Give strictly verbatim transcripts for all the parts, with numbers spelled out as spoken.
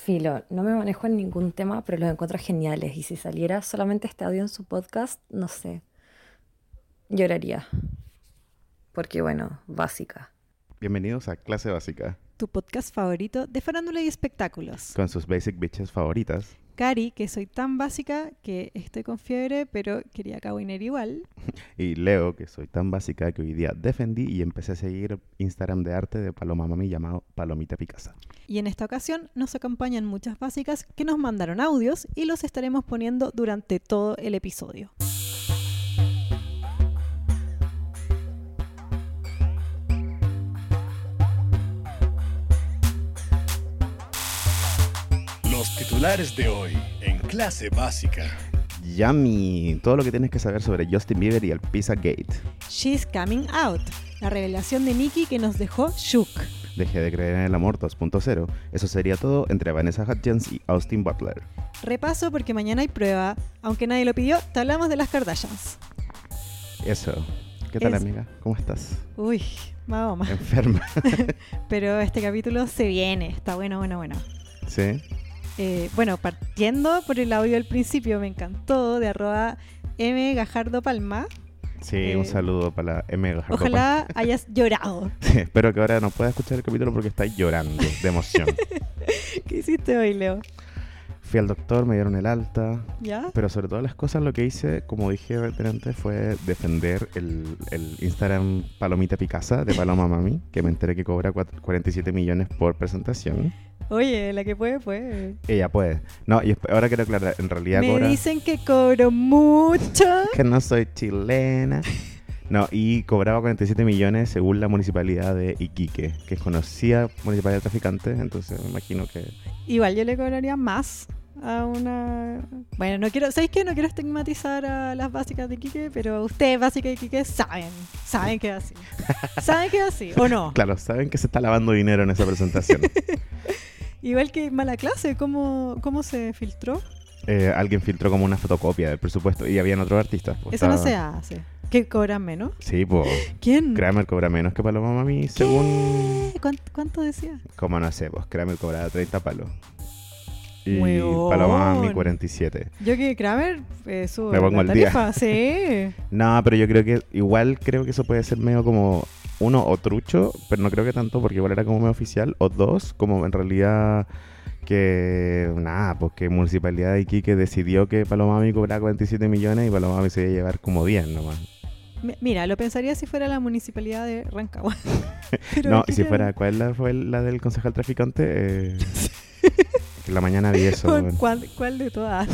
Filo, no me manejo en ningún tema, pero los encuentro geniales. Y si saliera solamente este audio en su podcast, no sé, lloraría. Porque bueno, básica. Bienvenidos a Clase Básica, Tu podcast favorito de farándula y espectáculos. con sus basic bitches favoritas. Cari, que soy tan básica que estoy con fiebre, pero quería cabinar igual. Y Leo, que soy tan básica que hoy día defendí y empecé a seguir Instagram de arte de Paloma Mami llamado Palomita Picasa. Y en esta ocasión nos acompañan muchas básicas que nos mandaron audios y los estaremos poniendo durante todo el episodio. Los titulares de hoy en Clase Básica. Yummy, todo lo que tienes que saber sobre Justin Bieber y el Pizzagate. She's Coming Out, la revelación de Nicki que nos dejó shook. Dejé de creer en el amor dos punto cero. Eso sería todo entre Vanessa Hudgens y Austin Butler. Repaso porque mañana hay prueba. Aunque nadie lo pidió, te hablamos de las Kardashians. Eso. ¿Qué tal, Es- amiga? ¿Cómo estás? Uy, Mahoma. Enferma. Pero este capítulo se viene, está bueno, bueno, bueno. ¿Sí? Eh, bueno, partiendo por el audio del principio, me encantó, de arroba M Gajardo Palma. Sí, Eh, un saludo para la M. Gajardo. Ojalá hayas llorado. Sí, espero que ahora no pueda escuchar el capítulo porque está llorando de emoción. ¿Qué hiciste hoy, Leo? Fui al doctor, me dieron el alta, ¿Ya? pero sobre todas las cosas lo que hice, como dije antes, fue defender el, el Instagram Palomita Picasa de Paloma Mami, que me enteré que cobra cuat- cuarenta y siete millones por presentación. Oye, la que puede, puede. Ella puede. No, y esp- ahora quiero aclarar, en realidad Me cobra... dicen que cobro mucho. que no soy chilena. No, y cobraba cuarenta y siete millones según la municipalidad de Iquique, que es conocida municipalidad traficante, entonces me imagino que... Igual yo le cobraría más a una... Bueno, no quiero... ¿Sabéis qué? No quiero estigmatizar a las básicas de Iquique, pero ustedes, básicas de Iquique, saben. Saben que es así. ¿Saben que es así? ¿O no? Claro, saben que se está lavando dinero en esa presentación. Igual que mala clase, ¿cómo, cómo se filtró? Eh, alguien filtró como una fotocopia del presupuesto y habían otros artistas. pues, Eso no estaba- se hace. ¿Qué cobran menos? Sí, pues ¿Quién? Kramer cobra menos que Paloma Mami, según... ¿Qué? ¿Cuánto, cuánto decía? Como no sé, pues Kramer cobraba treinta palos. Y Huevón. Paloma Mami cuarenta y siete. Yo que Kramer eh, sube Me pongo la al día. tarifa, sí. No, pero yo creo que igual creo que eso puede ser medio como uno o trucho, pero no creo que tanto porque igual era como medio oficial, o dos, como en realidad que nada, pues que Municipalidad de Iquique decidió que Paloma Mami cobraba cuarenta y siete millones y Paloma Mami se iba a llevar como diez nomás. Mi- Mira, lo pensaría si fuera la municipalidad de Rancagua. Pero No, aquí y si queda- fuera, ¿cuál la- fue la del concejal traficante? Eh, que en la mañana vi eso. ¿Cuál, weón. cuál- cuál de todas?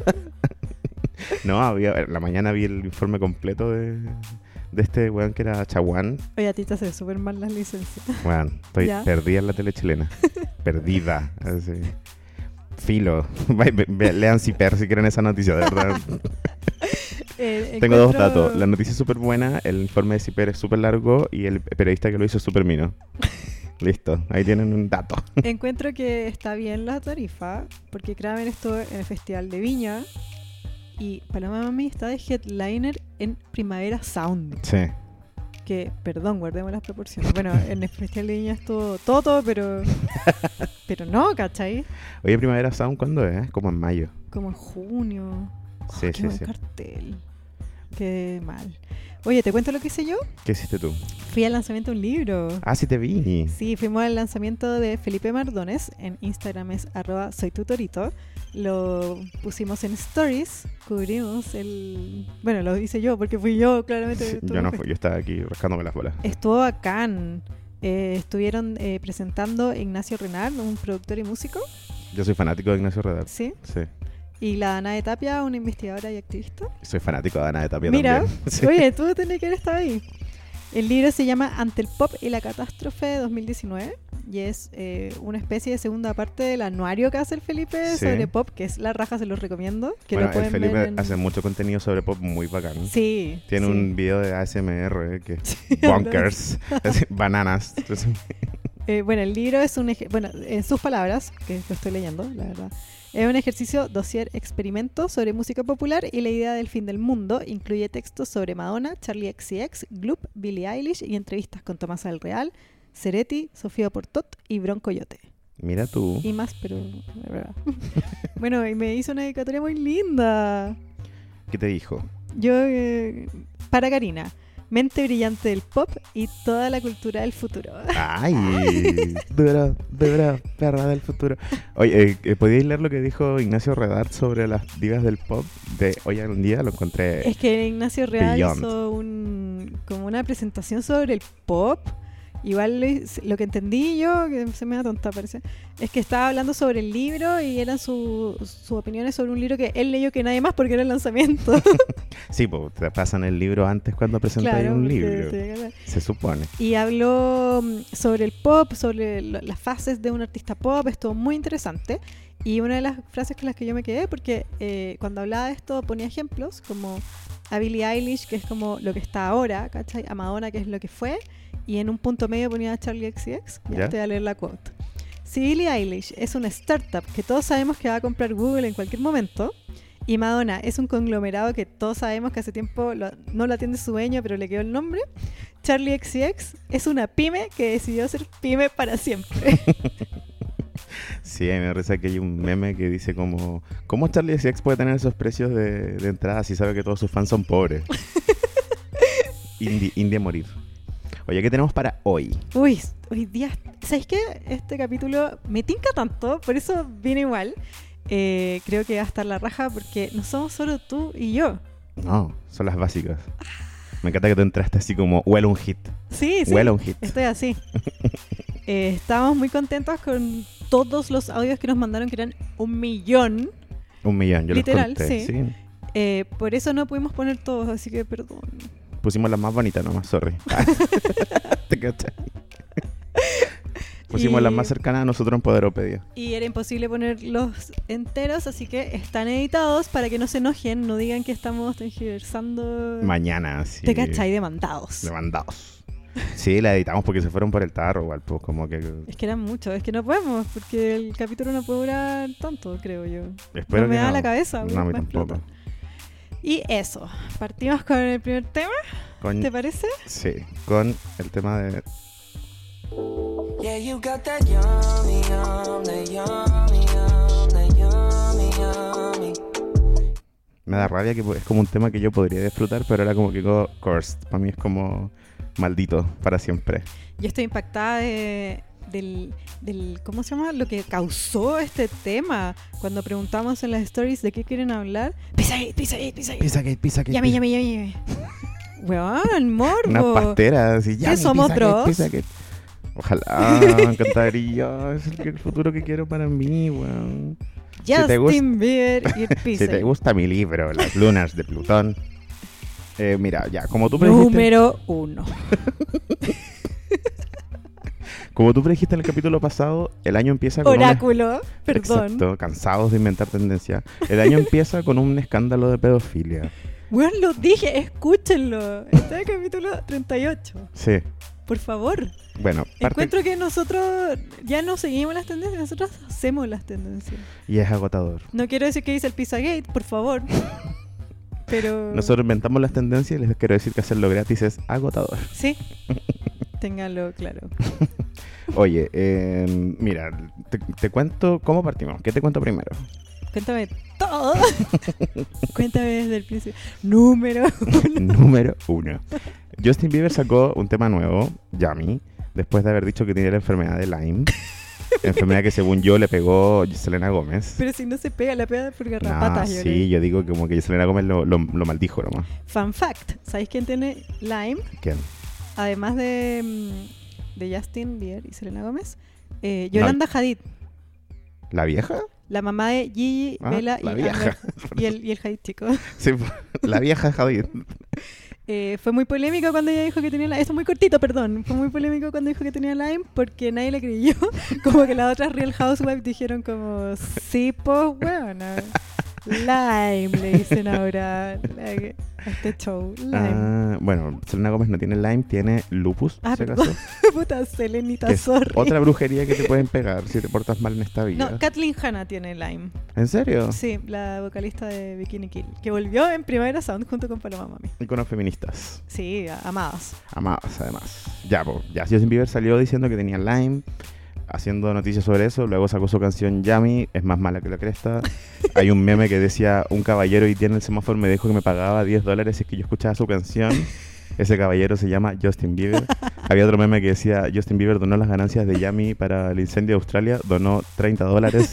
No, había, en la mañana vi el informe completo de, de este weón que era Chaguán. Oye, a ti te hace súper mal las licencias. Weón, estoy Ya. perdida en la tele chilena. Perdida. Así. Filo. Ve- ve- ve- Lean Ciper si quieren esa noticia, de verdad. Eh, Tengo dos encuentro- datos. La noticia es súper buena, el informe de Ciper es súper largo y el periodista que lo hizo es súper mino. Listo, ahí tienen un dato. Encuentro que está bien la tarifa, porque Kramer estuvo en el Festival de Viña y Paloma Mami está de headliner en Primavera Sound. Sí. Que, perdón, guardemos las proporciones. Bueno, en el Festival de Viña estuvo todo, pero. Pero no, ¿cachai? Oye, Primavera Sound, ¿cuándo es? Como en mayo. Como en junio. Sí, Oh, qué sí, buen sí. cartel. Qué mal. Oye, ¿te cuento lo que hice yo? ¿Qué hiciste tú? Fui al lanzamiento de un libro. Ah, sí te vi. Sí, fuimos al lanzamiento de Felipe Mardones. En Instagram es arroba soy tutorito. Lo pusimos en stories. Cubrimos el... Bueno, lo hice yo porque fui yo, claramente. Sí, tú yo no fuiste. fui, yo estaba aquí rascándome las bolas. Estuvo bacán. Eh, estuvieron eh, presentando Ignacio Renard, un productor y músico. Yo soy fanático de Ignacio Redar. Sí. Sí. Y la Ana de Tapia, una investigadora y activista. Soy fanático de Ana de Tapia Mira, también. Sí. oye, tú tenés que haber estado ahí. El libro se llama Ante el Pop y la Catástrofe de dos mil diecinueve y es eh, una especie de segunda parte del anuario que hace el Felipe Sí. sobre pop, que es la raja, se los recomiendo. Que Bueno, lo el pueden Felipe ver en... hace mucho contenido sobre pop muy bacán. Sí. Tiene sí. un video de A S M R eh, que es Sí, bonkers, así, bananas. Entonces, Eh, bueno, el libro es un... ej- Bueno, en sus palabras, que lo estoy leyendo, la verdad. Es un ejercicio dossier experimento sobre música popular y la idea del fin del mundo. Incluye textos sobre Madonna, Charlie X C X, Gloop, Billie Eilish y entrevistas con Tomás del Real, Cereti, Sofía Portot y Bron Coyote. Mira tú. Y más, pero... de verdad. Bueno, y me hizo una dedicatoria muy linda. ¿Qué te dijo? Yo, eh, para Karina, mente brillante del pop y toda la cultura del futuro. ¡Ay! Dura, dura, perra del futuro. Oye, eh, eh, ¿podíais leer lo que dijo Ignacio Redart sobre las divas del pop de hoy en día? Lo encontré... Es que Ignacio Real Beyond. hizo un, como una presentación sobre el pop. Igual lo, lo que entendí yo, que se me da tonta parece, es que estaba hablando sobre el libro y eran su- sus opiniones sobre un libro que él leyó que nadie más porque era el lanzamiento. Sí, pues te pasan el libro antes cuando presentas Claro, un porque libro. tenía que leer. Se supone. Y habló mm, sobre el pop, sobre lo- las fases de un artista pop, estuvo muy interesante. Y una de las frases con las que yo me quedé, porque eh, cuando hablaba de esto ponía ejemplos, como a Billie Eilish, que es como lo que está ahora, ¿cachai? A Madonna, que es lo que fue, y en un punto medio ponía a Charlie X C X. Ya ¿Ya? te voy a leer la quote. Si Billie Eilish es una startup que todos sabemos que va a comprar Google en cualquier momento, y Madonna es un conglomerado que todos sabemos que hace tiempo lo- no lo atiende su dueño, pero le quedó el nombre, Charlie X C X es una pyme que decidió ser pyme para siempre. Sí, a mí me parece que hay un meme que dice como... ¿Cómo Charlie X C X puede tener esos precios de, de entrada si sabe que todos sus fans son pobres? Indie, indie a morir. Oye, ¿qué tenemos para hoy? Uy, hoy día, ¿sabes qué? Este capítulo me tinca tanto, por eso vine igual. Eh, creo que va a estar la raja porque no somos solo tú y yo. No, son las básicas. Me encanta que tú entraste así como, huele un hit. Sí, sí. Huele un hit. Estoy así. Eh, estábamos muy contentos con todos los audios que nos mandaron, que eran un millón. Un millón, yo Literal, los conté. sí. Sí. Eh, por eso no pudimos poner todos, así que perdón. Pusimos las más bonitas nomás, sorry. ¿Te cachai? Pusimos Y- las más cercanas a nosotros en Poderopedia. Y era imposible ponerlos enteros, así que están editados para que no se enojen, no digan que estamos tergiversando. Mañana, sí. ¿Te cachai? Demandados. Demandados. Sí, la editamos porque se fueron por el tarro, igual, pues como que... Es que eran muchos, es que no podemos, porque el capítulo no puede durar tanto, creo yo. Espero no me que da no. la cabeza. No, a mí va a explotar. tampoco. Y eso, partimos con el primer tema, Con- ¿te parece? Sí, con el tema de... Yeah, you got that yummy, yum, that yummy, yum, that yummy, yummy. Me da rabia que es como un tema que yo podría disfrutar, pero era como que go cursed. Para mí es como maldito para siempre. Yo estoy impactada de, del, del, ¿cómo se llama? Lo que causó este tema. Cuando preguntamos en las stories de qué quieren hablar. Pizzagate, Pizzagate, Pizzagate. Pizzagate, Pizzagate. Yami, yami, yami, yami. Weón, morbo. Unas pasteras así. ¿Qué somos, Dross? Pizzagate. Ojalá, me encantaría. Es el, el futuro que quiero para mí, weón. Si te Justin Bieber y el Si te Pizzagate. gusta mi libro, Las lunas de Plutón. Eh, mira, ya, como tú predijiste... Número uno. Como tú predijiste en el capítulo pasado, el año empieza con... una- Oráculo, perdón. Exacto, cansados de inventar tendencia. El año empieza con un escándalo de pedofilia. Weón, lo dije, escúchenlo. Este es el capítulo treinta y ocho. Sí, Por favor. bueno, parte... Encuentro que nosotros ya no seguimos las tendencias, nosotros hacemos las tendencias. Y es agotador. No quiero decir que dice el Pizzagate, por favor. Pero... Nosotros inventamos las tendencias y les quiero decir que hacerlo gratis es agotador. Sí. Ténganlo claro. Oye, eh, mira, te, te cuento cómo partimos. ¿Qué te cuento primero? Cuéntame todo. Cuéntame desde el principio. Número uno. Número uno. Justin Bieber sacó un tema nuevo, Yummy, después de haber dicho que tenía la enfermedad de Lyme. Enfermedad que según yo le pegó Selena Gómez. Pero si no se pega, la pega por garrapatas. No, yo sí, creo. yo digo como que Selena Gómez lo, lo, lo maldijo nomás. Fun fact. ¿Sabéis quién tiene Lyme? ¿Quién? Además de, mm, de Justin Bieber y Selena Gómez. Eh, Yolanda Hadid. ¿La vieja? La mamá de Gigi, Ah, Bella y la vieja. Amber. Y el, y el Hadid chico. Sí, la vieja Hadid. Eh, fue muy polémico cuando ella dijo que tenía Lyme. Esto es muy cortito, perdón. Fue muy polémico cuando dijo que tenía Lyme porque nadie le creyó. Como que las otras Real Housewives dijeron como, sí, pues, bueno, Lyme, le dicen ahora like, a este show. Lyme. Ah, bueno, Selena Gómez no tiene Lyme, tiene lupus, Ah, si perdón. acaso. Puta, Selenita, Que es sorry. otra brujería que te pueden pegar si te portas mal en esta vida. No, Kathleen Hanna tiene Lyme. ¿En serio? Sí, la vocalista de Bikini Kill. Que volvió en Primavera Sound junto con Paloma Mami. Iconos feministas. Sí, a- amadas. Amadas, además. Ya, po, ya. Justin Bieber salió diciendo que tenía Lyme. haciendo noticias sobre eso. Luego sacó su canción Yummy, es más mala que la cresta. Hay un meme que decía, un caballero y tiene el semáforo me dijo que me pagaba diez dólares si es que yo escuchaba su canción. Ese caballero se llama Justin Bieber. Había otro meme que decía, Justin Bieber donó las ganancias de Yummy para el incendio de Australia, donó treinta dólares.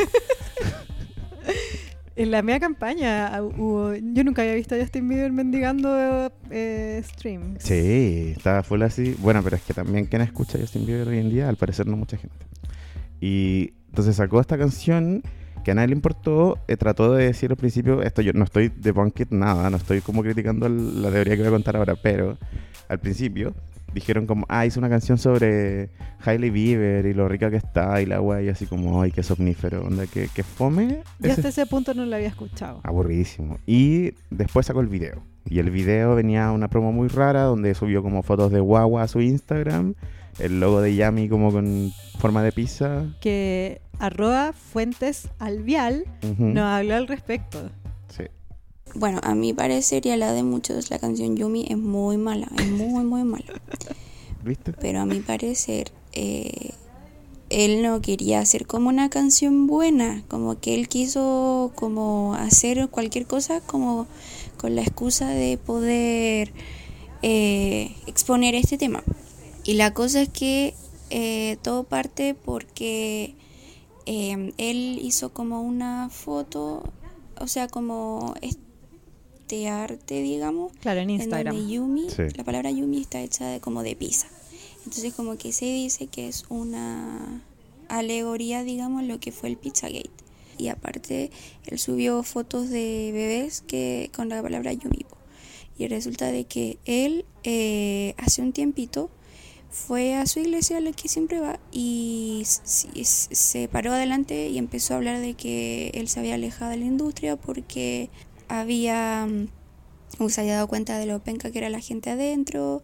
En la media campaña hubo, yo nunca había visto a Justin Bieber mendigando eh, streams. Sí, estaba full así. Bueno, pero es que también quien escucha a Justin Bieber hoy en día, al parecer no mucha gente. Y entonces sacó esta canción que a nadie le importó. Eh, trató de decir al principio, esto yo no estoy de Punkit nada, no estoy como criticando el, la teoría que voy a contar ahora, pero al principio dijeron como, ah, hizo una canción sobre Hailey Bieber y lo rica que está y la wea, y así como, ay, qué somnífero, onda, que, que fome. Yo Ese- hasta ese punto no lo había escuchado. Aburridísimo. Y después sacó el video. Y el video venía una promo muy rara donde subió como fotos de guagua a su Instagram, el logo de Yummy como con forma de pizza. Que arroba Fuentes Alvial Ujú. nos habló al respecto. Sí. Bueno, a mi parecer y a la de muchos, la canción Yumi es muy mala, es muy, muy mala. ¿Viste? Pero a mi parecer, eh, él no quería hacer como una canción buena, como que él quiso como hacer cualquier cosa como con la excusa de poder eh, exponer este tema. Y la cosa es que eh, todo parte porque eh, él hizo como una foto, o sea, como este arte, digamos, Claro, en en Instagram. donde Yumi, Sí. la palabra Yumi está hecha de, como de pizza. Entonces como que se dice que es una alegoría, digamos, lo que fue el Pizzagate. Y aparte, él subió fotos de bebés que con la palabra Yumi. po. Y resulta de que él eh, hace un tiempito fue a su iglesia a la que siempre va y s- s- se paró adelante y empezó a hablar de que él se había alejado de la industria porque había mm, se había dado cuenta de lo penca que era la gente adentro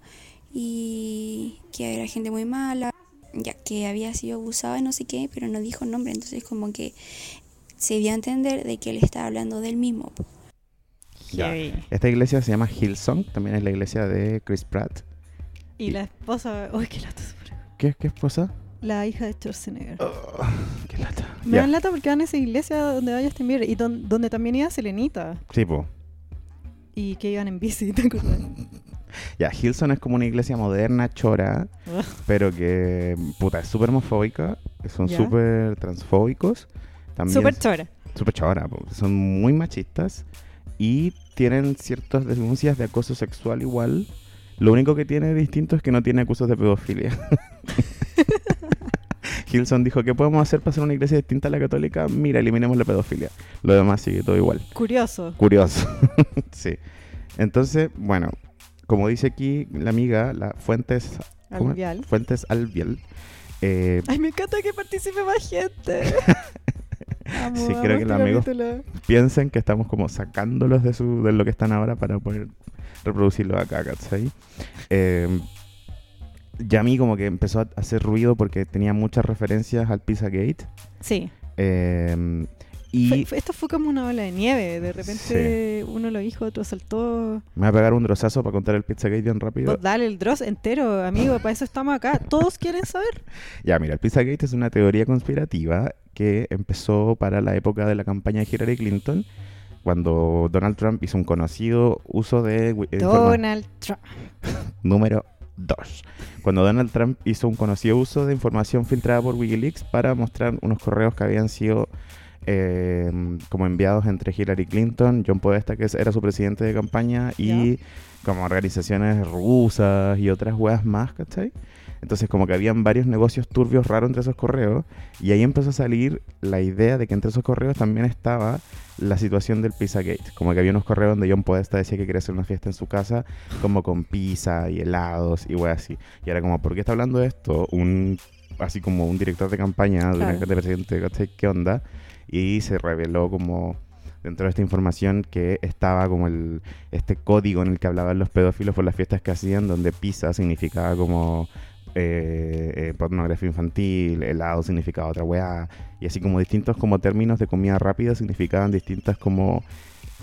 y que era gente muy mala, ya que había sido abusada y no sé qué, pero no dijo nombre, entonces como que se dio a entender de que él estaba hablando del mismo. po. Ya. Heavy. Esta iglesia se llama Hillsong, también es la iglesia de Chris Pratt. Y la esposa, uy, qué lata. súper- ¿Qué, qué esposa? La hija de Schwarzenegger. Oh, qué lata. Me Ya. dan lata porque van a esa iglesia donde va Justin Bieber y don- donde también iba Selenita. Sí, po. Y que iban en bici, ¿te acuerdas? Ya, Hillsong es como una iglesia moderna, chora, pero que, puta, es súper homofóbica, son Ya. súper transfóbicos. También Súper chora. súper chora, po. Son muy machistas y tienen ciertas denuncias de acoso sexual igual. Lo único que tiene distinto es que no tiene acusos de pedofilia. Hillsong dijo, ¿qué podemos hacer para hacer una iglesia distinta a la católica? Mira, eliminemos la pedofilia. Lo demás sigue todo igual. Curioso. Curioso. Sí. Entonces, bueno, como dice aquí la amiga, la Fuentes ¿cómo es? Alvial. Fuentes Alvial. eh, Ay, me encanta que participe más gente. Amo, Sí, amo creo que este los amigos- capítulo. piensen que estamos como sacándolos de su de lo que están ahora para poder reproducirlo acá, ¿cachai? Eh, Yami como que empezó a hacer ruido porque tenía muchas referencias al Pizzagate. Sí. Eh, y Fue- fue- esto fue como una ola de nieve. De repente uno lo dijo, otro saltó. me voy a pegar un drosazo para contar el Pizzagate bien rápido. Vos dale el dross entero, amigo. Para eso estamos acá. Todos quieren saber. Ya, mira, el Pizzagate es una teoría conspirativa que empezó para la época de la campaña de Hillary Clinton, cuando Donald Trump hizo un conocido uso de... wi- informa- Donald Trump. Número dos. Cuando Donald Trump hizo un conocido uso de información filtrada por Wikileaks para mostrar unos correos que habían sido eh, como enviados entre Hillary Clinton, John Podesta, que era su presidente de campaña, y como organizaciones rusas y otras weas más, ¿cachai? Entonces como que habían varios negocios turbios raros entre esos correos, y ahí empezó a salir la idea de que entre esos correos también estaba la situación del Pizzagate. Como que había unos correos donde John Podesta decía que quería hacer una fiesta en su casa, como con pizza y helados y weas así. Y era como, ¿por qué está hablando de esto? Un, así como un director de campaña de, una, Claro. de presidente, ¿cachai? ¿Qué onda? Y se reveló como dentro de esta información que estaba como el este código en el que hablaban los pedófilos por las fiestas que hacían, donde pizza significaba como eh, eh, pornografía infantil, helado significaba otra weá, y así como distintos como términos de comida rápida significaban distintas como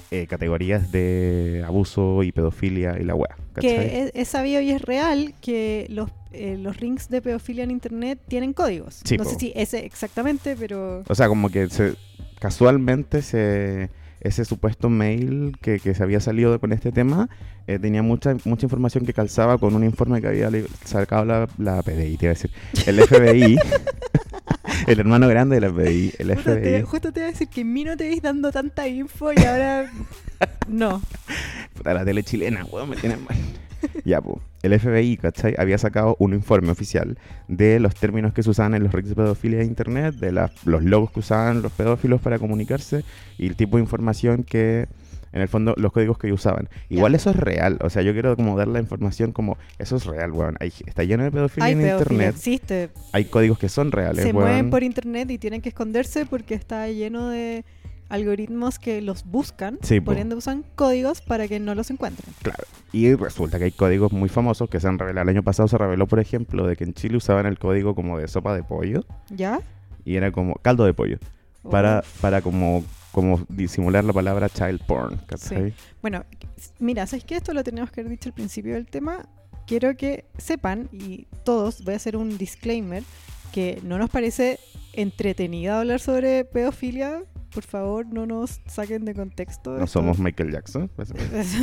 eh, categorías de abuso y pedofilia y la weá. ¿cachai? Que es, es sabido y es real que los, eh, los rings de pedofilia en internet tienen códigos. Sí, no po. sé si ese exactamente, pero... O sea, como que se, casualmente se, ese supuesto mail que, que se había salido con este tema eh, tenía mucha mucha información que calzaba con un informe que había li- sacado la, la P D I, te iba a decir, el F B I, el hermano grande de la F B I, el Justo F B I. te, justo te iba a decir que en mí no te veis dando tanta info y ahora... no. Puta, la tele chilena, weón, me tienen mal. Ya, pues, el F B I, ¿cachai? Había sacado un informe oficial de los términos que se usaban en los rings de pedofilia de internet, de la- los logos que usaban los pedófilos para comunicarse y el tipo de información que, en el fondo, los códigos que usaban. Igual Ya. eso es real, o sea, yo quiero como dar la información como, eso es real, weón. Hay- está lleno de pedofilia Hay en pedofilia, internet, existe. hay códigos que son reales, Se weón. mueven por internet y tienen que esconderse porque está lleno de algoritmos que los buscan, Sí, por po. ende usan códigos para que no los encuentren. Claro. Y resulta que hay códigos muy famosos que se han revelado. El año pasado se reveló, por ejemplo, de que en Chile usaban el código como de sopa de pollo ¿Ya? y era como caldo de pollo para, Uf. para como, como disimular la palabra child porn, ¿cachai? Bueno, mira, ¿sabes qué? Esto lo teníamos que haber dicho al principio del tema. Quiero que sepan, y todos, voy a hacer un disclaimer, que no nos parece entretenido hablar sobre pedofilia. Por favor, no nos saquen de contexto. No Esto- somos Michael Jackson. pues,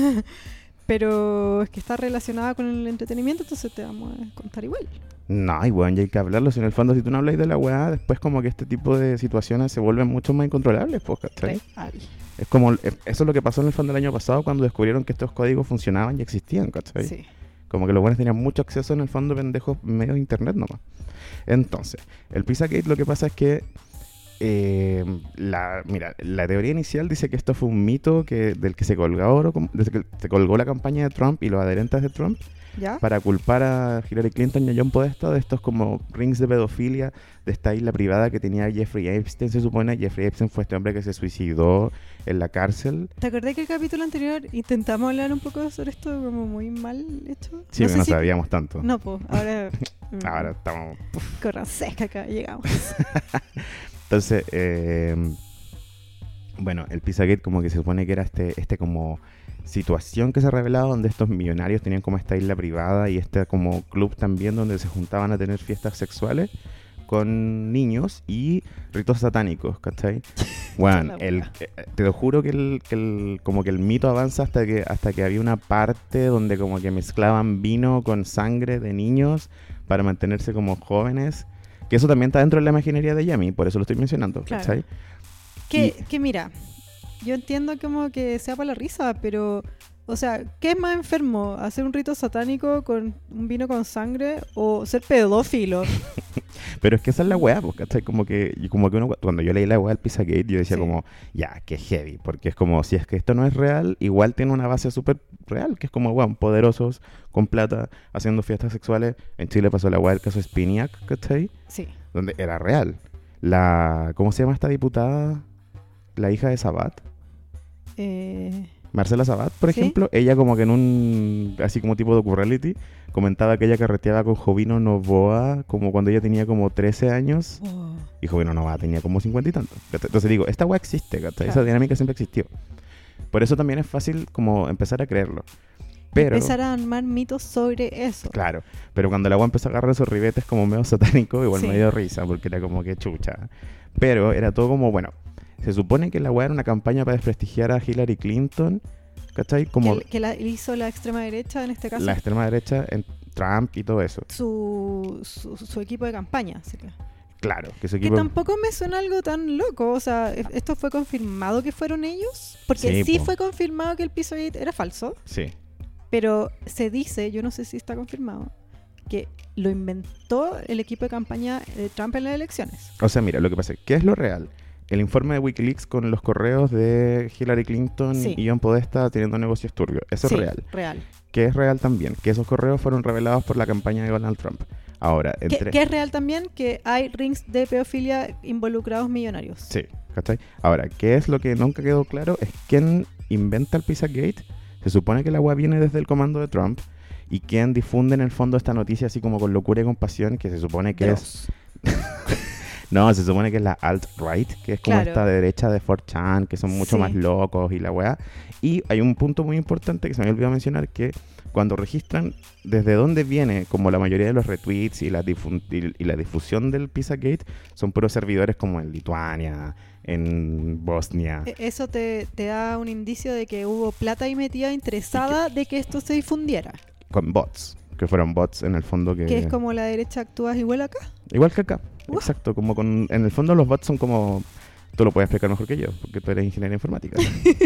Pero es que está relacionada con el entretenimiento, entonces te vamos a contar igual. No, y bueno, ya hay que hablarlo. Si en el fondo, si tú no hablas de la weá, después como que este tipo de situaciones se vuelven mucho más incontrolables, pues, ¿cachai? Real. Es como, eh, eso es lo que pasó en el fondo el año pasado cuando descubrieron que estos códigos funcionaban y existían, ¿cachai? Sí. Como que los buenos tenían mucho acceso en el fondo pendejos medio de internet nomás. Entonces, el Pizzagate lo que pasa es que eh, la, mira, la teoría inicial dice que esto fue un mito que, del que se colgó, desde que se colgó la campaña de Trump y los adherentes de Trump ¿Ya? para culpar a Hillary Clinton y a John Podesta de estos como rings de pedofilia, de esta isla privada que tenía Jeffrey Epstein, se supone. Jeffrey Epstein fue este hombre que se suicidó en la cárcel. ¿Te acordás que el capítulo anterior intentamos hablar un poco sobre esto como muy mal hecho? Sí, no que sé no si- sabíamos tanto. No, pues, ahora... mm, Ahora estamos... corran seca acá, llegamos. Entonces, eh, bueno, el Pizzagate como que se supone que era este, este como situación que se revelaba donde estos millonarios tenían como esta isla privada y este como club también donde se juntaban a tener fiestas sexuales con niños y ritos satánicos, ¿cachai? Bueno, La el, wea. eh, te lo juro que el, que el como que el mito avanza hasta que hasta que había una parte donde como que mezclaban vino con sangre de niños para mantenerse como jóvenes. Que eso también está dentro de la imaginería de Yami, por eso lo estoy mencionando, Claro. ¿cachai? Que, Y- que mira, yo entiendo como que sea para la risa, pero, o sea, ¿qué es más enfermo? ¿Hacer un rito satánico con un vino con sangre o ser pedófilo? Pero es que esa es la weá, pues, ¿cachai? Como que, y como que uno, cuando yo leí la weá del Pizzagate, yo decía Sí. como, ya, que heavy, porque es como, si es que esto no es real, igual tiene una base súper real, que es como, weón, poderosos, con plata, haciendo fiestas sexuales. En Chile pasó la weá del caso Spiniak, ¿cachai? Sí. Donde era real. La, ¿cómo se llama esta diputada? La hija de Sabat. Eh, Marcela Sabat, por ¿Sí? ejemplo, ella como que en un, así como tipo docu-reality, comentaba que ella carreteaba con Jovino Novoa como cuando ella tenía como trece años oh, y Jovino Novoa tenía como cincuenta y tantos. ¿Cachai? Entonces digo, esta weá existe, ¿cachai? Claro. Esa dinámica siempre existió. Por eso también es fácil como empezar a creerlo. Pero, empezar a armar mitos sobre eso. claro, pero cuando la weá empezó a agarrar esos ribetes como medio satánico, igual Sí. me dio risa porque era como que chucha. Pero era todo como, bueno, se supone que la weá era una campaña para desprestigiar a Hillary Clinton, ¿cachai? Como Que, que la hizo la extrema derecha en este caso. la extrema derecha en Trump y todo eso. Su, su, su equipo de campaña. sería. Claro, que su Que equipo... tampoco me suena algo tan loco. O sea, ¿e- ¿esto fue confirmado que fueron ellos? Porque Sí, sí, po. fue confirmado que el Pizzagate era falso. Sí, Pero se dice, yo no sé si está confirmado, que lo inventó el equipo de campaña de Trump en las elecciones. o sea, mira, lo que pasa es, ¿qué es lo real? El informe de Wikileaks con los correos de Hillary Clinton Sí. y John Podesta teniendo negocios turbios. Eso Sí, es real. real. Que es real también, que esos correos fueron revelados por la campaña de Donald Trump. Ahora, Que, entre... que es real también que hay rings de pedofilia involucrados millonarios. Sí, ¿cachai? Ahora, ¿qué es lo que nunca quedó claro? Es quién inventa el Pizzagate. Se supone que la web viene desde el comando de Trump. Y quién difunde en el fondo esta noticia así como con locura y compasión, que se supone que es... Dross. No, se supone que es la alt-right, que es como Claro. esta derecha de cuatro chan, que son mucho Sí. más locos y la weá. Y hay un punto muy importante que se me había olvidado mencionar, que cuando registran desde dónde viene, como la mayoría de los retweets y la, difun- y, y la difusión del Pizzagate, son puros servidores como en Lituania, en Bosnia. E- Eso te, te da un indicio de que hubo plata ahí metida interesada de que esto se difundiera. Con bots, que fueron bots en el fondo que... Que es como la derecha actúa igual acá. Igual que acá, Uh. exacto, como con... En el fondo los bots son como... Tú lo puedes explicar mejor que yo, porque tú eres ingeniero informática.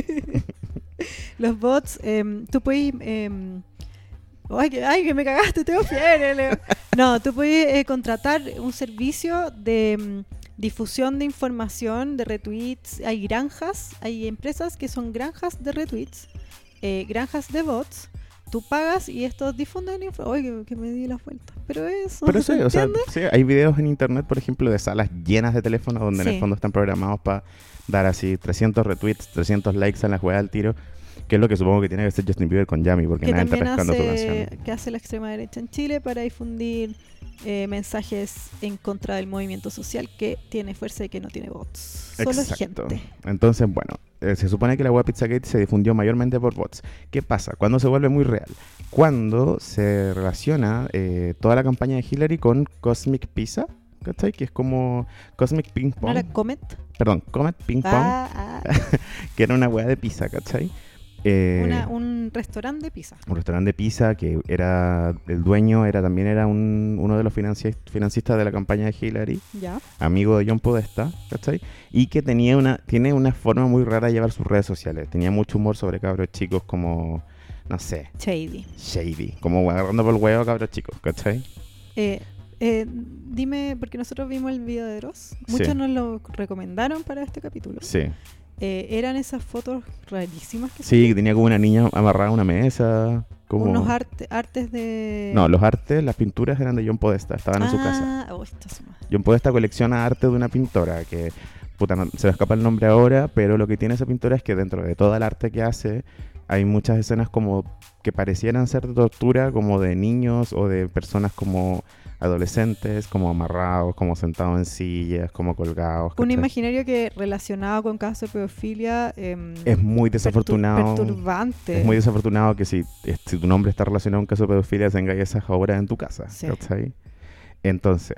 Los bots, em, tú puedes... em, ay, que, ay, que me cagaste, tengo fiebre, Leo. No, tú puedes eh, contratar un servicio de em, difusión de información, de retweets. Hay granjas, hay empresas que son granjas de retweets, eh, granjas de bots. Tú pagas y estos difunden información. Ay, que, que me di las vueltas. Pero eso, Pero sí, ¿se o sea, entiende? sí, hay videos en internet, por ejemplo, de salas llenas de teléfonos donde en Sí. el fondo están programados para dar así trescientos retweets, trescientos likes a la juega al tiro, que es lo que supongo que tiene que hacer Justin Bieber con Yami, porque que nadie está también pescando su hace, canción. que hace la extrema derecha en Chile para difundir eh, mensajes en contra del movimiento social que tiene fuerza y que no tiene bots. Solo es Exacto. gente. Entonces, bueno, eh, se supone que la web Pizzagate se difundió mayormente por bots. ¿Qué pasa? ¿Cuándo se vuelve muy real? Cuando se relaciona eh, toda la campaña de Hillary con Cosmic Pizza, ¿cachai? Que es como Cosmic Ping ¿No Pong. era Comet? Perdón, Comet Ping Pong, Ah, ah, que era una weá de pizza, ¿cachai? Eh, una- un restaurante de pizza. un restaurante de pizza que era el dueño era también era un, uno de los financi- financistas de la campaña de Hillary, Ya. amigo de John Podesta, ¿cachai? Y que tenía una tiene una forma muy rara de llevar sus redes sociales. Tenía mucho humor sobre cabros chicos como, no sé, Shady. shady, como agarrando por el huevo a cabros chicos, ¿cachai? Eh, eh, dime, porque nosotros vimos el video de Dross. Sí. Muchos nos lo recomendaron para este capítulo. Sí. Eh, eran esas fotos rarísimas que Sí, que tenía como una niña amarrada a una mesa, como unos arte- artes de... No, los artes, las pinturas eran de John Podesta, estaban en su casa. Ah, oh, esta es una- John Podesta colecciona arte de una pintora que, puta, no, se me escapa el nombre ahora, pero lo que tiene esa pintora es que dentro de toda el arte que hace hay muchas escenas como que parecieran ser de tortura, como de niños o de personas como adolescentes, como amarrados, como sentados en sillas, como colgados. Un ¿cachai? imaginario que relacionado con casos de pedofilia em, Es muy pertur- desafortunado. perturbante. Es muy desafortunado que si, si tu nombre está relacionado a un caso de pedofilia tengas esas obras en tu casa. Sí. ¿Cachai? Entonces,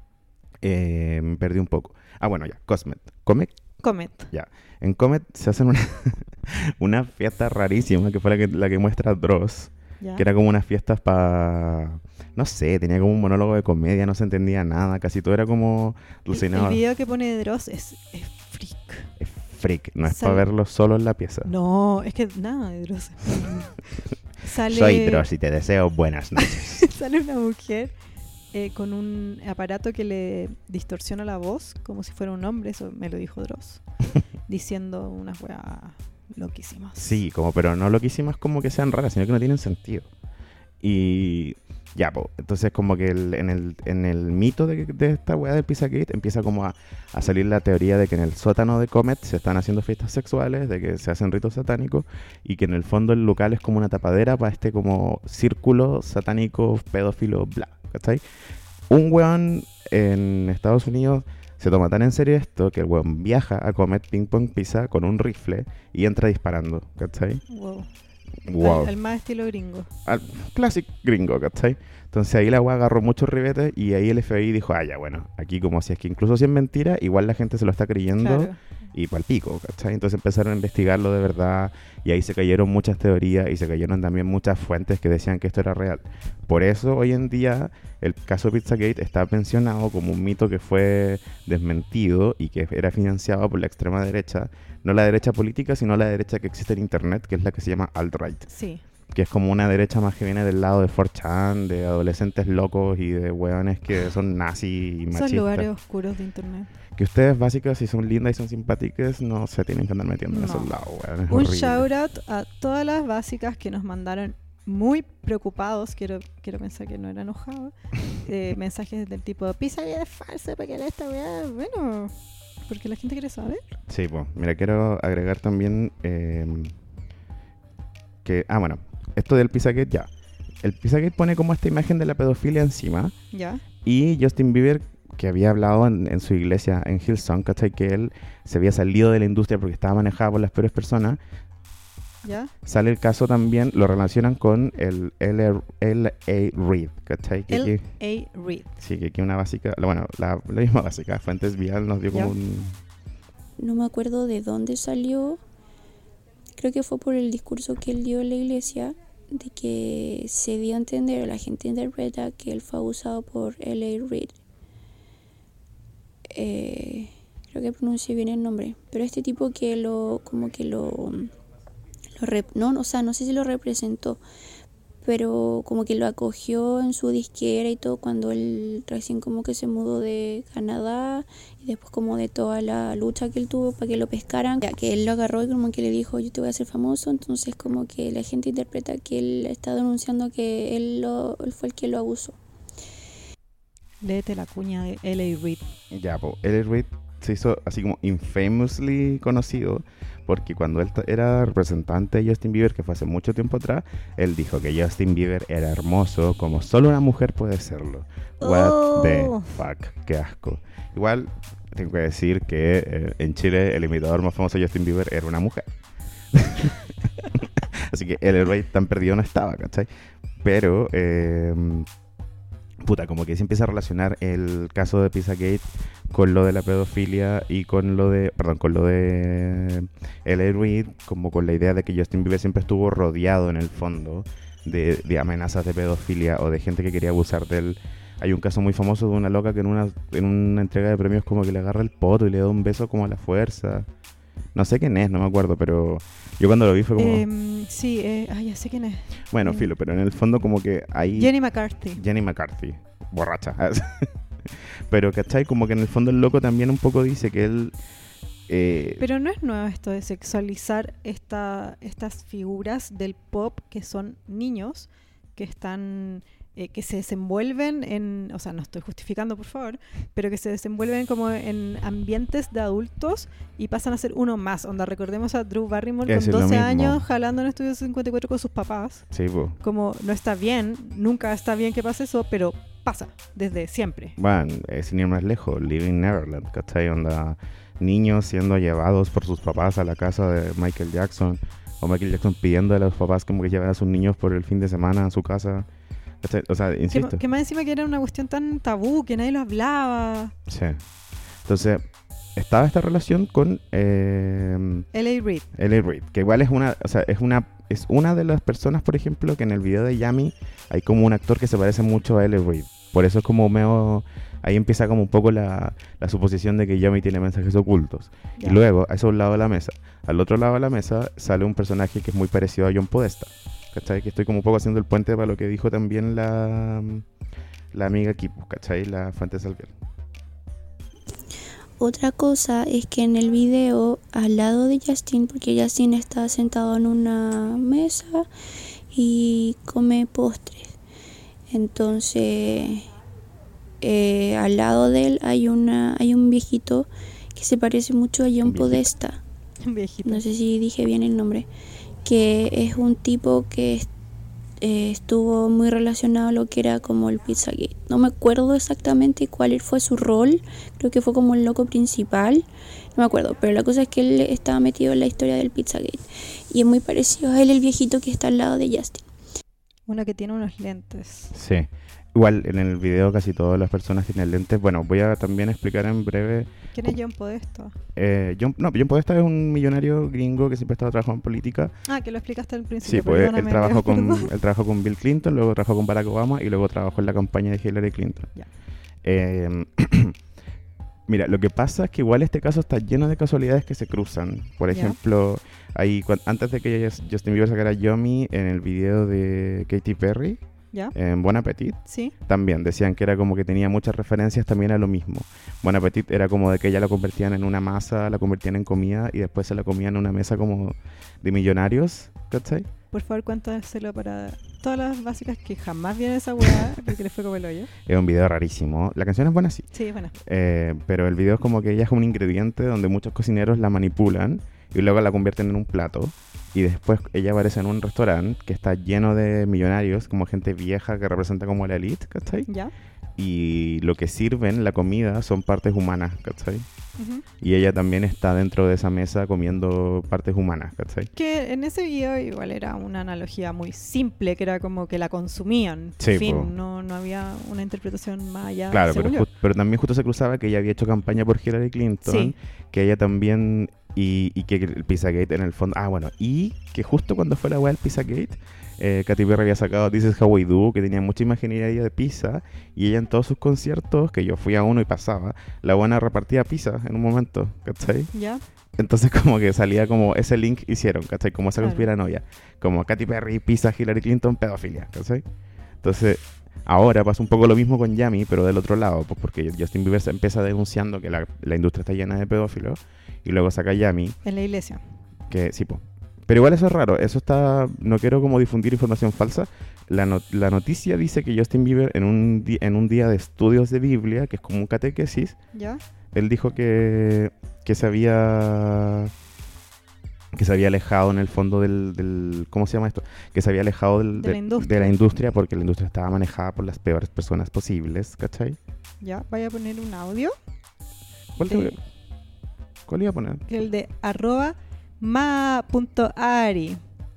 eh, me perdí un poco. Ah, bueno, ya, Cosmet. Comet. Comet. En Comet se hacen una, una fiesta rarísima que fue la que, la que muestra Dross, ¿Ya? que era como unas fiestas para... No sé, tenía como un monólogo de comedia, no se entendía nada, casi todo era como el, el alucinado. video que pone Dross es, es freak. Es freak, no es Sale- para verlo solo en la pieza. No, es que nada de Dross. Sale, Soy Dross y te deseo buenas noches. sale una mujer eh, con un aparato que le distorsiona la voz como si fuera un hombre, eso me lo dijo Dross, diciendo unas weas loquísimas. Sí, como, pero no loquísimas como que sean raras, sino que no tienen sentido. Y ya, po, entonces como que el- en, el, en el mito de, de esta weá del Pizzagate empieza como a, a salir la teoría de que en el sótano de Comet se están haciendo fiestas sexuales, de que se hacen ritos satánicos y que en el fondo el local es como una tapadera para este como círculo satánico, pedófilo, bla, ¿cachai? Un weón en Estados Unidos se toma tan en serio esto que el weón viaja a Comet Ping Pong Pizza con un rifle y entra disparando, ¿cachai? Wow. Wow. Al, al más estilo gringo. Al classic gringo, ¿cachai? Entonces ahí la weá agarró muchos ribetes y ahí el F B I dijo, ah, ya, bueno, aquí como si es que incluso si es mentira, igual la gente se lo está creyendo Claro. y pa'l pico, ¿cachai? Entonces empezaron a investigarlo de verdad y ahí se cayeron muchas teorías y se cayeron también muchas fuentes que decían que esto era real. Por eso hoy en día el caso Pizzagate está mencionado como un mito que fue desmentido y que era financiado por la extrema derecha, no la derecha política, sino la derecha que existe en internet, que es la que se llama alt-right, Sí. que es como una derecha más que viene del lado de cuatro chan, de adolescentes locos y de hueones que son nazis y machistas. Son lugares oscuros de internet. Que ustedes básicas, si son lindas y son simpáticas, no se tienen que andar metiendo en No. esos lados, weón. Es Un horrible. shout out a todas las básicas que nos mandaron muy preocupados, quiero, quiero pensar que no era enojado, eh, mensajes del tipo, pizza es falsa, ¿para qué esta weá? Bueno, porque la gente quiere saber. Sí, pues, mira, quiero agregar también eh, que, ah, bueno, esto del Pizzagate ya. El Pizzagate pone como esta imagen de la pedofilia encima ¿Ya? y Justin Bieber que había hablado en, en su iglesia en Hillsong, ¿cachai? Que él se había salido de la industria porque estaba manejada por las peores personas. ¿Ya? Sale el caso también, lo relacionan con el L A Reid, ¿cachai? Que L aquí- A Reid. sí, que aquí una básica, bueno, la, la misma básica, Fuentes Vial nos dio Ya. como un... No me acuerdo de dónde salió. Creo que fue por el discurso que él dio en la iglesia, de que se dio a entender, la gente interpreta que él fue abusado por L A Reid. Eh, creo que pronuncié bien el nombre. Pero este tipo que lo, como que lo, lo rep- no, o sea, no sé si lo representó, pero como que lo acogió en su disquera y todo cuando él recién como que se mudó de Canadá y después como de toda la lucha que él tuvo para que lo pescaran, ya que él lo agarró y como que le dijo yo te voy a hacer famoso, entonces como que la gente interpreta que él está denunciando que él, lo, él fue el que lo abusó. Léete la cuña de L A Reid. Ya, pues, L A Reid se hizo así como infamously conocido porque cuando él t- era representante de Justin Bieber, que fue hace mucho tiempo atrás, él dijo que Justin Bieber era hermoso como solo una mujer puede serlo. What Oh. the fuck, qué asco. Igual, tengo que decir que eh, en Chile el imitador más famoso de Justin Bieber era una mujer. Así que L A Reid tan perdido no estaba, ¿cachai? Pero... Eh, puta, como que se empieza a relacionar el caso de Pizzagate con lo de la pedofilia y con lo de, perdón, con lo de L A Reid, como con la idea de que Justin Bieber siempre estuvo rodeado en el fondo de, de amenazas de pedofilia o de gente que quería abusar de él. Hay un caso muy famoso de una loca que en una, en una entrega de premios como que le agarra el poto y le da un beso como a la fuerza. No sé quién es, no me acuerdo, pero yo cuando lo vi fue como... Em, sí, eh, ay, ya sé quién es. bueno, eh. filo, pero en el fondo como que ahí... Jenny McCarthy. Jenny McCarthy, borracha. Pero, ¿cachai? Como que en el fondo el loco también un poco dice que él... eh, Pero no es nuevo esto de sexualizar esta, estas figuras del pop que son niños que están eh, que se desenvuelven en, o sea, no estoy justificando por favor, pero que se desenvuelven como en ambientes de adultos y pasan a ser uno más. Onda, recordemos a Drew Barrymore Es con lo doce mismo. años jalando en Estudio cincuenta y cuatro con sus papás. sí, po. Como no está bien, nunca está bien que pase eso, pero pasa desde siempre. Bueno, eh, sin ir más lejos, Living Neverland, ¿cachai? Onda, niños siendo llevados por sus papás a la casa de Michael Jackson, o Michael Jackson pidiendo a los papás como que lleven a sus niños por el fin de semana a su casa, ¿cachai? O sea, Que, insisto. que más encima que era una cuestión tan tabú, que nadie lo hablaba. Sí. Entonces, estaba esta relación con eh, L A Reid. L A Reid, que igual es una, o sea, es una, es una de las personas, por ejemplo, que en el video de Yummy hay como un actor que se parece mucho a L A Reid. Por eso es como medio, ahí empieza como un poco la, la suposición de que Yummy tiene mensajes ocultos. Ya. Y luego, a eso un lado de la mesa. Al otro lado de la mesa sale un personaje que es muy parecido a John Podesta. ¿Cachai? Que estoy como un poco haciendo el puente para lo que dijo también la, la amiga Kipu, ¿cachai? La Fuente Salguero. Otra cosa es que en el video, al lado de Justin, porque Justin está sentado en una mesa y come postres. Entonces, eh, al lado de él hay una hay un viejito que se parece mucho a John ¿Un viejito? Podesta. Un viejito. No sé si dije bien el nombre. Que es un tipo que eh, estuvo muy relacionado a lo que era como el Pizzagate. No me acuerdo exactamente cuál fue su rol. Creo que fue como el loco principal. No me acuerdo. Pero la cosa es que él estaba metido en la historia del Pizzagate. Y es muy parecido a él, el viejito que está al lado de Justin. Uno que tiene unos lentes. Sí. Igual en el video casi todas las personas tienen lentes. Bueno, voy a también explicar en breve. ¿Quién es John Podesta? Eh, John, no, John Podesta es un millonario gringo que siempre ha estado trabajando en política. Ah, que lo explicaste al Sí, principio. pues él perdóname, trabajó, Dios, con, perdón. él trabajó con Bill Clinton, luego trabajó con Barack Obama y luego trabajó en la campaña de Hillary Clinton. Ya. Eh, mira, lo que pasa es que igual este caso está lleno de casualidades que se cruzan. Por Ya. ejemplo, ahí, cuan- antes de que Justin Bieber sacara Yummy, en el video de Katy Perry, ¿Ya? en Bon Appetit, Sí. también decían que era como que tenía muchas referencias también a lo mismo. Bon Appetit era como de que ella la convertían en una masa, la convertían en comida y después se la comían en una mesa como de millonarios, ¿cachai? Por favor, cuéntaselo para todas las básicas que jamás vieron esa weá porque le fue como el hoyo. Es un video rarísimo. La canción es buena, sí. Sí, bueno. Eh, pero el video es como que ella es un ingrediente donde muchos cocineros la manipulan y luego la convierten en un plato. Y después ella aparece en un restaurante que está lleno de millonarios, como gente vieja que representa como la elite, ¿cachai? ¿Ya? y lo que sirven, la comida, son partes humanas, ¿cachai? Ujú. Y ella también está dentro de esa mesa comiendo partes humanas, ¿cachai? Que en ese video igual era una analogía muy simple, que era como que la consumían. Sí, fin, po. no, no había una interpretación más allá. Claro, pero, según yo. ju- pero también justo se cruzaba que ella había hecho campaña por Hillary Clinton, Sí. que ella también, y, y que el Pizzagate en el fondo, ah bueno, y que justo cuando fue la weá del Pizzagate, eh, Katy Perry había sacado This Is How We Do, que tenía mucha imaginería de pizza, y ella en todos sus conciertos, que yo fui a uno y pasaba, la buena repartía pizza en un momento, ¿cachai? ¿Ya? Entonces como que salía como ese link hicieron, ¿cachai? Como esa Claro. conspiranoia, como Katy Perry, pizza, Hillary Clinton, pedofilia, ¿cachai? Entonces ahora pasa un poco lo mismo con Yami, pero del otro lado, pues porque Justin Bieber se empieza denunciando que la, la industria está llena de pedófilos, y luego saca Yami, En la iglesia. que sí, pues. Pero igual eso es raro, eso está, no quiero como difundir información falsa. La, no- la noticia dice que Justin Bieber en un, di- en un día de estudios de Biblia, que es como un catequesis, ¿Ya? él dijo que, que se había que se había alejado en el fondo del, del ¿cómo se llama esto? Que se había alejado del- De la de, industria. de la industria porque la industria estaba manejada por las peores personas posibles, ¿cachai? ¿Ya? Voy a poner un audio. ¿Cuál, te- Eh. ¿Cuál iba a poner? Que el de arroba ma.ari.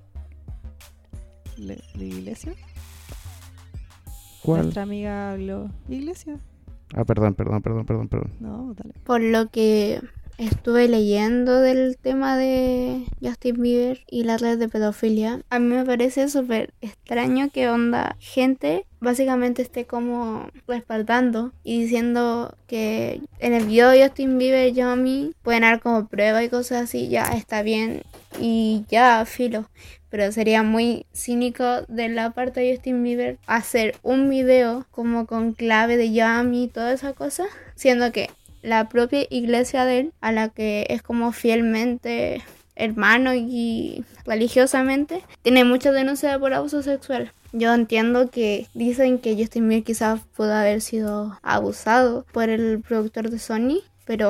Le- ¿De iglesia? ¿Cuál? Nuestra amiga habló. ¿Iglesia? Ah, perdón, perdón, perdón, perdón, perdón. No, dale. Por lo que estuve leyendo del tema de Justin Bieber y la red de pedofilia, a mí me parece súper extraño que onda gente básicamente esté como respaldando y diciendo que en el video de Justin Bieber y Yami pueden dar como prueba y cosas así, ya está bien y ya, filo. Pero sería muy cínico de la parte de Justin Bieber hacer un video como con clave de Yami y toda esa cosa, siendo que la propia iglesia de él, a la que es como fielmente hermano y religiosamente, tiene muchas denuncias por abuso sexual. Yo entiendo que dicen que Justin Bieber quizás pudo haber sido abusado por el productor de Sony, pero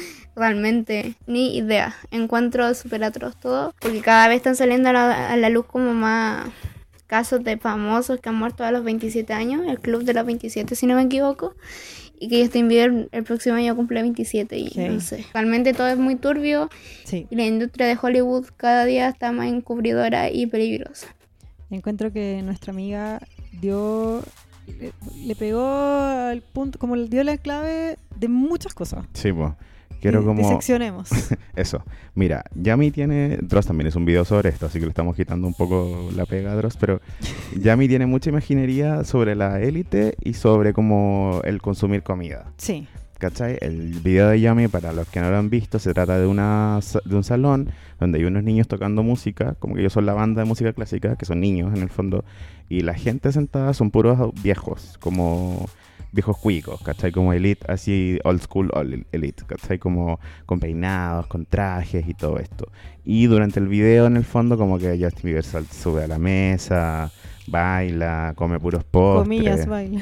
realmente ni idea. Encuentro súper atroz todo, porque cada vez están saliendo a la, a la luz como más casos de famosos que han muerto a los veintisiete años, el club de los veintisiete si no me equivoco, y que Justin Bieber el próximo año cumple veintisiete y Sí. no sé. Realmente todo es muy turbio Sí. y la industria de Hollywood cada día está más encubridora y peligrosa. Encuentro que nuestra amiga dio... Le, le pegó al punto, como le dio la clave de muchas cosas. Sí, pues. Quiero Di- como... Diseccionemos. Eso. Mira, Yami tiene... Dross también es un video sobre esto, así que le estamos quitando un poco la pega a Dross, pero Yami tiene mucha imaginería sobre la élite y sobre como el consumir comida. Sí. ¿Cachai? El video de Yami, para los que no lo han visto, se trata de, una, sa- de un salón donde hay unos niños tocando música, como que ellos son la banda de música clásica, que son niños en el fondo, y la gente sentada son puros viejos, como viejos cuicos, ¿cachai? Como elite, así old school old elite, ¿cachai? Como con peinados, con trajes y todo esto. Y durante el video, en el fondo, como que Justin Bieber sal- sube a la mesa, baila, come puros postres. Comillas, baila.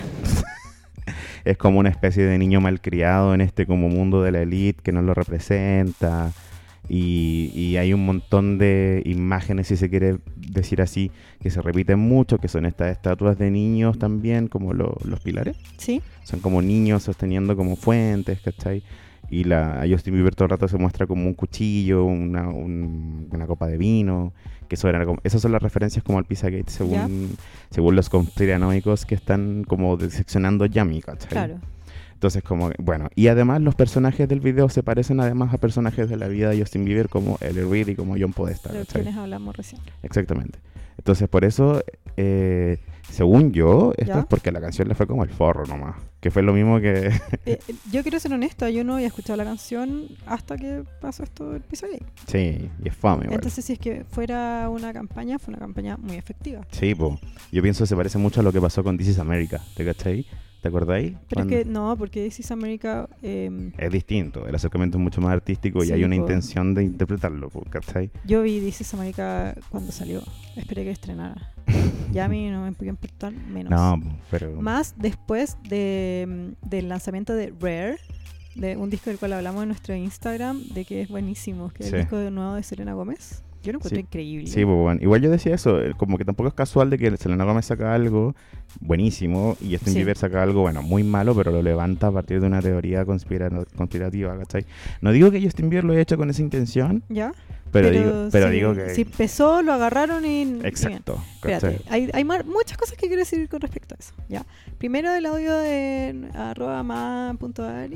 Es como una especie de niño malcriado en este como mundo de la élite que no lo representa. Y, y hay un montón de imágenes, si se quiere decir así, que se repiten mucho, que son estas estatuas de niños también, como lo- los pilares. Sí. Son como niños sosteniendo como fuentes, ¿cachai? Y la, a Justin Bieber todo el rato se muestra como un cuchillo, una, un- una copa de vino, que eso era como, esas son las referencias como al Pizzagate según, según los conspiranoicos que están como diseccionando Yami, ¿cachai? Claro. Entonces como, bueno, y además los personajes del video se parecen además a personajes de la vida de Justin Bieber como Ellie Reed y como John Podesta, De los ¿cachai? quienes hablamos recién. Exactamente. Entonces por eso, eh, según yo, esto ¿Ya? es porque la canción le fue como el forro nomás, que fue lo mismo que... Eh, eh, yo quiero ser honesta, yo no había escuchado la canción hasta que pasó esto del Pizzagate. Sí, y es fome igual. Entonces, si es que fuera una campaña, fue una campaña muy efectiva. Sí, po. Yo pienso que se parece mucho a lo que pasó con This is America, ¿te cachai? ¿Te acordáis? Pero Cuando- es que no, porque This is America... eh, Es distinto, el acercamiento es mucho más artístico y Sí, hay una po. intención de interpretarlo, po, ¿cachai? yo vi This is America cuando salió. Esperé que estrenara. Ya a mí no me podía importar menos. No, po, pero... Más después de, mm, del lanzamiento de Rare, de un disco del cual hablamos en nuestro Instagram, de que es buenísimo, que es Sí. el disco de nuevo de Selena Gómez. Yo lo encuentro Sí. increíble. Sí, pues bueno. Igual yo decía eso, eh, como que tampoco es casual de que Selena Gomez saca algo buenísimo y Justin Sí. Bieber saca algo, bueno, muy malo, pero lo levanta a partir de una teoría conspira- conspirativa, ¿cachai? No digo que Justin Bieber lo haya hecho con esa intención, ¿Ya? pero, digo, pero si, digo que... si empezó, lo agarraron y... Exacto, Bien. ¿cachai? Espérate, hay, hay mar- muchas cosas que quiero decir con respecto a eso. ¿Ya? Primero el audio de arroba ma.ari,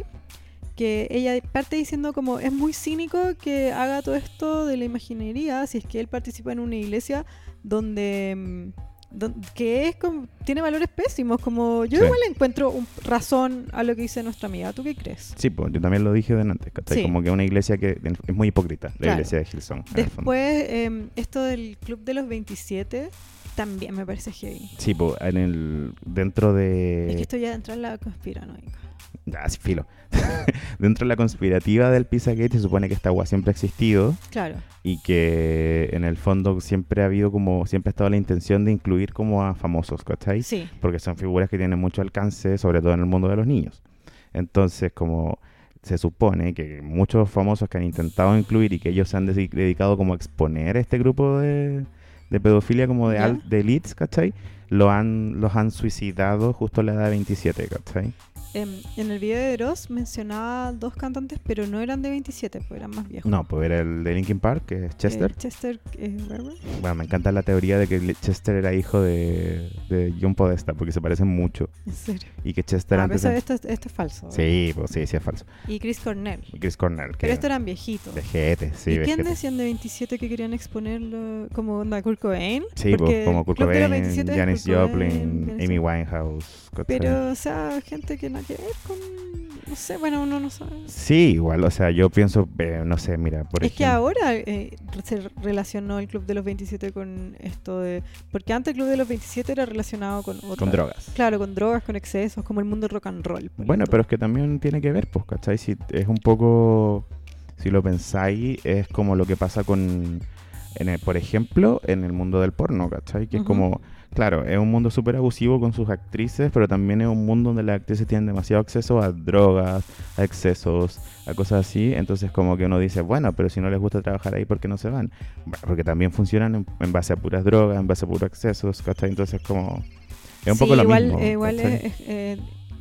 que ella parte diciendo como es muy cínico que haga todo esto de la imaginería si es que él participa en una iglesia donde... mm, don- que es como, tiene valores pésimos, como yo Sí. igual le encuentro un, razón a lo que dice nuestra amiga. ¿Tú qué crees? Sí, pues yo también lo dije delante, ¿cachai? Sí. Como que una iglesia que es muy hipócrita, la Claro. iglesia de Hillsong. en el fondo. Después, eh, esto del Club de los veintisiete también me parece heavy. Sí, pues en el... dentro de... Es que esto ya entra en la conspiranoica. Ya, sí, filo. Dentro de la conspirativa del Pizzagate se supone que esta agua siempre ha existido Claro. y que en el fondo siempre ha habido como, siempre ha estado la intención de incluir como a famosos, ¿cachai? Sí. Porque son figuras que tienen mucho alcance, sobre todo en el mundo de los niños. Entonces, como se supone que muchos famosos que han intentado incluir y que ellos se han dedi- dedicado como a exponer este grupo de, de pedofilia como de, ¿Ya? al- de elites, ¿cachai? Lo han, los han suicidado justo a la edad de veintisiete, ¿cachai? Em, en el video de Dross mencionaba dos cantantes, pero no eran de veintisiete, pues eran más viejos. No, pues era el de Linkin Park, que es Chester. Eh, Chester eh, Barber. Bueno, me encanta la teoría de que le- Chester era hijo de, de John Podesta, porque se parecen mucho. En serio. Y que Chester Ah, antes... pero de- esto, esto, esto es falso. Sí, pues sí, sí es falso. Y Chris Cornell. Y Chris Cornell, que Pero estos eran viejitos. vejete, sí, ¿Y quién vejete. decían de veintisiete que querían exponerlo como onda Kurt Cobain? Sí, pues, Porque como Kurt Club de los Cobain, veintisiete es Janis Kurt Cobain, Joplin, Janis Amy Joplin. Winehouse. ¿cachai? Pero, o sea, gente que nada que ver con... No sé, bueno, uno no sabe. Sí, igual, o sea, yo pienso, eh, no sé, mira, por es que ejemplo... ahora eh, se relacionó el Club de los veintisiete con esto de... Porque antes el Club de los veintisiete era relacionado con otra... Con drogas. Claro, con drogas, con excesos, como el mundo del rock and roll. por Bueno, ejemplo. pero es que también tiene que ver, pues, ¿cachai? Si es un poco, si lo pensáis, es como lo que pasa con, en el, por ejemplo, en el mundo del porno, ¿cachai? Que es Ujú. como, claro, es un mundo súper abusivo con sus actrices, pero también es un mundo donde las actrices tienen demasiado acceso a drogas, a excesos, a cosas así. Entonces como que uno dice, bueno, pero si no les gusta trabajar ahí, ¿por qué no se van? Bueno, porque también funcionan en, en base a puras drogas, en base a puros excesos, ¿cachai? Entonces como, es un Sí, poco lo igual, mismo. eh, igual ¿cachai? es, es, eh,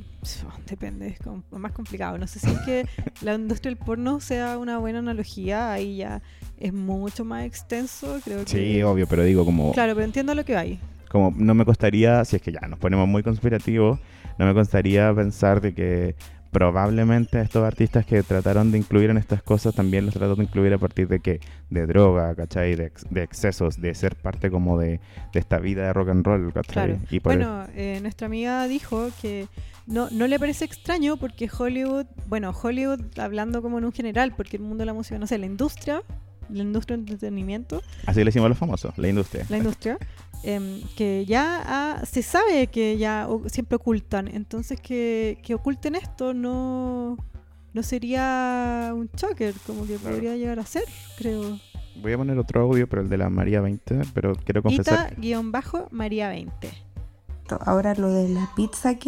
depende, es com- más complicado. No sé si es que la industria del porno sea una buena analogía, ahí ya es mucho más extenso, creo que... Sí, obvio, pero digo como... Claro, pero entiendo lo que hay. Como no me costaría, si es que ya nos ponemos muy conspirativos, no me costaría pensar de que probablemente estos artistas que trataron de incluir en estas cosas también los trataron de incluir a partir de qué, de droga, ¿cachai? De, ex- de excesos, de ser parte como de, de esta vida de rock and roll, ¿cachai? Claro. Y por Bueno, eh, nuestra amiga dijo que no, no le parece extraño porque Hollywood, bueno, Hollywood hablando como en un general, porque el mundo de la música, no sé, la industria, la industria del entretenimiento, así le decimos a los famosos, la industria. la industria, em, que ya ha- se sabe que ya o- siempre ocultan, entonces que, que oculten esto no, no sería un choker, como que Claro. podría llegar a ser, creo. Voy a poner otro audio, pero el de la María veinte, pero quiero confesar. Ita-María veinte. Ahora lo de la Pizzagate,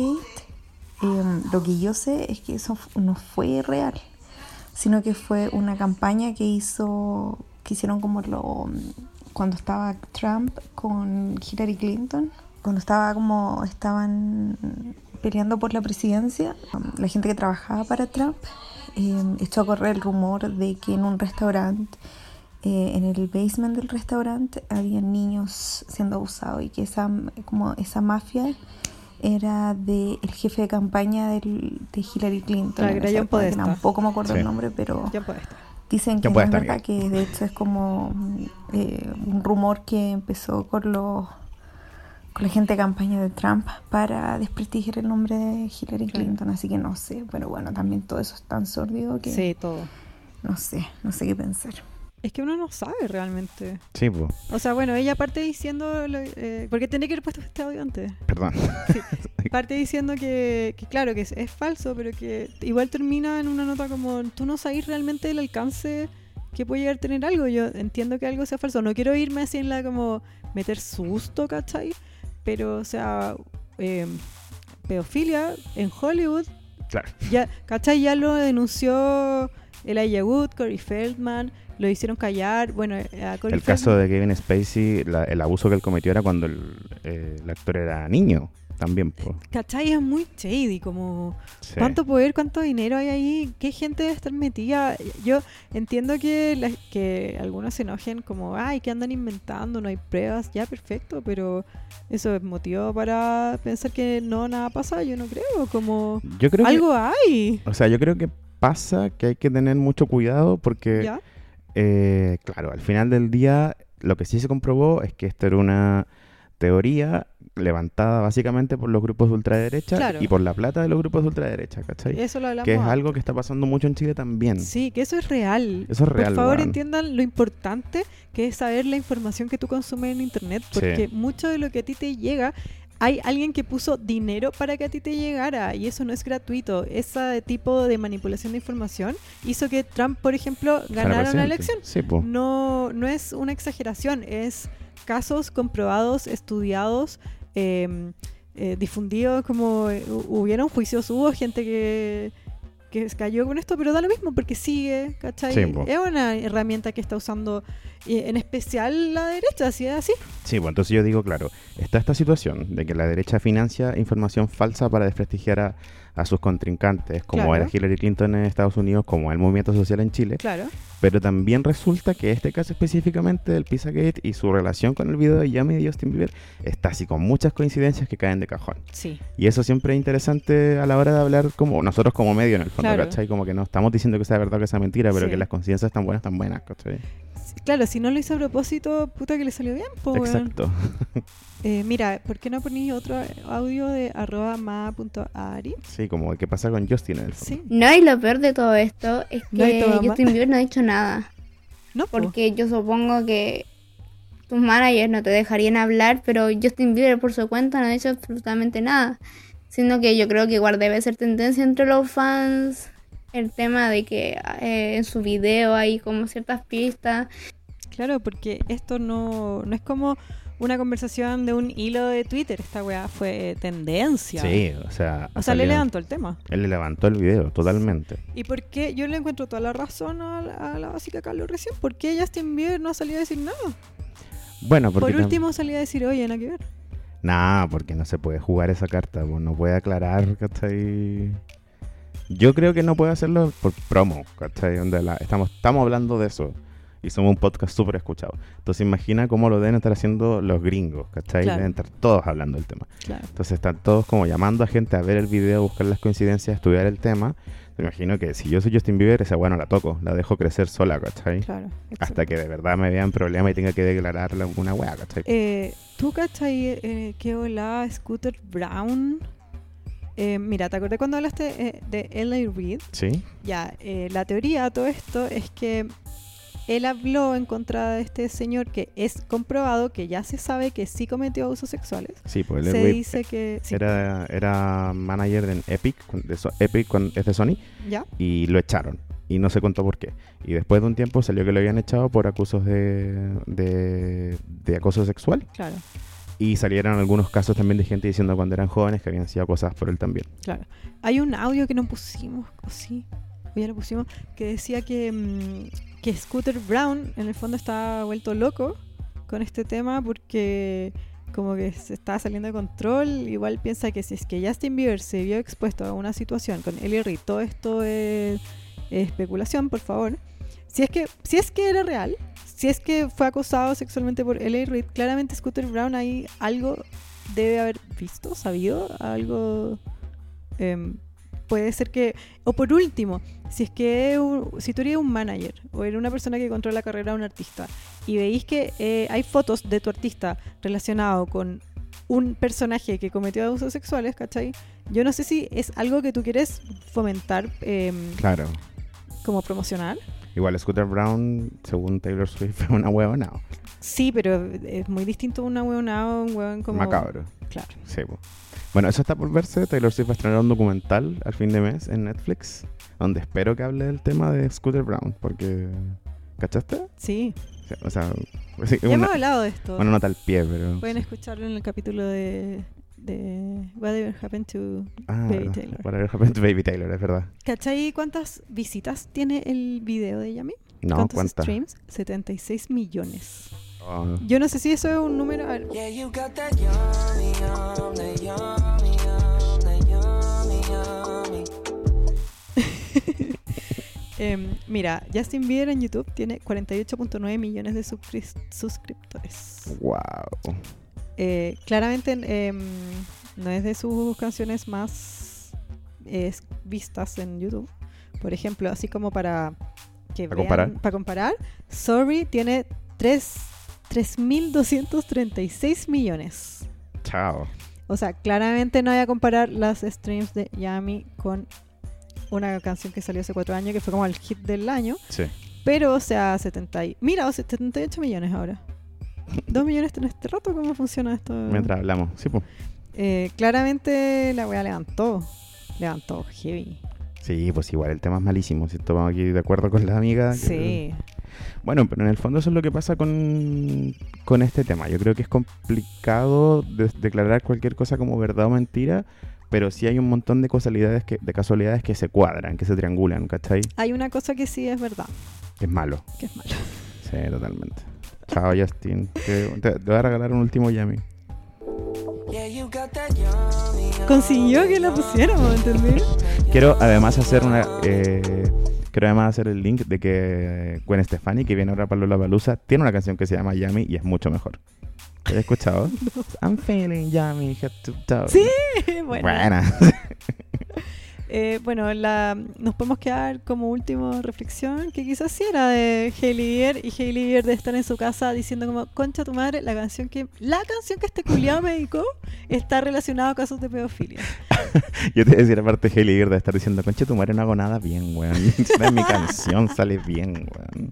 eh, lo que yo sé es que eso fu- no fue real, sino que fue una campaña que hizo, que hicieron como lo, cuando estaba Trump con Hillary Clinton, cuando estaba como estaban peleando por la presidencia, la gente que trabajaba para Trump eh, echó a correr el rumor de que en un restaurante, eh, en el basement del restaurante, había niños siendo abusados y que esa, como esa mafia era del jefe de campaña del, de Hillary Clinton. Claro, en era esa John época, que Podesta. tampoco me acuerdo Sí. el nombre, pero Ya puede estar. dicen que John no es Podesta, verdad, que de hecho es como eh, un rumor que empezó con los con la gente de campaña de Trump para desprestigiar el nombre de Hillary Claro. Clinton, así que no sé, pero bueno, también todo eso es tan sórdido que Sí, todo. no sé, no sé qué pensar. Es que uno no sabe realmente. Sí, pues, O sea, bueno, ella parte diciendo... lo- eh, porque tenía que haber puesto este audio antes. perdón. Parte diciendo que, que claro, que es, es falso, pero que igual termina en una nota como... Tú no sabes realmente el alcance que puede llegar a tener algo. Yo entiendo que algo sea falso. No quiero irme así en la como... Meter susto, ¿cachai? Pero, o sea... eh, pedofilia en Hollywood... Claro. Ya, ¿cachai? Ya lo denunció Elijah Wood, Corey Feldman, lo hicieron callar. Bueno, a Corey El caso Feldman, de Kevin Spacey, la- el abuso que él cometió era cuando el, eh, el actor era niño también. Po. ¿cachai? Es muy shady, como Sí. cuánto poder, cuánto dinero hay ahí, qué gente debe estar metida. Yo entiendo que, la- que algunos se enojen como, ay, que andan inventando, no hay pruebas, ya perfecto, pero eso es motivo para pensar que no, nada pasa, yo no creo, como Yo creo algo hay. que, o sea, yo creo que pasa que hay que tener mucho cuidado porque, ¿Ya? eh, claro, al final del día lo que sí se comprobó es que esto era una teoría levantada básicamente por los grupos de ultraderecha Claro. y por la plata de los grupos de ultraderecha, ¿cachai? Eso lo hablamos Que es antes. algo que está pasando mucho en Chile también. Sí, que eso es real. Eso es real, Por favor, weón. entiendan lo importante que es saber la información que tú consumes en internet, porque Sí. mucho de lo que a ti te llega, hay alguien que puso dinero para que a ti te llegara y eso no es gratuito. Ese tipo de manipulación de información hizo que Trump, por ejemplo, Fuera ganara la presidente. elección. Sí, po. No, no es una exageración, es casos comprobados, estudiados, eh, eh, difundidos, como eh, hu- hubieron juicios, hubo gente que, que cayó con esto, pero da lo mismo porque sigue, ¿cachai? Sí, po. Es una herramienta que está usando eh, en especial la derecha, así es así. Sí, pues entonces yo digo, claro, está esta situación de que la derecha financia información falsa para desprestigiar a, a sus contrincantes, como Claro. era Hillary Clinton en Estados Unidos, como el movimiento social en Chile, Claro. pero también resulta que este caso específicamente del Pizzagate y su relación con el video de Yummy de Justin Bieber está así con muchas coincidencias que caen de cajón. Sí. Y eso siempre es interesante a la hora de hablar como nosotros como medio en el fondo, Claro. ¿cachai? Como que no estamos diciendo que sea verdad o que sea mentira, pero Sí. que las coincidencias están buenas, están buenas, ¿cachai? Sí, claro, si no lo hizo a propósito, puta que le salió bien, po, weón. Exacto. Eh, mira, ¿por qué no poní otro audio de arroba ma.ari? Sí, como qué pasa con Justin en el fondo. Sí. No, y lo peor de todo esto es No hay que todo mal. Justin Bieber no ha dicho nada. No, po. Porque yo supongo que tus managers no te dejarían hablar, pero Justin Bieber por su cuenta no ha dicho absolutamente nada. Siendo que yo creo que igual debe ser tendencia entre los fans el tema de que eh, en su video hay como ciertas pistas. Claro, porque esto no, no es como una conversación de un hilo de Twitter. Esta weá fue tendencia. Sí, o sea... O ha sea, le salido- levantó el tema. Él le levantó el video, totalmente. ¿Y por qué? Yo le encuentro toda la razón a la, a la básica Carlos recién. ¿Por qué Justin Bieber no salía a decir nada? Bueno, porque... Por tam- último salía a decir, oye, nada que ver. Nah, porque no se puede jugar esa carta, pues no puede aclarar, ¿cachai? Yo creo que no puede hacerlo por promo, ¿cachai? Donde la- estamos, estamos hablando de eso y somos un podcast súper escuchado. Entonces imagina cómo lo deben estar haciendo los gringos, ¿cachai? Claro. Deben estar todos hablando del tema. Claro. Entonces están todos como llamando a gente a ver el video, a buscar las coincidencias, a estudiar el tema. Me imagino que si yo soy Justin Bieber, esa bueno la toco, la dejo crecer sola, ¿cachai? Claro. Hasta que de verdad me vean problema y tenga que declararle alguna wea, ¿cachai? Eh, ¿Tú cachai eh, qué hola Scooter Brown? Eh, mira, ¿te acordé cuando hablaste eh, de L A. Reid? ¿Sí? Ya, eh, la teoría de todo esto es que él habló en contra de este señor que es comprobado que ya se sabe que sí cometió abusos sexuales. Sí, pues Se el dice que sí, era, era manager en Epic, con- de So- Epic con, es de Sony, ya, y lo echaron. Y no se contó por qué. Y después de un tiempo salió que lo habían echado por acusos de, de, de acoso sexual. claro, Y salieron algunos casos también de gente diciendo cuando eran jóvenes que habían sido acosadas por él también. claro. Hay un audio que no pusimos, o sí, o ya lo pusimos, que decía que, mm, que Scooter Brown en el fondo estaba vuelto loco con este tema porque como que se estaba saliendo de control. Igual piensa que si es que Justin Bieber se vio expuesto a una situación con L A. Reid, todo esto es, es especulación, por favor. Si es que si es que era real, si es que fue acosado sexualmente por L A. Reid, claramente Scooter Brown ahí algo debe haber visto, sabido, algo em, puede ser que, o por último, si es que un- si tú eres un manager o eres una persona que controla la carrera de un artista y veis que eh, hay fotos de tu artista relacionado con un personaje que cometió abusos sexuales, ¿cachai? Yo no sé si es algo que tú quieres fomentar em, Claro. como promocionar. Igual Scooter Brown, según Taylor Swift, fue una hueva, no. Sí, pero es muy distinto una huevonada, un huevón como... Macabro. Claro. Sí, po. Bueno, eso está por verse. Taylor Swift va a estrenar un documental al fin de mes en Netflix, donde espero que hable del tema de Scooter Brown, porque... ¿Cachaste? Sí, O sea, sí, ya una, hemos hablado de esto. una nota al pie, pero... Pueden escucharlo en el capítulo de de Whatever Happened to Ah, Baby Taylor. Whatever Happened to Baby Taylor, es verdad. ¿Cachai cuántas visitas tiene el video de Yami? No, ¿Cuántos ¿cuántas? streams? setenta y seis millones. Oh. Yo no sé si eso es un número. A ver. Yeah, you got that yummy, yum, that yummy, yum, that yummy, yummy. Em, mira, Justin Bieber en YouTube tiene cuarenta y ocho punto nueve millones de suscri- suscriptores. Wow. Eh, claramente em, no es de sus canciones más eh, vistas en YouTube. Por ejemplo, así como para que ¿Para vean, comparar? para comparar, Sorry tiene tres mil doscientos treinta y seis millones. Chao. O sea, claramente no hay a comparar las streams de Yami con una canción que salió hace cuatro años, que fue como el hit del año. Sí. Pero, o sea, setenta y... Mira, o sea, setenta y ocho millones ahora. dos millones en este rato, ¿cómo funciona esto? Mientras hablamos. Sí, pues. Eh, claramente la wea levantó. Levantó heavy. Sí, pues igual el tema es malísimo. Si estamos aquí de acuerdo con las amigas. Sí. Que... Bueno, pero en el fondo eso es lo que pasa con, con este tema. Yo creo que es complicado de- declarar cualquier cosa como verdad o mentira, pero sí hay un montón de casualidades que, de casualidades que se cuadran, que se triangulan, ¿cachai? Hay una cosa que sí es verdad, Que es malo. que es malo. Sí, totalmente. Chao, Justin. Que te, te voy a regalar un último Yami. Yeah, you got that yummy, yum, Consiguió que la pusiéramos, ¿entendés? Quiero además hacer una... Eh, quiero además hacer el link de que Gwen Stefani, que viene ahora para Lollapalooza, tiene una canción que se llama Yummy y es mucho mejor. ¿Has escuchado? I'm feeling yummy, head to toe. Sí, bueno. Buena. Eh, bueno, la, nos podemos quedar como última reflexión, que quizás sí era de Hailey Bieber, y Hailey Bieber de estar en su casa diciendo como, concha tu madre, la canción que la canción que este culiado me dedicó está relacionada a casos de pedofilia. Yo te voy a decir, aparte, Hailey Bieber de estar diciendo, concha tu madre, no hago nada bien, weón. En mi canción sale bien, weón.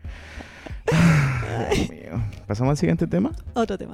Dios mío. ¿Pasamos al siguiente tema? Otro tema.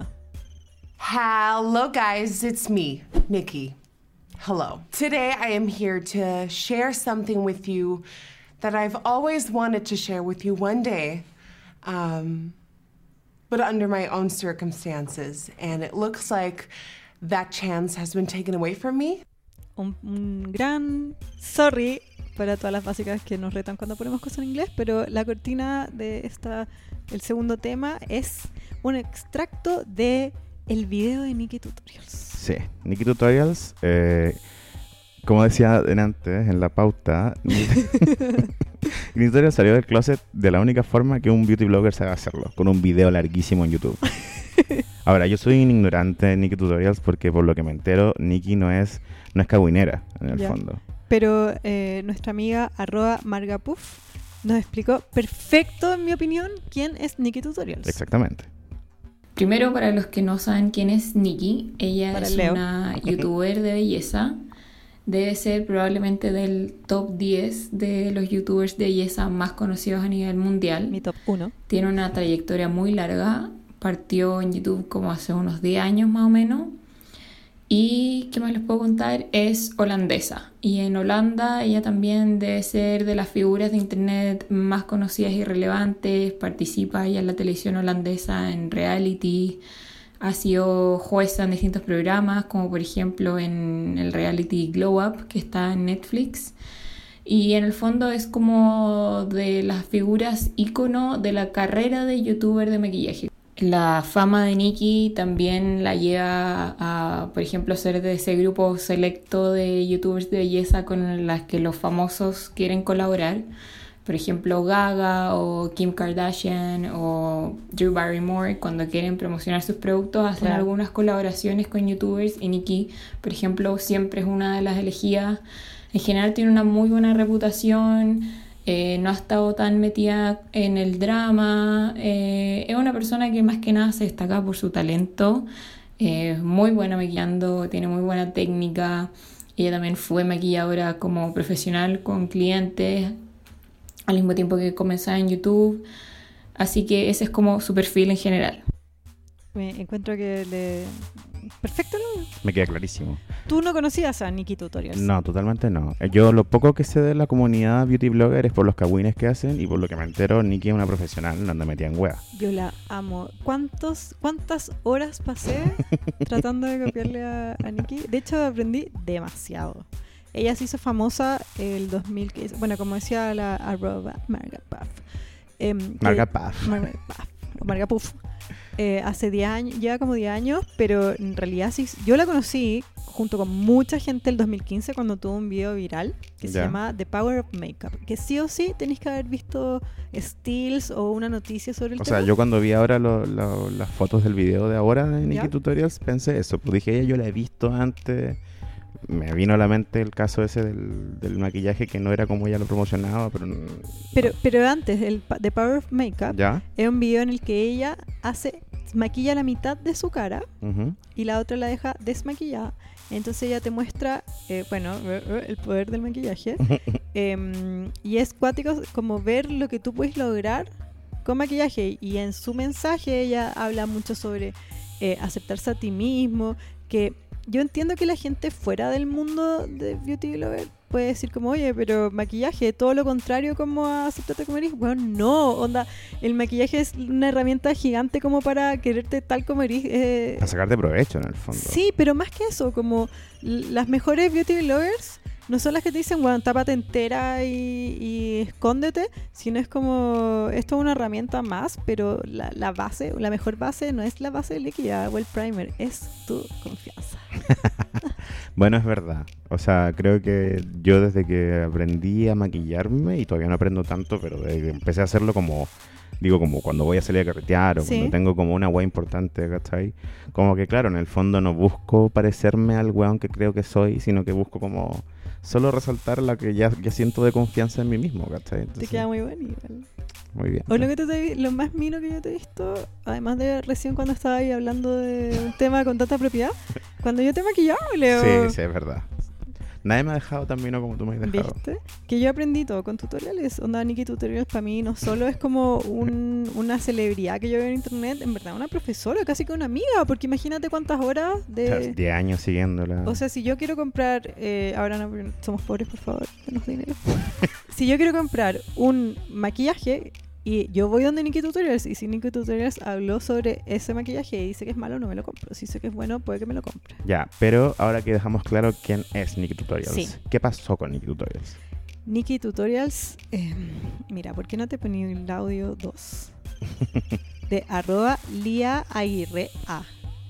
Hello, guys. It's me, Nikki. Hello. Today, I am here to share something with you that I've always wanted to share with you one day, um, but under my own circumstances. And it looks like that chance has been taken away from me. Un, un gran sorry para todas las básicas que nos retan cuando ponemos cosas en inglés, pero la cortina de esta, el segundo tema es un extracto de el video de Nikki Tutorials. Sí, Nikki Tutorials, eh, como decía antes en la pauta, Nikki Tutorials salió del closet de la única forma que un beauty blogger sabe hacerlo, con un video larguísimo en YouTube. Ahora, yo soy un ignorante de Nikki Tutorials porque por lo que me entero, Nikki no es, no es cagüinera en el Ya. fondo. Pero eh, nuestra amiga arroba margapuff nos explicó perfecto, en mi opinión, quién es Nikki Tutorials. Exactamente. Primero, para los que no saben quién es Nikki, ella Para es Leo. una youtuber de belleza. Debe ser probablemente del top diez de los youtubers de belleza más conocidos a nivel mundial. Mi top uno. Tiene una trayectoria muy larga. Partió en YouTube como hace unos diez años más o menos. Y, ¿qué más les puedo contar? Es holandesa. Y en Holanda ella también debe ser de las figuras de internet más conocidas y relevantes. Participa ella en la televisión holandesa en reality. Ha sido jueza en distintos programas, como por ejemplo en el reality Glow Up, que está en Netflix. Y en el fondo es como de las figuras ícono de la carrera de youtuber de maquillaje. La fama de Nikki también la lleva a, por ejemplo, ser de ese grupo selecto de youtubers de belleza con las que los famosos quieren colaborar. Por ejemplo, Gaga o Kim Kardashian o Drew Barrymore, cuando quieren promocionar sus productos, hacen Claro. algunas colaboraciones con youtubers. Y Nikki, por ejemplo, siempre es una de las elegidas. En general tiene una muy buena reputación. Eh, no ha estado tan metida en el drama. Eh, es una persona que más que nada se destaca por su talento. Eh, es muy buena maquillando, tiene muy buena técnica. Ella también fue maquilladora como profesional con clientes al mismo tiempo que comenzaba en YouTube. Así que ese es como su perfil en general. Me encuentro que le, Perfecto, ¿no? Me queda clarísimo. ¿Tú no conocías a Nikki Tutorials? No, totalmente no. Eh, Yo lo poco que sé de la comunidad beauty blogger es por los cagüines que hacen y por lo que me entero, Nikki es una profesional, no anda metida en wea. Yo la amo. ¿Cuántos, ¿Cuántas horas pasé tratando de copiarle a, a Nikki? De hecho, aprendí demasiado. Ella se hizo famosa el dos mil quince. Bueno, como decía la arroba Marga Puff. Em, Marga que- Puff. Marga Puff. o Marga Puff. Eh, hace diez años, lleva como diez años, pero en realidad sí, yo la conocí junto con mucha gente el dos mil quince cuando tuvo un video viral que se Ya. llama The Power of Makeup, que sí o sí tenéis que haber visto Steals o una noticia sobre el O tema. sea, yo cuando vi ahora lo- lo- las fotos del video de ahora de Nikki ¿Ya? Tutorials pensé eso. Pues dije, ella yo la he visto antes. Me vino a la mente el caso ese del, del maquillaje que no era como ella lo promocionaba, pero... n- Pero, pero antes, el pa- The Power of Makeup ¿Ya? es un video en el que ella hace maquilla la mitad de su cara Ujú. y la otra la deja desmaquillada. Entonces ella te muestra, eh, bueno, eh, eh, el poder del maquillaje. Em, y es cuático como ver lo que tú puedes lograr con maquillaje. Y en su mensaje ella habla mucho sobre eh, aceptarse a ti mismo, que yo entiendo que la gente fuera del mundo de beauty blogger puede decir como, oye, pero maquillaje, todo lo contrario como a aceptarte como eres. Bueno, no, onda, el maquillaje es una herramienta gigante como para quererte tal como eres. eh, Para sacarte provecho, en el fondo. Sí, pero más que eso, como l- las mejores beauty bloggers no son las que te dicen, bueno, tápate entera y, y escóndete, sino es como, esto es una herramienta más, pero la, la base, la mejor base no es la base líquida o el primer, es tu confianza. Bueno, es verdad. O sea, creo que yo desde que aprendí a maquillarme, y todavía no aprendo tanto, pero desde que empecé a hacerlo como, digo, como cuando voy a salir a carretear o Sí. cuando tengo como una wea importante, ¿cachai? Como que, claro, en el fondo no busco parecerme al weón que creo que soy, sino que busco como solo resaltar la que ya, ya siento de confianza en mí mismo, ¿cachai? Te Entonces, queda muy bueno igual. muy bien. O lo, que te, te- lo más mino que yo te he visto, además de recién cuando estaba ahí hablando de un tema con tanta propiedad, cuando yo te maquillaba, Leo. Sí, sí, es verdad. Nadie me ha dejado tan vino como tú me has dejado. ¿Viste? Que yo aprendí todo con tutoriales. Onda, Nikki Tutorials para mí no solo es como un- una celebridad que yo veo en internet, en verdad una profesora, casi que una amiga, porque imagínate cuántas horas de... diez años siguiéndola. O sea, si yo quiero comprar, eh, ahora no, porque somos pobres, por favor, denos dinero. Si yo quiero comprar un maquillaje y yo voy donde Nikki Tutorials y si Nikki Tutorials habló sobre ese maquillaje y dice que es malo, no me lo compro. Si sé que es bueno, puede que me lo compre. Ya, pero ahora que dejamos claro quién es Nikki Tutorials, Sí. ¿qué pasó con Nikki Tutorials? Nikki Tutorials, eh, mira, ¿por qué no te poní el audio dos? De arroba Lía Aguirre A.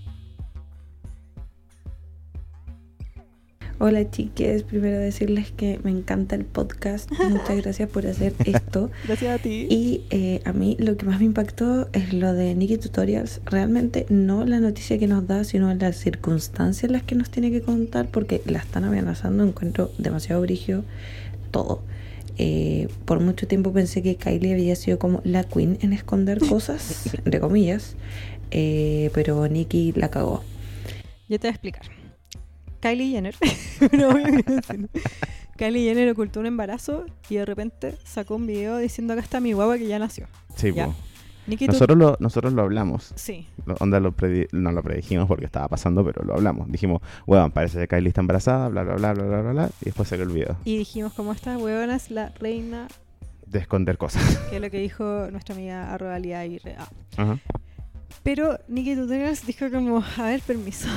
Hola chiques, primero decirles que me encanta el podcast, muchas gracias por hacer esto. Gracias a ti. Y eh, a mí lo que más me impactó es lo de Nikki Tutorials, realmente no la noticia que nos da, sino las circunstancias en las que nos tiene que contar, porque la están amenazando, encuentro demasiado brígido todo. Eh, por mucho tiempo pensé que Kylie había sido como la queen en esconder cosas, entre comillas, eh, pero Nikki la cagó. Yo te voy a explicar. Kylie Jenner, no, voy a decir. Kylie Jenner ocultó un embarazo y de repente sacó un video diciendo acá está mi guagua que ya nació. Sí, ¿Ya? po. Nikki tu- Nosotros lo, nosotros lo hablamos. Sí. Lo- onda lo predi- no lo predijimos porque estaba pasando, pero lo hablamos. Dijimos, bueno, parece que Kylie está embarazada, bla, bla, bla, bla, bla, bla, bla. Y después salió el video Y dijimos como esta huevona es la reina, de esconder cosas. que es lo que dijo nuestra amiga arroba Lía Aguirre A. Ajá. Pero Nikki Tutorials dijo como, a ver, permiso.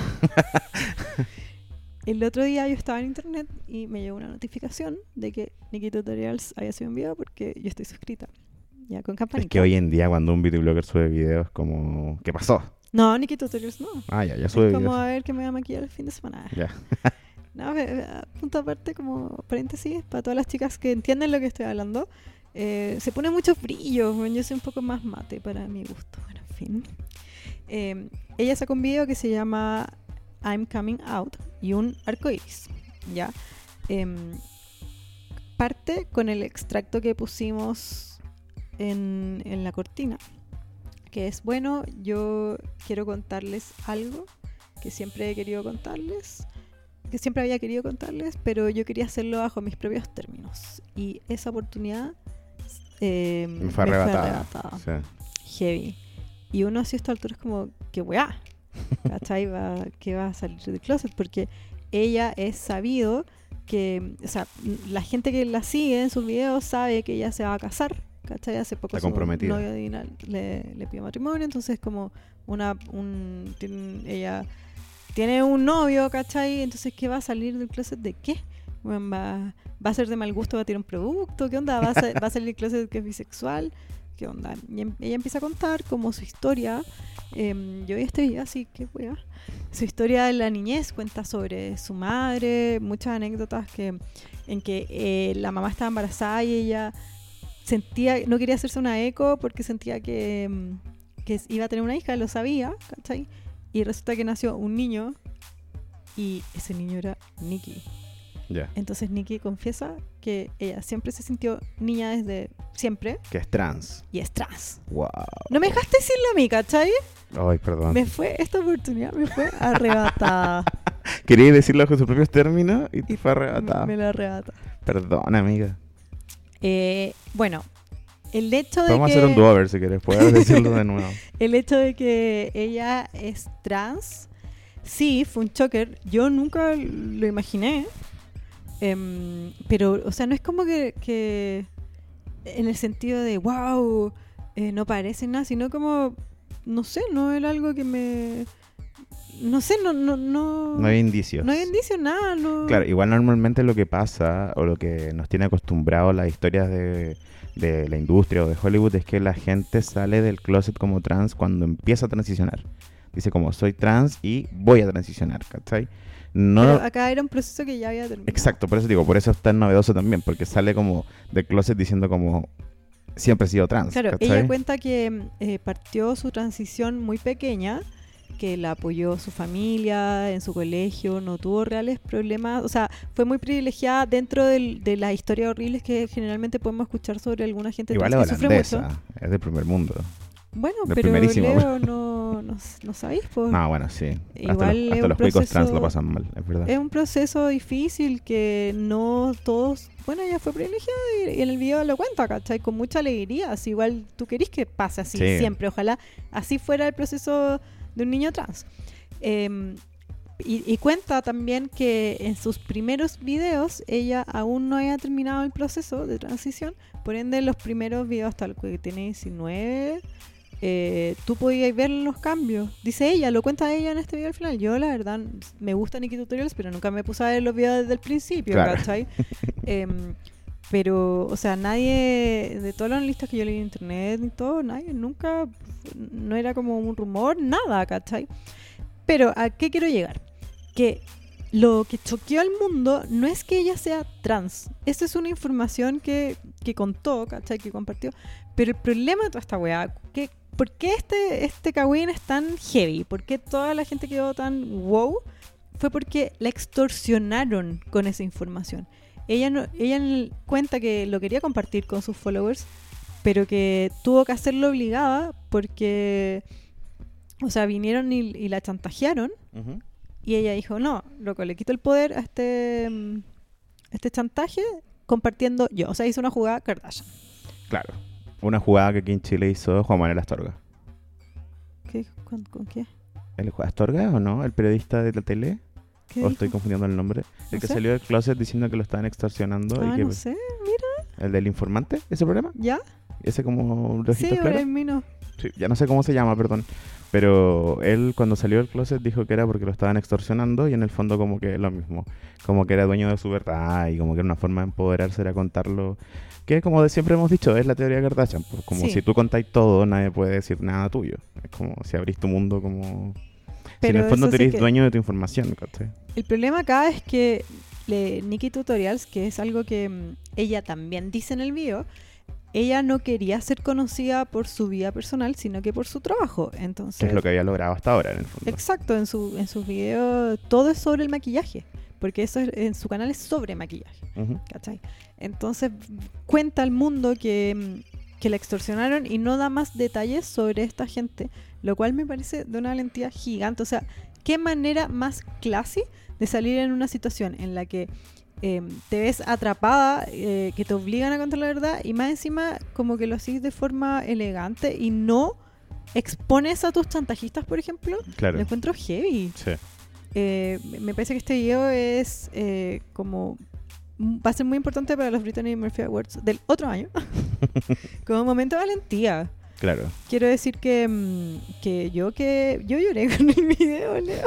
El otro día yo estaba en internet y me llegó una notificación de que Nikki Tutorials había subido un video porque yo estoy suscrita. Ya, con campanita. Es que hoy en día cuando un beauty blogger sube videos como, ¿qué pasó? No, Nikki Tutorials no. Ah, ya, ya sube Es como videos. a ver que me voy a maquillar el fin de semana. Ya. No, eh, eh, punto aparte, como paréntesis, para todas las chicas que entienden lo que estoy hablando, eh, se pone muchos brillos. Bueno, yo soy un poco más mate para mi gusto. Bueno, en fin. Eh, ella sacó un video que se llama I'm Coming Out y un arcoiris, ¿ya? Em, parte con el extracto que pusimos en, en la cortina, que es, bueno, yo quiero contarles algo que siempre he querido contarles, que siempre había querido contarles, pero yo quería hacerlo bajo mis propios términos. Y esa oportunidad eh, Me fue arrebatada. arrebatada. Sí. Heavy. Y uno así a esta altura es como, qué weá. ¿cachai? Va, que va a salir del closet, porque ella es sabido que, o sea, la gente que la sigue en sus videos sabe que ella se va a casar, ¿cachai? Hace poco Está su comprometida. novio Dina le, le pidió matrimonio, entonces como una, un, tiene- ella tiene un novio, ¿cachai? Entonces, ¿qué va a salir del closet de qué? Bueno, va, va a ser de mal gusto, va a tirar un producto, ¿qué onda? ¿Va a, sa- va a salir del closet que es bisexual? ¿Qué onda? Y em- ella empieza a contar como su historia. em, yo vi este video así, qué wea. Su historia de la niñez, cuenta sobre su madre, muchas anécdotas que en que eh, la mamá estaba embarazada y ella sentía, no quería hacerse una eco porque sentía que, em, que iba a tener una hija, lo sabía, ¿cachai? Y resulta que nació un niño y ese niño era Nikki. Ya. Entonces Nikki confiesa que ella siempre se sintió niña desde siempre Que es trans. y es trans. Wow. No me dejaste decirlo a mí, ¿cachai? Ay, perdón. Me fue, esta oportunidad me fue arrebatada. Quería decirlo con sus propios términos y te fue arrebatada. Me, me la arrebata. Perdón, amiga. Eh, bueno, el hecho de Vamos que... a hacer un do-over si quieres. Puedes decirlo de nuevo. El hecho de que ella es trans, sí, fue un choker. Yo nunca lo imaginé. Em, pero, o sea, no es como que, que en el sentido de, wow, eh, no parece nada, sino como, no sé, no era algo que me... No sé, no... No, no, No hay indicios. no hay indicios, nada. No... Claro, igual normalmente lo que pasa o lo que nos tiene acostumbrados las historias de, de la industria o de Hollywood es que la gente sale del closet como trans cuando empieza a transicionar. Dice como soy trans y voy a transicionar, ¿cachai? No, Pero acá era un proceso que ya había terminado. exacto, por eso digo, por eso es tan novedoso también, porque sale como del closet diciendo como siempre he sido trans, Claro, ¿cachai? ella cuenta que eh, partió su transición muy pequeña, que la apoyó su familia en su colegio, no tuvo reales problemas, o sea, fue muy privilegiada dentro del- de las historias horribles que generalmente podemos escuchar sobre alguna gente Igual trans es que sufre mucho. holandesa, es del primer mundo. Bueno, del pero primerísimo. Leo no, no, no sabéis, pues. No, bueno, sí. Hasta Igual los, es hasta un los cuicos trans proceso- lo pasan mal, es verdad. Es un proceso difícil que no todos... Bueno, ella fue privilegiada y, y en el video lo cuenta, ¿cachai? Con mucha alegría. Así igual tú querís que pase así Sí. siempre. Ojalá así fuera el proceso de un niño trans. Eh, y, y cuenta también que en sus primeros videos ella aún no había terminado el proceso de transición. Por ende, los primeros videos hasta el que tiene diecinueve... Eh, tú podías ver los cambios. Dice ella, lo cuenta ella en este video al final. Yo, la verdad, me gustan Nikki Tutorials, pero nunca me puse a ver los videos desde el principio, Claro. ¿cachai? Em, pero, o sea, nadie, de todos los analistas que yo leí en internet y todo, nadie, nunca, no era como un rumor, nada, ¿cachai? Pero, ¿a qué quiero llegar? Que lo que choqueó al mundo no es que ella sea trans. Esa es una información que, que contó, ¿cachai? Que compartió. Pero el problema de toda esta weá, que, ¿por qué este, este cagüín es tan heavy? ¿Por qué toda la gente quedó tan wow? Fue porque la extorsionaron con esa información. Ella, no, ella en el- cuenta que lo quería compartir con sus followers, pero que tuvo que hacerlo obligada porque, o sea, vinieron y, y la chantajearon. Ujú. Y ella dijo, no, loco, le quito el poder a este, mm, este chantaje compartiendo yo. O sea, hizo una jugada Kardashian. Claro. Una jugada que aquí en Chile hizo Juan Manuel Astorga. ¿Qué? ¿Con, con qué? ¿El Astorga o no? ¿El periodista de la tele? ¿Qué ¿O dijo? estoy confundiendo el nombre? El No que sé. salió del closet diciendo que lo estaban extorsionando. Ah, y que, no sé, mira. ¿El del informante? ¿Ese programa? ¿Ya? ¿Ese como Sí, rojito ahora claro? el mino. Sí, ya no sé cómo se llama, perdón. Pero él cuando salió del closet dijo que era porque lo estaban extorsionando y en el fondo como que lo mismo. Como que era dueño de su verdad y como que era una forma de empoderarse era contarlo. Que como de siempre hemos dicho, es la teoría de Kardashian. Pues como Sí. si tú contáis todo, nadie puede decir nada tuyo. Es como si abrís tu mundo como... si Pero en el fondo eso tú sí eres que- dueño de tu información, ¿cachai? El problema acá es que le, Nikki Tutorials, que es algo que mm, ella también dice en el video, ella no quería ser conocida por su vida personal, sino que por su trabajo. Entonces, Que es lo que había logrado hasta ahora, en el fondo. exacto, en, su, en sus videos todo es sobre el maquillaje, porque eso es- en su canal es sobre maquillaje, Ujú. ¿cachai? Entonces cuenta al mundo que, mm, que la extorsionaron y no da más detalles sobre esta gente, lo cual me parece de una valentía gigante. O sea, qué manera más classy de salir en una situación en la que eh, te ves atrapada, eh, que te obligan a contar la verdad y más encima como que lo haces de forma elegante y no expones a tus chantajistas, por ejemplo, Claro. lo encuentro heavy. Sí. Eh, me parece que este video es eh, como va a ser muy importante para los Brittany Murphy Awards del otro año como momento de valentía. Claro. Quiero decir que, mm, que yo que yo lloré con el video, Leo.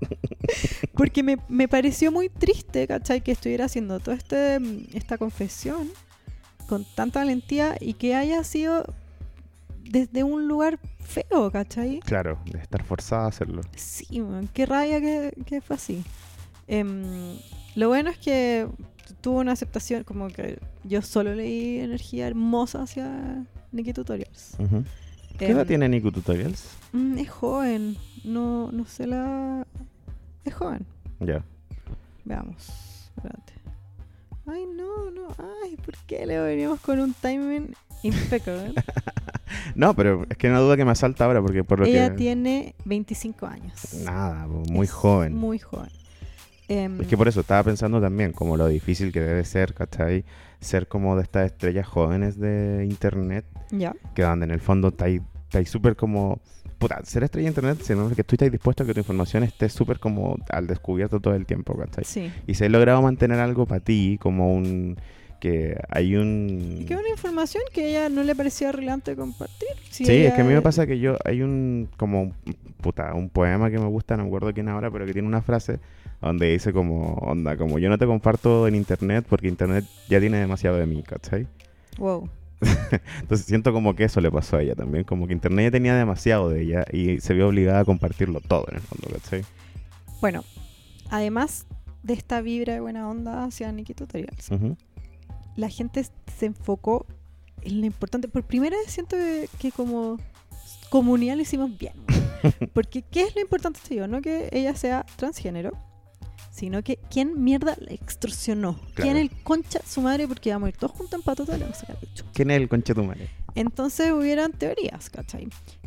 Porque me, me pareció muy triste, ¿cachai? Que estuviera haciendo toda este, esta confesión con tanta valentía y que haya sido desde un lugar feo, ¿cachai? Claro, de estar forzada a hacerlo. Sí, man, qué rabia que, que fue así. Em, lo bueno es que tuvo una aceptación, como que yo solo leí energía hermosa hacia Nikki Tutorials. Ujú. ¿Qué Em, edad tiene Niku Tutorials? mm, es joven, no, no sé la... Es joven. Ya. Veamos, espérate. Ay, no, no, ay, ¿por qué le veníamos con un timing impecable? No, pero es que una duda que me asalta ahora, porque por lo Ella que... tiene veinticinco años. Nada, po, muy Es joven. Muy joven. Em, Es que por eso estaba pensando también como lo difícil que debe ser, ¿cachai? Ser como de estas estrellas jóvenes de internet, Ya. que donde en el fondo estáis estáis súper como... Puta, ser estrella de internet significa que tú estás dispuesto a que tu información esté súper como al descubierto todo el tiempo, ¿cachai? Sí. Y si has logrado mantener algo para ti, como un... que hay un... Y que una información que a ella no le parecía relevante compartir. Si Sí, ella- es que a mí me pasa que yo, hay un, como, puta, un poema que me gusta, no me acuerdo quién ahora, pero que tiene una frase donde dice como, onda, como yo no te comparto en internet porque internet ya tiene demasiado de mí, ¿cachai? Wow. Entonces siento como que eso le pasó a ella también, como que internet ya tenía demasiado de ella y se vio obligada a compartirlo todo en el fondo, ¿cachai? Bueno, además de esta vibra de buena onda hacia Nikki Tutorials, Ujú. la gente se enfocó en lo importante. Por primera vez siento que, que como comunidad lo hicimos bien. Porque ¿qué es lo importante este video? No que ella sea transgénero, sino que ¿quién mierda la extorsionó? Claro. ¿Quién el concha su madre? Porque vamos a ir todos juntos en patota y le vamos a sacar el bicho. ¿Quién es el conchetumare? Entonces hubieran teorías, ¿cachai?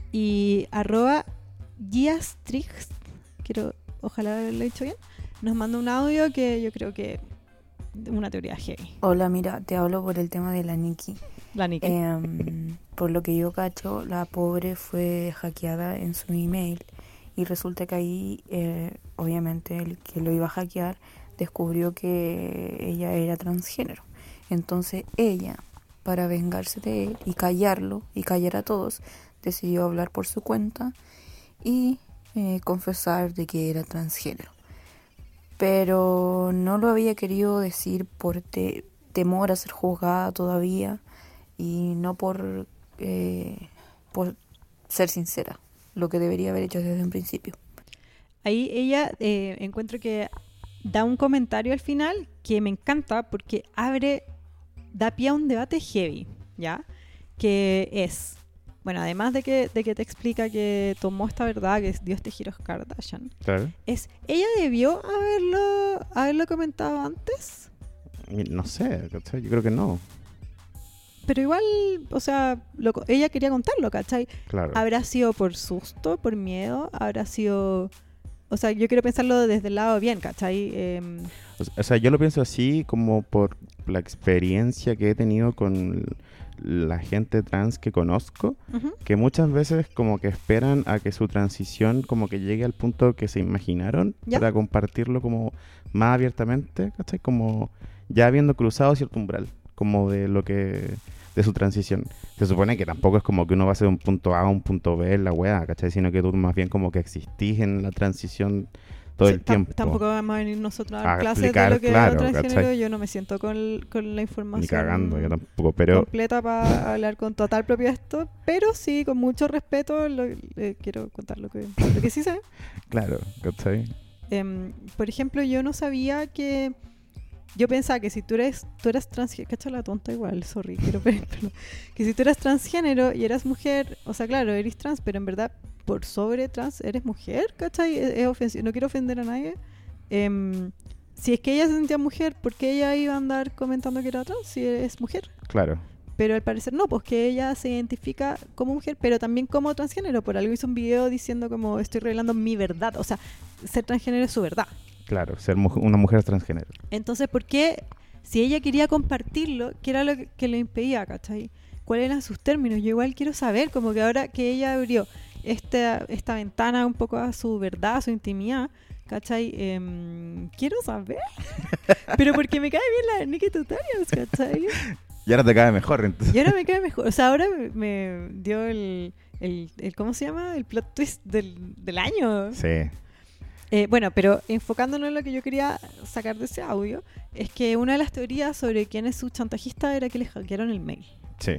Y arroba guiastrix, quiero, ojalá haberlo dicho bien, nos manda un audio que yo creo que una teoría heavy. Hola, mira, te hablo por el tema de la Nikki. La Nikki. Em, por lo que yo cacho, la pobre fue hackeada en su email y resulta que ahí, eh, obviamente, el que lo iba a hackear descubrió que ella era transgénero. Entonces ella, para vengarse de él y callarlo y callar a todos, decidió hablar por su cuenta y eh, confesar de que era transgénero. Pero no lo había querido decir por te- temor a ser juzgada todavía y no por, eh, por ser sincera, lo que debería haber hecho desde un principio. Ahí ella eh, encuentro que da un comentario al final que me encanta porque abre, da pie a un debate heavy, ¿ya? Que es, bueno, además de que, de que te explica que tomó esta verdad, que dio este giro Kardashian, Claro. es, ella debió haberlo, haberlo comentado antes, Y no sé, ¿cachai? Yo creo que no. pero igual, o sea, lo co- ella quería contarlo, ¿cachai? Claro. ¿Habrá sido por susto, por miedo? ¿Habrá sido...? O sea, yo quiero pensarlo desde el lado bien, ¿cachai? Em, O s- o sea, yo lo pienso así como por la experiencia que he tenido con la gente trans que conozco, Ujú. que muchas veces como que esperan a que su transición como que llegue al punto que se imaginaron ¿Ya? para compartirlo como más abiertamente, ¿cachai? Como ya habiendo cruzado cierto umbral, como de lo que... de su transición. Se supone que tampoco es como que uno va a ser un punto A a un punto B en la weá, ¿cachai? Sino que tú más bien como que existís en la transición todo sí, el tam- tiempo. Tampoco vamos a venir nosotros a dar A clases de explicar, lo que claro, es un transgénero. ¿cachai? Yo no me siento con, con la información Ni cagando, yo tampoco, pero... completa para hablar con total propiedad de esto, pero sí, con mucho respeto, lo- eh, quiero contar lo que, lo que sí sé. Claro, ¿cachai? Em, por ejemplo, yo no sabía que... Yo pensaba que si tú eres, tú eras transgénero, cacha la tonta igual, sorry, quiero pedirlo. Que si tú eras transgénero y eras mujer, o sea, claro, eres trans, pero en verdad por sobre trans eres mujer, ¿cachai? Es, es ofensivo, no quiero ofender a nadie. Em, si es que ella se sentía mujer, ¿por qué ella iba a andar comentando que era trans si es mujer? Claro. Pero al parecer no, pues que ella se identifica como mujer, pero también como transgénero. Por algo hizo un video diciendo como estoy revelando mi verdad. O sea, ser transgénero es su verdad. Claro, ser mu- una mujer transgénero. Entonces, ¿por qué si ella quería compartirlo, qué era lo que, que le impedía, cachai? cuáles eran sus términos. Yo igual quiero saber, como que ahora que ella abrió esta, esta ventana un poco a su verdad, a su intimidad, ¿cachai? Eh, quiero saber. Pero porque me cae bien la Nikki Tutorials, ¿cachai? Y ahora te cae mejor, entonces. Y ahora me cae mejor. O sea, ahora me, me dio el, el, el... ¿Cómo se llama? El plot twist del, del año. Sí. Eh, bueno, pero enfocándonos en lo que yo quería sacar de ese audio, es que una de las teorías sobre quién es su chantajista era que le hackearon el mail. Sí.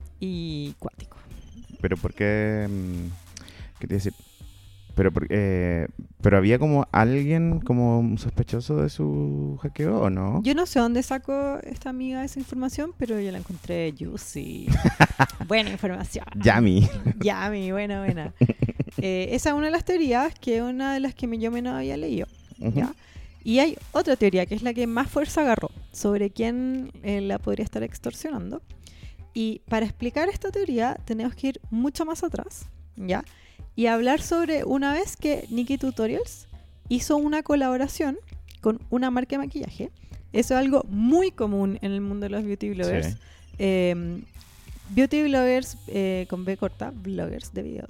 Y cuático. Pero ¿por qué? mm, ¿Qué te iba a decir? Pero, por- eh, pero había como alguien como sospechoso de su hackeo, ¿o no? Yo no sé dónde sacó esta amiga esa información, pero yo la encontré juicy. Buena información. Yami. Yami, buena, buena. Eh, esa es una de las teorías, que es una de las que me- yo menos había leído. Ujú. ¿Ya? Y hay otra teoría, que es la que más fuerza agarró, sobre quién eh, la podría estar extorsionando. Y para explicar esta teoría tenemos que ir mucho más atrás, ¿ya? Y hablar sobre una vez que Nikki Tutorials hizo una colaboración con una marca de maquillaje. Eso es algo muy común en el mundo de los beauty bloggers. Sí. Eh, beauty bloggers, eh, con B corta, bloggers de videos,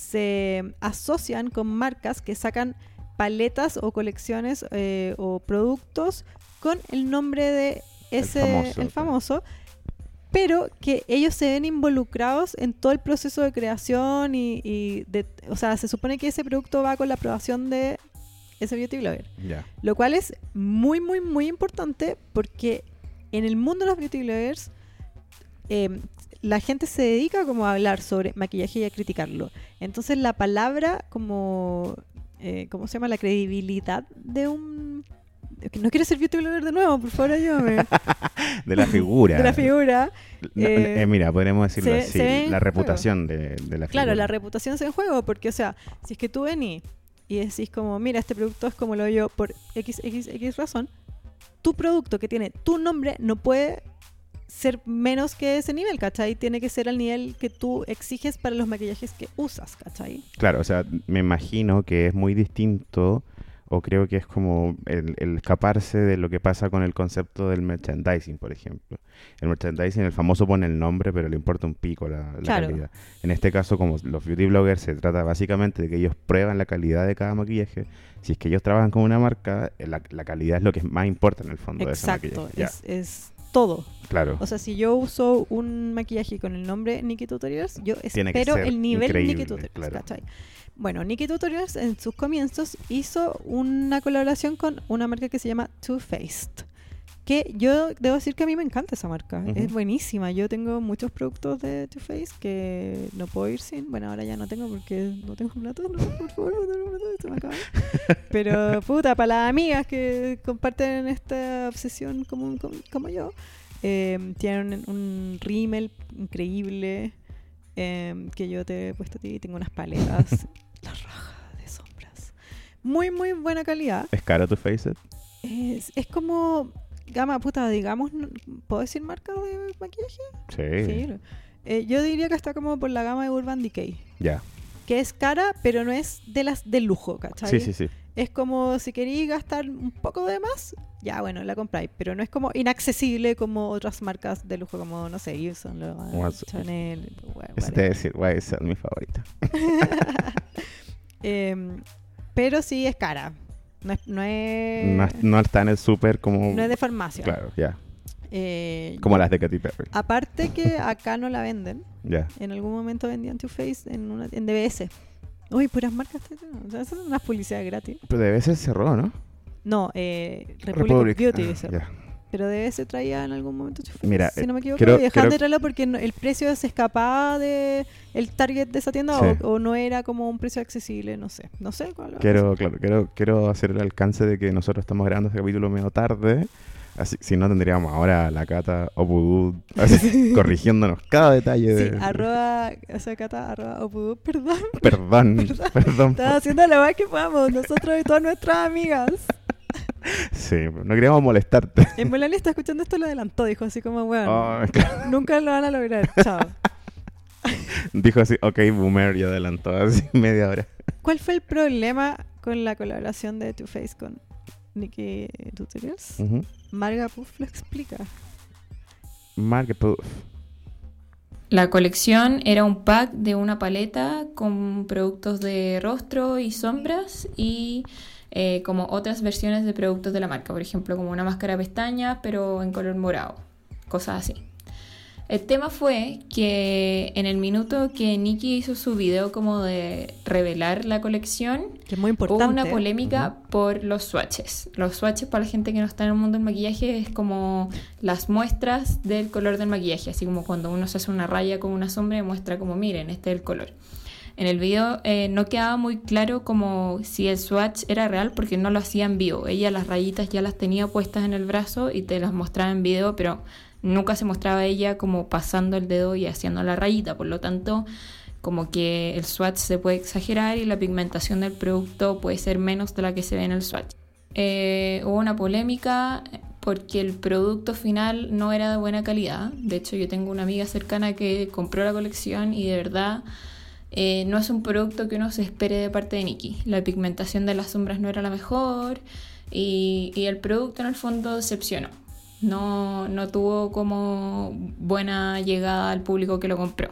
se asocian con marcas que sacan paletas o colecciones eh, o productos con el nombre de ese, el famoso, famoso, sí. famoso pero que ellos se ven involucrados en todo el proceso de creación y, y de, o sea, se supone que ese producto va con la aprobación de ese beauty blogger. Ya. Lo cual es muy, muy, muy importante porque en el mundo de los beauty bloggers eh, la gente se dedica como a hablar sobre maquillaje y a criticarlo. Entonces la palabra como, eh, ¿cómo se llama? La credibilidad de un... No quiero ser beauty blogger de nuevo, por favor, ayúdame. De la figura. De la figura. No, eh, eh, mira, podríamos decirlo se- así. se ve en La juego. reputación de, de la figura. Claro, la reputación se en juego, porque, o sea, si es que tú venís y decís como, mira, este producto es como lo yo por X, X, X razón, tu producto que tiene tu nombre no puede ser menos que ese nivel, ¿cachai? Tiene que ser al nivel que tú exiges para los maquillajes que usas, ¿cachai? Claro, o sea, me imagino que es muy distinto, o creo que es como el, el escaparse de lo que pasa con el concepto del merchandising, por ejemplo. El merchandising, el famoso pone el nombre, pero le importa un pico la, la Claro. calidad. En este caso, como los beauty bloggers, se trata básicamente de que ellos prueban la calidad de cada maquillaje. Si es que ellos trabajan con una marca, eh, la, la calidad es lo que más importa en el fondo de ese Exacto, maquillaje. Ya, es, es todo. claro. O sea, si yo uso un maquillaje con el nombre Nikki Tutorials, yo Tiene que espero ser el nivel increíble, Nikki Tutorials, claro. ¿cachai? Bueno, Nikki Tutorials en sus comienzos hizo una colaboración con una marca que se llama Too Faced, que yo debo decir que a mí me encanta esa marca, Ujú. es buenísima. Yo tengo muchos productos de Too Faced que no puedo ir sin. Bueno, ahora ya no tengo porque no tengo plata, no, por favor, no tengo plata, se me acaba. Pero puta, para las amigas que comparten esta obsesión común como, como yo, eh, tienen un, un rímel increíble eh, que yo te he puesto a ti. Tengo unas paletas, la raja de sombras. Muy, muy buena calidad. ¿Es caro tu face it? Es, es como gama, puta, digamos, no- ¿puedo decir marca de maquillaje? Sí. Sí. Eh, yo diría que está como por la gama de Urban Decay, Ya. que es cara, pero no es de las de lujo, ¿cachai? Sí, sí, sí. Es como si queréis gastar un poco de más, ya bueno, la compráis, pero no es como inaccesible como otras marcas de lujo como, no sé, Yves Saint Laurent, What's- Chanel, wha- Eso te whatever. voy a decir, guay, esa es mi favorita. Em, pero sí es cara. No es, no es, No, es- no está en el súper como... no es de farmacia. Claro, ya. Eh, Como las de Katy Perry. Aparte que acá no la venden. Ya. En algún momento vendían Too Faced en, una, en D B S. Uy, puras marcas. O sea, esas son unas publicidades gratis. Pero debe ser cerró, ¿no? No, eh, Republic, Republic, of Beauty. ah, dice. ya. Pero D B S traía en algún momento Too Faced, Mira, si no me eh, equivoco. creo- y dejaron creo- de traerlo porque no- el precio se escapaba de el target de esa tienda, Sí. o, o no era como un precio accesible, no sé. No sé cuál era. Quiero, claro, quiero, quiero hacer el alcance de que nosotros estamos grabando este capítulo medio tarde. Así, si no, tendríamos ahora a la Cata Opudud así, corrigiéndonos cada detalle Sí, de... arroba, o sea, Cata, arroba, Opudu, perdón. Perdón, perdón. Estaba haciendo lo más que podamos, nosotros y todas nuestras amigas. Sí, no queríamos molestarte. En Melanie está escuchando esto, lo adelantó, dijo así como, bueno, Oh, claro. nunca lo van a lograr, chao. Dijo así, ok, boomer, y adelantó así media hora. ¿Cuál fue el problema con la colaboración de Too Faced con Nikki Tutorials? Ujú. Marga Puff lo explica. Mark Puff. La colección era un pack de una paleta con productos de rostro y sombras y eh, como otras versiones de productos de la marca. Por ejemplo, como una máscara de pestañas, pero en color morado. Cosas así. El tema fue que en el minuto que Nicki hizo su video como de revelar la colección, que es muy importante, hubo una polémica uh-huh. por los swatches. Los swatches, para la gente que no está en el mundo del maquillaje, es como las muestras del color del maquillaje. Así como cuando uno se hace una raya con una sombra y muestra como, miren, este es el color. En el video eh, no quedaba muy claro como si el swatch era real porque no lo hacía en vivo. Ella las rayitas ya las tenía puestas en el brazo y te las mostraba en video, pero nunca se mostraba ella como pasando el dedo y haciendo la rayita. Por lo tanto, como que el swatch se puede exagerar y la pigmentación del producto puede ser menos de la que se ve en el swatch. Eh, hubo una polémica porque el producto final no era de buena calidad. De hecho, yo tengo una amiga cercana que compró la colección y de verdad eh, no es un producto que uno se espere de parte de Nicki. La pigmentación de las sombras no era la mejor y, y el producto en el fondo decepcionó. No, no tuvo como buena llegada al público que lo compró.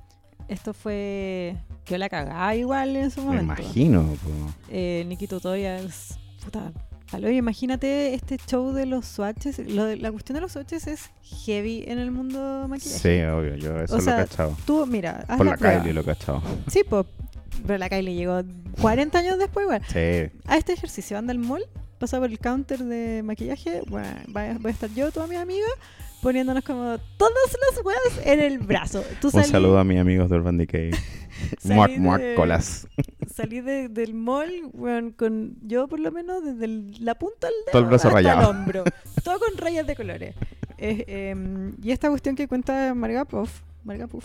Esto fue... que la cagaba igual en su momento. Me imagino. Eh, Nicki Tutorials... Puta, palo, imagínate este show de los swatches. Lo de, la cuestión de los swatches es heavy en el mundo maquillaje. Sí, obvio. Yo eso o lo sea, he cachado. Tú, mira, haz Por la, la prueba. Kylie lo he cachado. Sí, pues. Pero la Kylie llegó cuarenta años después, igual. Sí. A este ejercicio, anda al mall, pasa por el counter de maquillaje, bueno, voy a, voy a estar yo, toda mi amiga, poniéndonos como todas las weas en el brazo. Tú salí... Un saludo a mis amigos de Urban Decay. Muac, muac, colas. Salí de, del mall, bueno, con yo por lo menos desde el, la punta del dedo todo el brazo hasta rayado. el hombro, todo con rayas de colores. Eh, eh, y esta cuestión que cuenta Marga Puff, Marga Puff,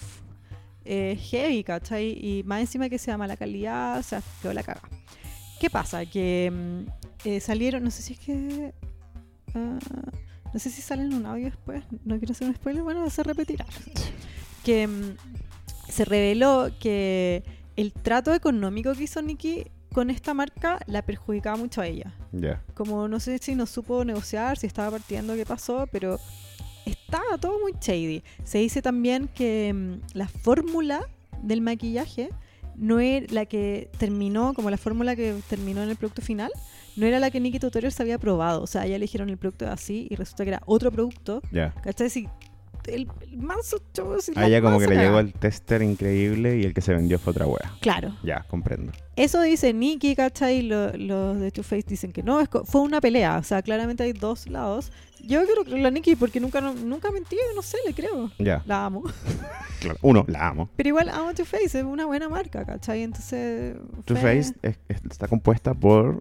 eh, heavy, ¿cachai? Y más encima que sea mala calidad, o sea, quedó la caga. ¿Qué pasa? Que eh, salieron, no sé si es que... Uh, no sé si salen un audio después, no quiero hacer un spoiler, bueno, se repetirá. Que um, se reveló que el trato económico que hizo Nicki con esta marca la perjudicaba mucho a ella. Yeah. Como no sé si no supo negociar, si estaba partiendo, qué pasó, pero estaba todo muy shady. Se dice también que um, la fórmula del maquillaje no era la que terminó, como la fórmula que terminó en el producto final, no era la que Nicki Tutorials había probado. O sea, a ella le dijeron el producto así y resulta que era otro producto. Ya. Yeah. ¿Cachai? Si el, el manso chavo... Si a ella como que le caga. llegó el tester increíble y el que se vendió fue otra wea. Claro. Ya, comprendo. Eso dice Nicki, ¿cachai? Los lo de Too Faced dicen que no, es co- fue una pelea. O sea, claramente hay dos lados. Yo quiero creer a Nicki porque nunca, no, nunca mentí, no sé, le creo. Ya. La amo. Claro. Uno, la amo. Pero igual amo Too Faced, es una buena marca, ¿cachai? Entonces... Too fue... Faced es, es, está compuesta por...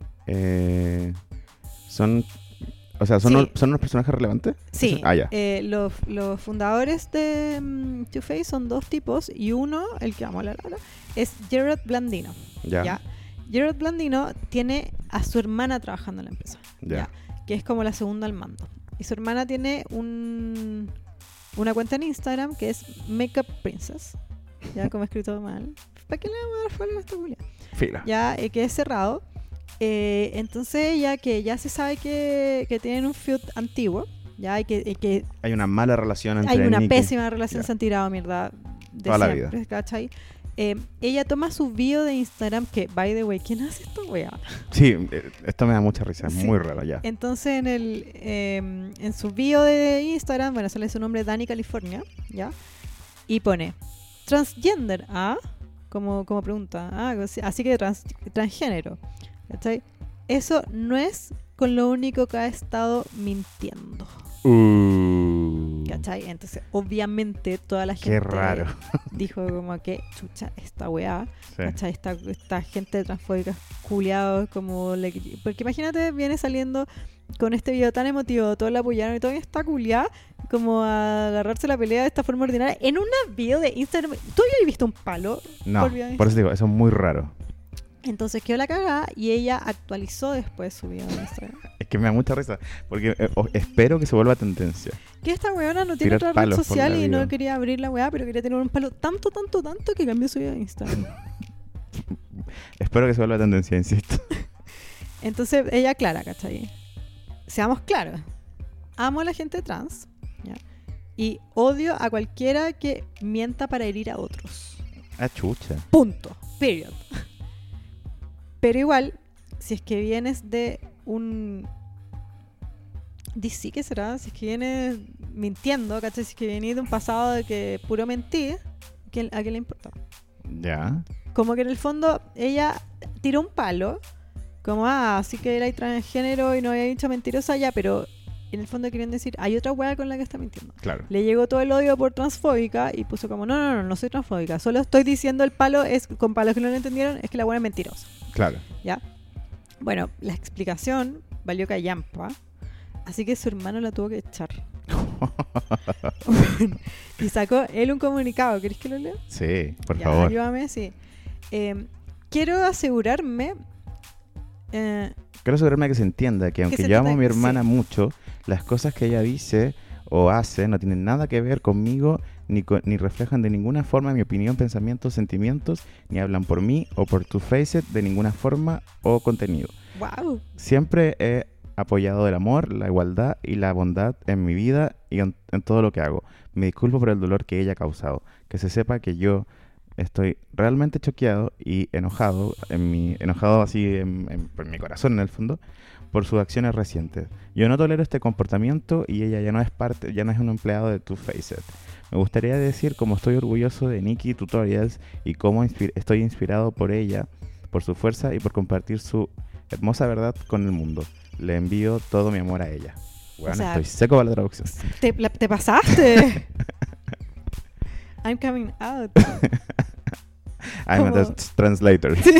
Eh, son... O sea, ¿son, sí. unos, ¿son unos personajes relevantes? Sí. Ah, ya. Eh, los, los fundadores de um, Too Faced son dos tipos y uno, el que vamos a hablar ahora, es Gerard Blandino. Ya. ¿ya? Gerard Blandino tiene a su hermana trabajando en la empresa, Ya. ¿ya? Que es como la segunda al mando. Y su hermana tiene un, una cuenta en Instagram que es Makeup Princess, ya como escrito mal. ¿Para qué le vamos a dar follow a esta Julia? Fila. Ya, eh, que es cerrado. Eh, entonces ya que ya se sabe que, que tienen un feud antiguo, ya hay que, que hay una mala relación entre hay una Nicki. pésima relación, Ya. se han tirado mierda de Toda la siempre, vida. ¿cachai? Eh, ella toma su bio de Instagram, que by the way, ¿quién hace esta wea? Sí, eh, esto me da mucha risa, es Sí. muy raro ya. Entonces en el eh, en su bio de Instagram, bueno, sale su nombre Dani California, ¿ya? Y pone transgender, ¿ah? Como, como pregunta, ah, así que trans, transgénero, ¿cachai? Eso no es con lo único que ha estado mintiendo. Uh, ¿Cachai? Entonces, obviamente, toda la gente Qué raro. dijo como que, chucha, esta weá, Sí. ¿cachai? Esta, esta gente transfóbica culiados, como... Le... Porque imagínate, viene saliendo con este video tan emotivo, todos la apoyaron y todavía está culiada, como a agarrarse la pelea de esta forma ordinaria en una video de Instagram. ¿Tú habías visto un palo? No, por video de por eso digo, eso es muy raro. Entonces quedó la cagada y ella actualizó después su video de Instagram. Es que me da mucha risa, porque eh, oh, espero que se vuelva tendencia. Que esta weona no tiene Tirar otra red palos por social la y vida. no quería abrir la weá, pero quería tener un palo tanto, tanto, tanto que cambió su video de Instagram. Espero que se vuelva tendencia, insisto. Entonces ella aclara, ¿cachai? Seamos claros. Amo a la gente trans, ¿ya? Y odio a cualquiera que mienta para herir a otros. Ah, chucha. Punto. Period. Pero igual, si es que vienes de un... D C, ¿qué será? Si es que vienes mintiendo, ¿cachai? Si es que vienes de un pasado de que puro mentir, ¿a qué le importa? Ya. Como que en el fondo ella tiró un palo, como, ah, así que era transgénero y no había dicho mentirosa ya, pero en el fondo querían decir, hay otra weá con la que está mintiendo. Claro. Le llegó todo el odio por transfóbica y puso como, no, no, no, no soy transfóbica, solo estoy diciendo el palo, es con palos que no lo entendieron, es que la weá es mentirosa. Claro. ¿Ya? Bueno, la explicación valió callampa, así que su hermano la tuvo que echar. Y sacó él un comunicado. ¿Querés que lo lea? Sí, por ya, favor. Ayúdame, sí. Eh, quiero asegurarme... Eh, Quiero asegurarme que se entienda que aunque yo amo a mi hermana sí. mucho, las cosas que ella dice o hace no tienen nada que ver conmigo, ni, con, ni reflejan de ninguna forma mi opinión, pensamientos, sentimientos, ni hablan por mí o por tu Faceit de ninguna forma o contenido. Wow. Siempre he apoyado el amor, la igualdad y la bondad en mi vida y en, en todo lo que hago. Me disculpo por el dolor que ella ha causado. Que se sepa que yo estoy realmente choqueado y enojado, en mi, enojado así en, en, en mi corazón en el fondo, por sus acciones recientes. Yo no tolero este comportamiento y ella ya no es parte, ya no es un empleado de Too Faced. Me gustaría decir cómo estoy orgulloso de Nikki Tutorials y cómo inspir- estoy inspirado por ella, por su fuerza y por compartir su hermosa verdad con el mundo. Le envío todo mi amor a ella. Bueno, o sea, estoy seco para la traducción. Te, la, te pasaste. I'm coming out. I'm Como... a trans- translator. Sí.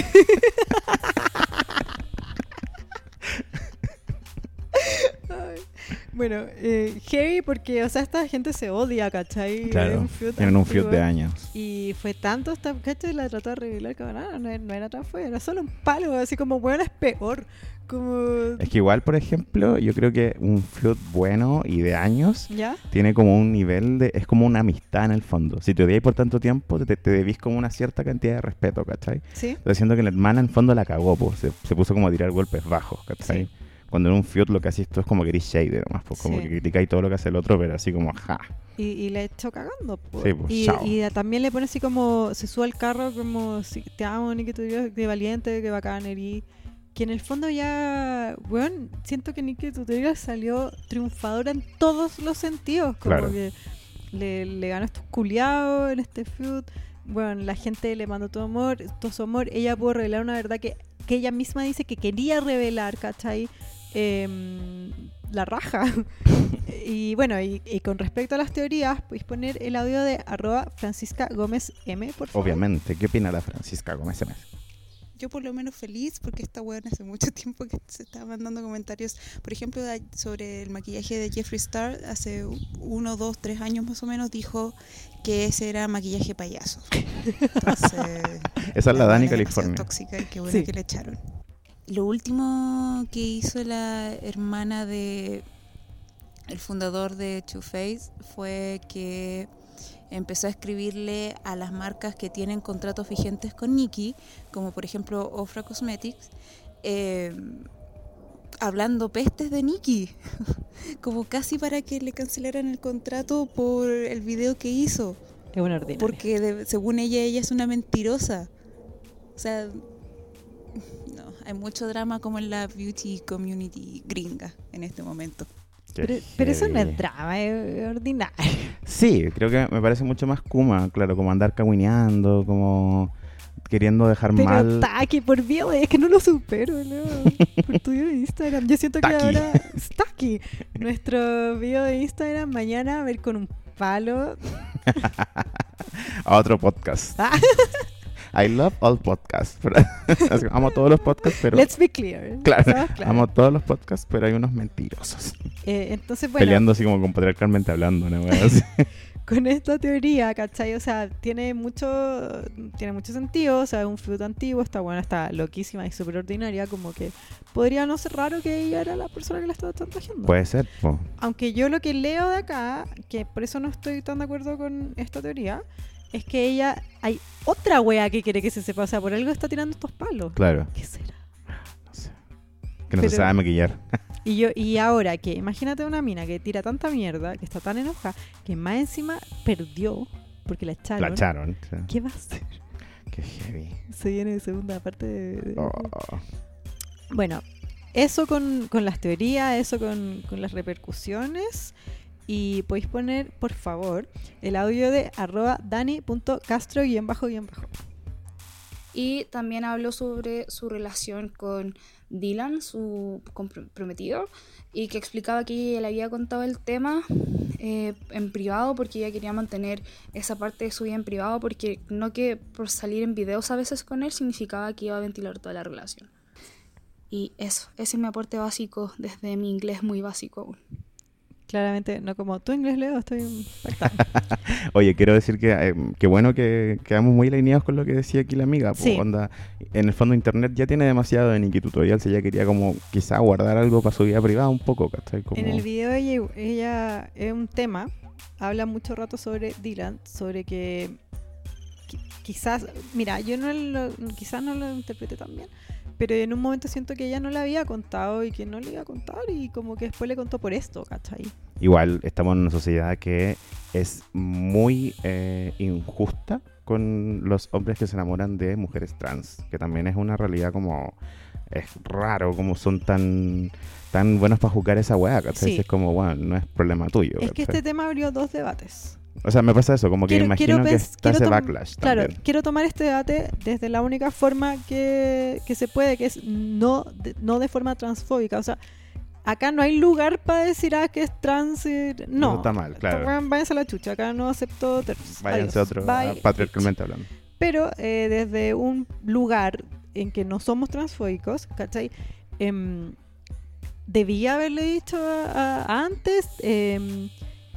Bueno, eh, heavy porque, o sea, esta gente se odia, ¿cachai? Claro, un tienen un feud de años. Y fue tanto, esta, ¿cachai? La trató de revelar que no, no, no era tan fue, era solo un palo, así como, bueno, es peor. Como... Es que igual, por ejemplo, yo creo que un feud bueno y de años ¿Ya? tiene como un nivel de... Es como una amistad en el fondo. Si te odiáis por tanto tiempo, te, te debís como una cierta cantidad de respeto, ¿cachai? Sí. Estoy diciendo que la hermana en el fondo la cagó, pues, se, se puso como a tirar golpes bajos, ¿cachai? Sí. Cuando en un feud lo que haces tú es como que eres shade nomás, pues, como sí. que criticáis todo lo que hace el otro, pero así como, ja. Y, y le echó cagando, pues. Sí, pues, y, chao. y también le pone así como, se sube al carro como, si te amo, ni que tú digas, que valiente, que bacán, erí. Que en el fondo ya, bueno, siento que Nikki Tutorial salió triunfadora en todos los sentidos. Como claro. que le, le ganó a estos culiados en este feud. Bueno, la gente le mandó todo amor, todo su amor. Ella pudo revelar una verdad que, que ella misma dice que quería revelar, ¿cachai? Eh, la raja. Y bueno, y, y con respecto a las teorías, podéis poner el audio de arroba Francisca Gómez M, por favor. Obviamente, ¿qué opina la Francisca Gómez M? Yo por lo menos feliz porque esta weona hace mucho tiempo que se estaba mandando comentarios, por ejemplo, sobre el maquillaje de Jeffree Star. Hace uno, dos, tres años más o menos dijo que ese era maquillaje payaso. Entonces, esa es la Dani California. Tóxica y qué bueno sí. que le echaron. Lo último que hizo la hermana de el fundador de Too Faced fue que empezó a escribirle a las marcas que tienen contratos vigentes con Nikki, como por ejemplo Ofra Cosmetics, eh, hablando pestes de Nikki, como casi para que le cancelaran el contrato por el video que hizo. Es una ordinaria. Porque de, según ella, ella es una mentirosa. O sea, no, hay mucho drama como en la beauty community gringa en este momento. Pero, pero eso no es drama, es ordinario. Sí, creo que me parece mucho más Kuma, claro, como andar cagüineando, como queriendo dejar pero mal. Pero Taki, por video, es que no lo supero, ¿no? Por tu video de Instagram. Yo siento Taki. que ahora es Taki. Nuestro video de Instagram mañana a ver con un palo. A otro podcast. I love all podcasts. Amo todos los podcasts, pero... Let's be clear. Claro, claro, amo todos los podcasts, pero hay unos mentirosos. Eh, entonces, bueno... Peleando así como con patriarcalmente hablando, ¿no? Así. Con esta teoría, ¿cachai? O sea, tiene mucho tiene mucho sentido. O sea, es un feud antiguo, está buena, está loquísima y súper ordinaria. Como que podría no ser raro que ella era la persona que la estaba chantajeando. Puede ser, po. Aunque yo lo que leo de acá, que por eso no estoy tan de acuerdo con esta teoría, es que ella, hay otra wea que quiere que se sepa, o sea, por algo está tirando estos palos. Claro. ¿Qué será? No sé. Que no Pero, se sabe maquillar. Y yo y ahora que imagínate una mina que tira tanta mierda, que está tan enojada, que más encima perdió porque la echaron. La echaron. Sí. ¿Qué va a hacer? Qué heavy. Se viene segunda parte de... de- Oh. Bueno, eso con, con las teorías, eso con, con las repercusiones. Y podéis poner, por favor, el audio de arroba dani.castro guión bajo guión bajo. Y también habló sobre su relación con Dylan, su compro- prometido, y que explicaba que ella le había contado el tema eh, en privado porque ella quería mantener esa parte de su vida en privado, porque no que por salir en videos a veces con él significaba que iba a ventilar toda la relación. Y eso, ese es mi aporte básico desde mi inglés muy básico aún. Claramente, no como tu inglés, Leo, estoy impactada. Oye, quiero decir que eh, qué bueno que quedamos muy alineados con lo que decía aquí la amiga. Po, Sí. onda, en el fondo internet ya tiene demasiado de Nikki Tutorials. Ella quería como quizá guardar algo para su vida privada un poco, ¿cachai? Como... En el video ella, ella es un tema, habla mucho rato sobre Dylan, sobre que qui- quizás, mira, yo no lo, quizás no lo interpreté tan bien, pero en un momento siento que ella no le había contado y que no le iba a contar y como que después le contó por esto, ¿cachai? Igual estamos en una sociedad que es muy eh, injusta con los hombres que se enamoran de mujeres trans, que también es una realidad como... Es raro como son tan tan buenos para juzgar esa weá, ¿cachai? Sí. Es como, bueno, no es problema tuyo. Es que ¿cachai? este tema abrió dos debates. O sea, me pasa eso, como que Quiero- imagino quiero que pens- está quiero ese tom- backlash Claro, también. quiero tomar este debate desde la única forma que, que se puede, que es no de, no de forma transfóbica. O sea, acá no hay lugar para decir, ah, que es trans. eh, No. Eso está mal, claro. Esta weá, váyanse a la chucha, acá no acepto tercios. Váyanse a Adiós. otro, Bye. a patriarcalmente hablando. Pero eh, desde un lugar en que no somos transfóbicos, ¿cachai? Em, debía haberle dicho a- a- antes, em,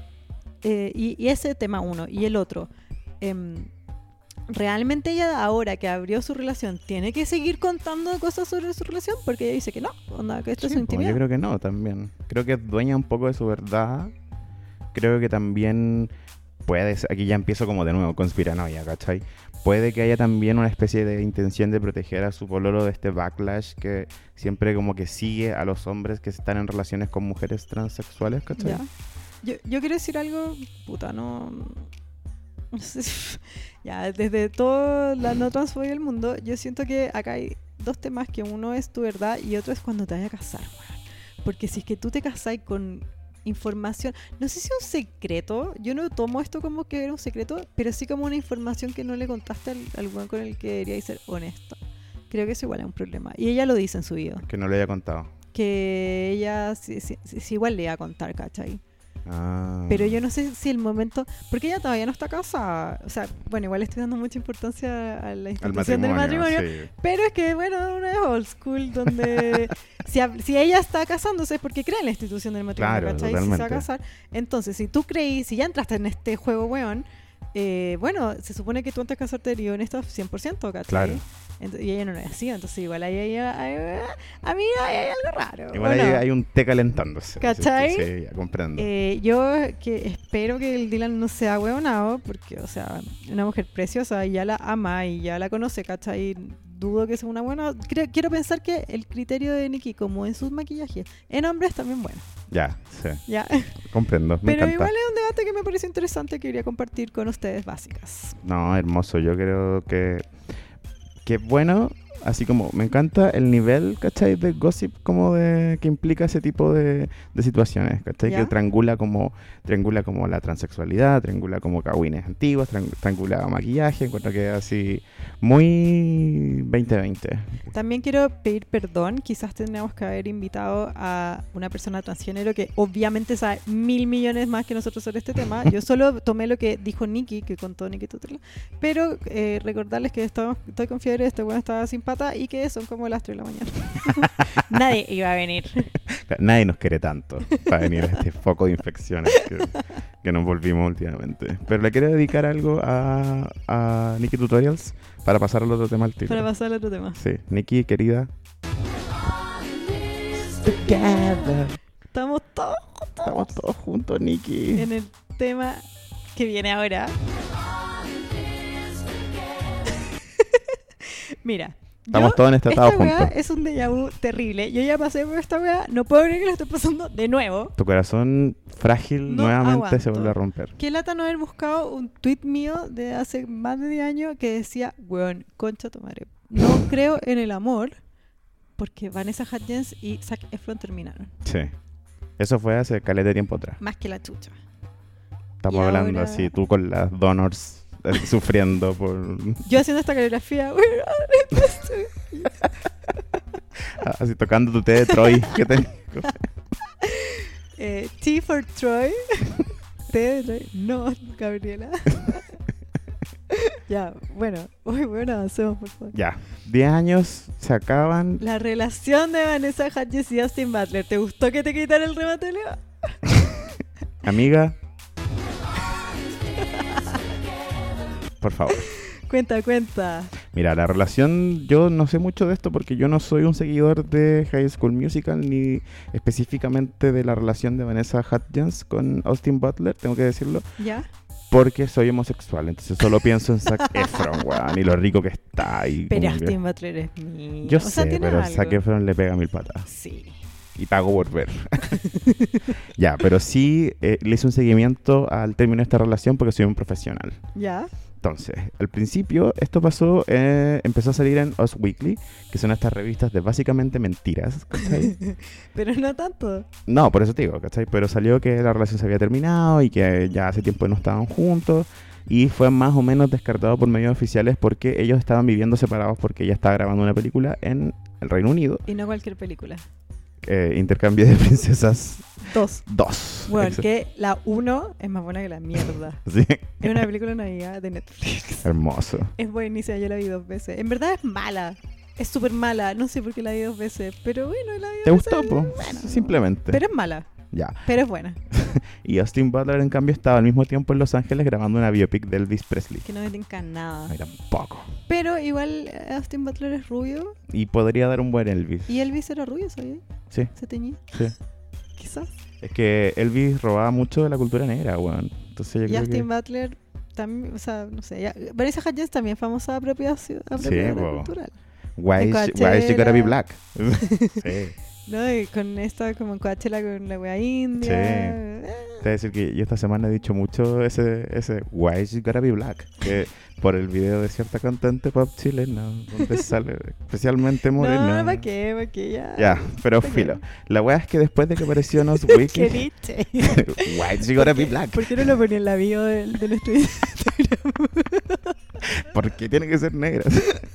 eh, y, y ese tema uno. Y el otro, em, ¿realmente ella ahora que abrió su relación tiene que seguir contando cosas sobre su relación? Porque ella dice que no, onda, que esto es su Sí, pues, intimidad. yo creo que no, también. Creo que es dueña un poco de su verdad. Creo que también puede ser, aquí ya empiezo como de nuevo, conspiranoia, ¿cachai? Puede que haya también una especie de intención de proteger a su pololo de este backlash que siempre como que sigue a los hombres que están en relaciones con mujeres transexuales, ¿cachai? Ya. Yo, yo quiero decir algo, puta, no... no sé, ya, desde toda la no transfobia del mundo, yo siento que acá hay dos temas, que uno es tu verdad y otro es cuando te vayas a casar, weón. Porque si es que tú te casás con información, no sé si es un secreto, yo no tomo esto como que era un secreto, pero sí como una información que no le contaste al, al weón con el que deberíais ser honesto. Creo que eso igual es un problema. Y ella lo dice en su video, Que no le haya contado. que ella sí, sí, sí, sí igual le iba a contar, ¿cachai? Ah. Pero yo no sé si el momento... Porque ella todavía no está casada. O sea, bueno, igual estoy dando mucha importancia a la institución del matrimonio, matrimonio. sí. Pero es que, bueno, una es old school donde... si, hab- si ella está casándose es porque cree en la institución del matrimonio, Claro, ¿cachai? Si se va a totalmente. casar. Entonces, si tú creí, si ya entraste en este juego, weón, eh, bueno, se supone que tú antes de casarte eres honesto cien por ciento, ¿cachai? Claro. Ent- y ella no lo hacía, entonces igual ahí hay, hay- a mí hay, hay algo raro. Igual ¿o hay, no? hay un té calentándose. ¿Cachai? Sí, ya comprendo. Eh, yo que espero que el Dylan no sea hueonado, porque, o sea, una mujer preciosa y ya la ama y ya la conoce, ¿cachai? Dudo que sea una buena. Creo- quiero pensar que el criterio de Nicki, como en sus maquillajes, en hombres también bueno. Ya, sí. Ya. Comprendo, me Pero encanta. igual es un debate que me pareció interesante que quería compartir con ustedes, básicas. No, hermoso. Yo creo que que bueno, así como me encanta el nivel, ¿cachai? De gossip como de que implica ese tipo de, de situaciones, ¿cachai? ¿Ya? Que triangula como triangula como la transexualidad, triangula como cagüines antiguos, triang- triangula maquillaje, encuentro que es así muy veinte veinte. También quiero pedir perdón, quizás tendríamos que haber invitado a una persona transgénero que obviamente sabe mil millones más que nosotros sobre este tema. Yo solo tomé lo que dijo Nicki, que contó Nicki Tutorial, pero eh, recordarles que estamos, estoy con fiebre, este bueno estaba sin pata y que son como las tres de la mañana. Nadie iba a venir. Nadie nos quiere tanto para venir a este foco de infecciones que, que nos volvimos últimamente. Pero le quiero dedicar algo a, a Nikki Tutorials para pasar al otro tema al tiro. Para pasar al otro tema. Sí, Nikki, querida. Estamos todos Estamos todos juntos, Nikki. en el tema que viene ahora. Mira, Estamos Yo- todos en este estado esta weá juntos. es un déjà vu terrible. Yo ya pasé por esta weá, no puedo creer que lo estoy pasando de nuevo. Tu corazón frágil No nuevamente se aguanto. vuelve a romper. Qué lata no haber buscado un tweet mío de hace más de diez años que decía, weón, concha tu madre. No creo en el amor porque Vanessa Hudgens y Zac Efron terminaron. Sí. Eso fue hace caleta de tiempo atrás. Más que la chucha. Estamos Y hablando ahora- así, tú con las donors eh, sufriendo por... Yo haciendo esta coreografía, weón, así tocando tu té de Troy. que te- eh, T for Troy. T de Troy. No, Gabriela. Ya, bueno. Uy, bueno, avancemos, por favor. Ya, diez años se acaban. La relación de Vanessa Hudgens y Austin Butler. ¿Te gustó que te quitara el remate, Leo? Amiga. Por favor. Cuenta, cuenta. Mira, la relación, yo no sé mucho de esto porque yo no soy un seguidor de High School Musical ni específicamente de la relación de Vanessa Hudgens con Austin Butler, tengo que decirlo, ¿Ya? porque soy homosexual, entonces solo pienso en Zac Efron, weón, y lo rico que está. Y Pero como que- Austin Butler es mi... Yo o sea, sé, tiene pero algo. Zac Efron le pega mil patas. Sí. Y pago por ver. Ya, pero sí eh, le hice un seguimiento al término de esta relación porque soy un profesional. ¿Ya? Entonces, al principio esto pasó, eh, empezó a salir en Us Weekly, que son estas revistas de básicamente mentiras, ¿cachai? Pero no tanto. No, por eso te digo, ¿cachai? Pero salió que la relación se había terminado y que ya hace tiempo no estaban juntos y fue más o menos descartado por medios oficiales porque ellos estaban viviendo separados porque ella estaba grabando una película en el Reino Unido, Y no cualquier película. eh, Intercambio de Princesas Dos. dos. Bueno, Exacto. que la uno es más buena que la mierda. Sí. Es una película navidad de Netflix. Hermoso. Es buenísima, yo la vi dos veces. En verdad es mala. Es súper mala. No sé por qué la vi dos veces. Pero bueno, la vi ¿Te dos gustó, veces. po? Bueno, Simplemente. pero es mala. Ya. Pero es buena. Y Austin Butler, en cambio, estaba al mismo tiempo en Los Ángeles grabando una biopic de Elvis Presley. Que no me tinca nada. Ay, tampoco. Pero igual eh, Austin Butler es rubio. Y podría dar un buen Elvis. Y Elvis era rubio, ¿sabes? Sí. Se teñía. Sí. Quizás. Es que Elvis robaba mucho de la cultura negra, weón. Entonces yo Y creo Austin que... Butler también, o sea, no sé. Ya, Vanessa Hudgens también famosa apropiación, apropiadora po. cultural. Why En is, she- why is she gotta be Coachella. black? Sí. No, y con esta como en Coachella con la wea india. Sí. Te voy a decir que yo esta semana he dicho mucho ese, ese Why is she gotta be black? Que por el video de cierta cantante pop chilena, donde sale especialmente No, morena. no, ¿para qué? ¿Para qué? Ya. Ya, pero ¿Pa' qué? filo. La wea es que después de que apareció en Us Qué Weekly... diche. Why is she gotta be ¿Por qué- black? ¿Por qué no lo ponía en la bio de, de nuestro Instagram? ¿Por qué tiene que ser negras?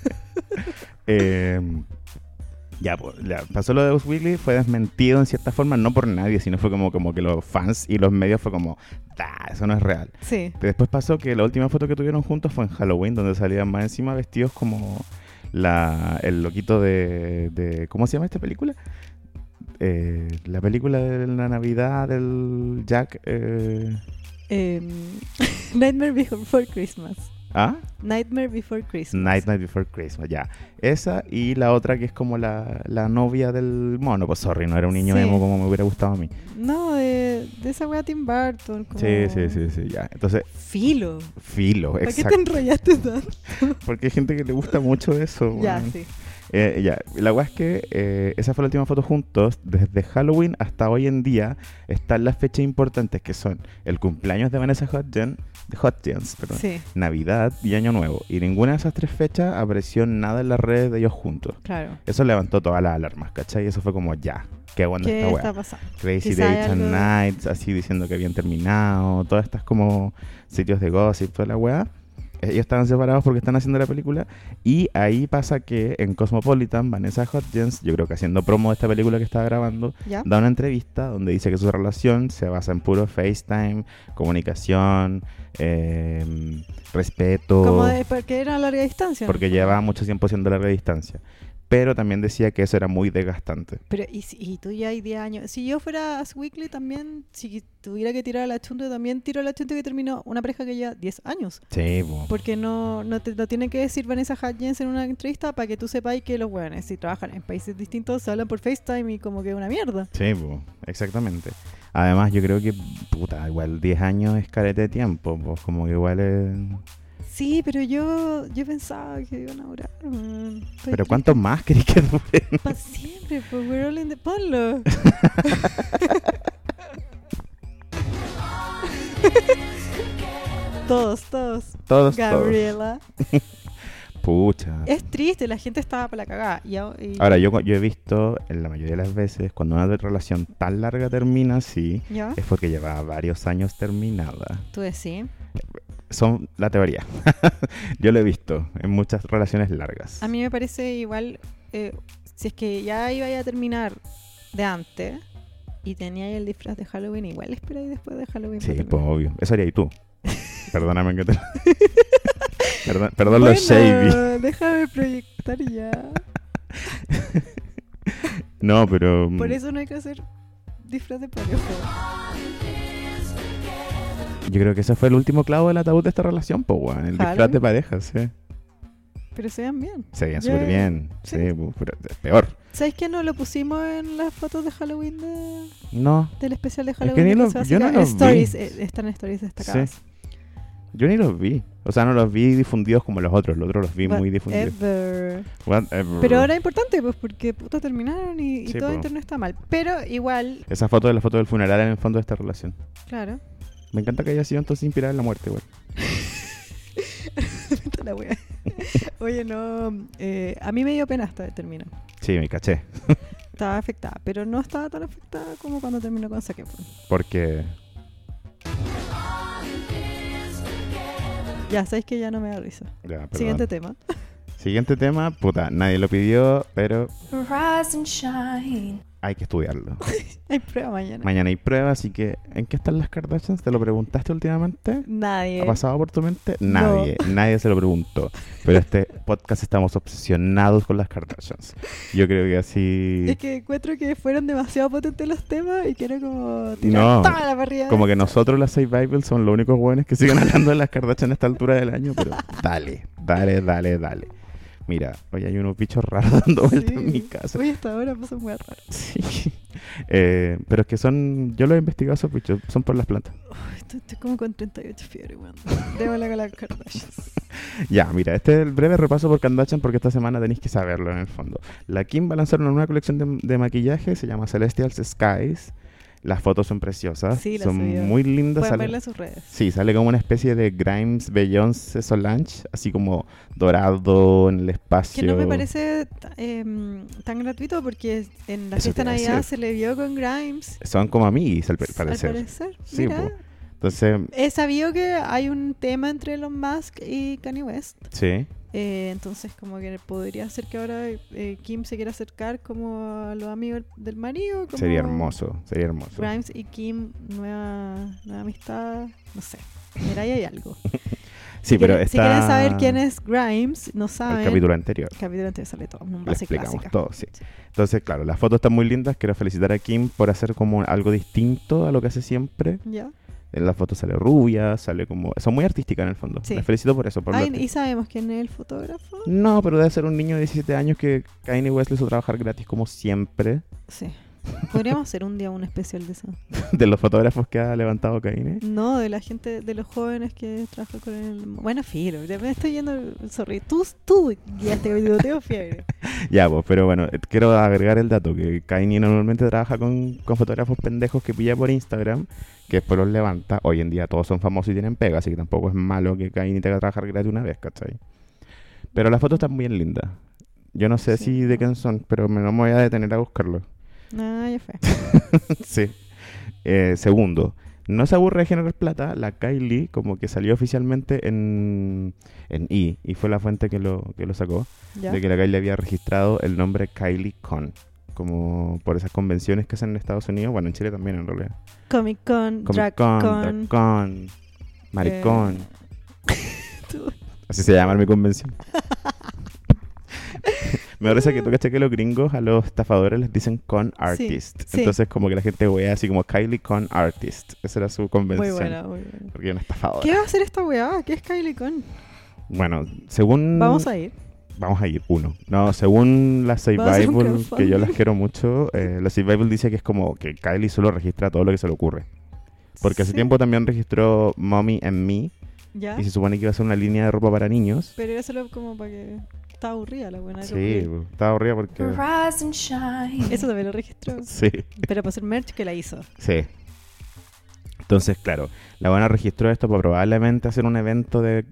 eh, ya, pues, ya, pasó lo de Us Weekly, fue desmentido en cierta forma, no por nadie, sino fue como, como que los fans y los medios fue como, "Da, eso no es real". Sí. Después pasó que la última foto que tuvieron juntos fue en Halloween, donde salían más encima vestidos como la, el loquito de, de... ¿Cómo se llama esta película? Eh, la película de la Navidad del Jack... Eh, Em, Nightmare Before Christmas. ¿Ah? Nightmare Before Christmas. Night Night Before Christmas, ya. Esa y la otra que es como la, la novia del mono. Pues sorry, no era un niño Sí. emo como me hubiera gustado a mí. No, de, de esa wea Tim Burton. Como... Sí, sí, sí, sí, ya. Entonces, Filo. filo, ¿Para qué exacto. te enrollaste tanto? Porque hay gente que le gusta mucho eso. Ya, weón. sí. Eh, ya, la weá es que eh, esa fue la última foto juntos. Desde Halloween hasta hoy en día están las fechas importantes que son el cumpleaños de Vanessa Hudgens, de Hudgens, perdón, Sí. Navidad y Año Nuevo. Y ninguna de esas tres fechas apareció nada en las redes de ellos juntos. Claro. Eso levantó todas las alarmas, ¿cachai? Y eso fue como ya, qué onda ¿Qué esta weá. está pasando? Crazy Quizá hay Dates and algo- Nights, así diciendo que habían terminado, todas estas como sitios de gossip, toda la weá. Ellos estaban separados porque están haciendo la película y ahí pasa que en Cosmopolitan Vanessa Hudgens, yo creo que haciendo promo de esta película que estaba grabando, ¿Ya? da una entrevista donde dice que su relación se basa en puro FaceTime, comunicación, eh, respeto, Como de, porque era a larga distancia. porque ¿no? lleva mucho tiempo siendo larga distancia. Pero también decía que eso era muy desgastante. Pero, y, si- y tú ya hay diez años. Si yo fuera Us Weekly también, si tuviera que tirar a la chunta, también tiro a la chunta que terminó una pareja que lleva diez años. Sí, po. Porque no, no te lo tiene que decir Vanessa Hudgens en una entrevista para que tú sepáis que los buenos, si trabajan en países distintos, se hablan por FaceTime y como que una mierda. Sí, po, exactamente. Además, yo creo que, puta, igual diez años es carete de tiempo, pues como que igual es... Sí, pero yo, yo pensaba que iban a durar. man. Estoy Pero triste. ¿cuántos más querés que duren? Para siempre, pues we're all in the... Ponlo. todos, todos. Todos, Gabriela. todos. Pucha. Es triste, la gente estaba para la cagada. Y, a- y- Ahora, yo, yo he visto, en la mayoría de las veces, cuando una relación tan larga termina así, ¿Ya? es porque lleva varios años terminada. Tú decís. Son la teoría. Yo lo he visto en muchas relaciones largas. A mí me parece igual, eh, si es que ya iba a terminar de antes y tenía ahí el disfraz de Halloween, igual esperáis después de Halloween. Sí, para pues terminar. obvio. Eso haría y tú. Perdóname que te... perdón perdón Bueno, los shady. déjame proyectar ya. No, pero... Por eso no hay que hacer disfraz de pareja. Yo creo que ese fue el último clavo del ataúd de esta relación, pues, weón. El disfraz Halloween. de pareja, sí. Pero se vean bien. Se veían Ya- súper bien. sí. Sí, pues, pero es peor. ¿Sabes que no lo pusimos en las fotos de Halloween de, No. del especial de Es que Halloween? ni de lo- Clase yo no Básica? los vi. Stories, eh, están en stories destacadas. Sí. Yo ni los vi. O sea, no los vi difundidos como los otros. Los otros los vi muy difundidos. Whatever. Whatever. Pero ahora es importante, pues, porque puta terminaron y, y Sí, todo po. internet está mal. Pero igual, Esa foto es la foto del funeral en el fondo de esta relación. claro. Me encanta que haya sido entonces inspirada en la muerte, güey. Puta la wea. Oye, no. eh, a mí me dio pena hasta que terminó. Sí, me caché. Estaba afectada, pero no estaba tan afectada como cuando terminó con Zac Efron. Porque... Ya, sabéis que ya no me da risa. Ya, perdón. Siguiente tema. Siguiente tema, puta, nadie lo pidió, pero Rise and shine. hay que estudiarlo. Hay prueba mañana. Mañana hay prueba, así que ¿en qué están las Kardashians? ¿Te lo preguntaste últimamente? Nadie. ¿Ha pasado por tu mente? Nadie, nadie se lo preguntó. Pero este podcast estamos obsesionados con las Kardashians. Yo creo que así... Es que encuentro que fueron demasiado potentes los temas y quiero como tirar No, toda la parrilla. como que nosotros las Save Bible son los únicos buenos que siguen hablando de las Kardashians a esta altura del año, pero dale, dale, dale, dale. Mira, hoy hay unos bichos raros dando vueltas en mi casa. Uy, hasta ahora pasa muy raro. Sí. Eh, pero es que son, yo lo he investigado esos bichos, son por las plantas. Uy, estoy, estoy como con treinta y ocho fiebre, weón. Démosle con las Kardashians. Ya, mira, este es el breve repaso por Kardashian porque esta semana tenéis que saberlo en el fondo. La Kim va a lanzar una nueva colección de, de maquillaje, se llama Celestial Skies. Las fotos son preciosas, Sí, las son subió. muy lindas. Pueden sale- verla en sus redes. Sí, sale como una especie de Grimes, Beyoncé, Solange, así como dorado en el espacio. Que no me parece ta- em, tan gratuito porque en la Eso fiesta te iba a Navidad decir. se le vio con Grimes. Son como amiguis, al pa- parecer. Al parecer, Sí, mira. po. Entonces, He sabido que hay un tema entre Elon Musk y Kanye West. sí. Eh, entonces como que podría ser que ahora eh, Kim se quiera acercar como a los amigos del marido. Como Sería hermoso, sería hermoso. Grimes y Kim, nueva, nueva amistad, no sé. Mira, ahí hay algo. Sí, Si pero quieren- Si está- quieren saber quién es Grimes, no saben. El capítulo anterior. El capítulo anterior sale todo, un Le base explicamos clásica. todo, sí. Entonces, claro, las fotos están muy lindas. Quiero felicitar a Kim por hacer como algo distinto a lo que hace siempre. Ya. En la foto sale rubia, sale como... Son muy artísticas en el fondo. Sí. Les felicito por eso. Por lo Ay, arti- ¿y sabemos quién es el fotógrafo? No, pero debe ser un niño de diecisiete años que Kanye West le hizo trabajar gratis como siempre. Sí. Podríamos hacer un día un especial de eso. De los fotógrafos que ha levantado Kanye. No, de la gente, de los jóvenes que trabajan con el... Bueno, filo, ya me estoy yendo... Sorry, tú, tú guiaste capítulo, tengo fiebre. Ya, pues, pero bueno, eh, quiero agregar el dato que Kanye normalmente trabaja con, con fotógrafos pendejos que pilla por Instagram, que después los levanta. Hoy en día todos son famosos y tienen pega, así que tampoco es malo que Kanye te haga trabajar gratis una vez, ¿cachai? Pero las fotos están bien lindas. Yo no sé Sí, si de quién son, pero me, no me voy a detener a buscarlo. Ah, ya fue. Sí. Eh, segundo, no se aburre de generar plata. La Kylie como que salió oficialmente en, en E! Y fue la fuente que lo, que lo sacó. Ya. De que la Kylie había registrado el nombre Kylie Con. Como por esas convenciones que hacen en Estados Unidos. Bueno, en Chile también en realidad. Comic Con, Comic Drag Con, Con. Drag Con, Maricón. Tú- Así se llama mi convención. Me parece que tú caché que los gringos a los estafadores les dicen con artist. sí. Entonces como que la gente wea así como Kylie con artist. Esa era su convención. Muy buena, muy buena. Porque era una estafadora. ¿Qué va a hacer esta weá? ¿Qué es Kylie Con? Bueno, según... Vamos a ir. Vamos a ir, uno. No, según la Save Vamos a hacer un Bible, que crowdfunding. yo las quiero mucho, eh, la Save Bible dice que es como que Kylie solo registra todo lo que se le ocurre. Porque hace Sí. tiempo también registró Mommy and Me, ¿Ya? Y se supone que iba a ser una línea de ropa para niños. Pero era solo como para que... Estaba aburrida la buena. Sí, pues, estaba aburrida porque... Rise and shine. Eso también lo registró. Sí. Pero para hacer merch que la hizo. Sí. Entonces, claro, la buena registró esto para probablemente hacer un evento de,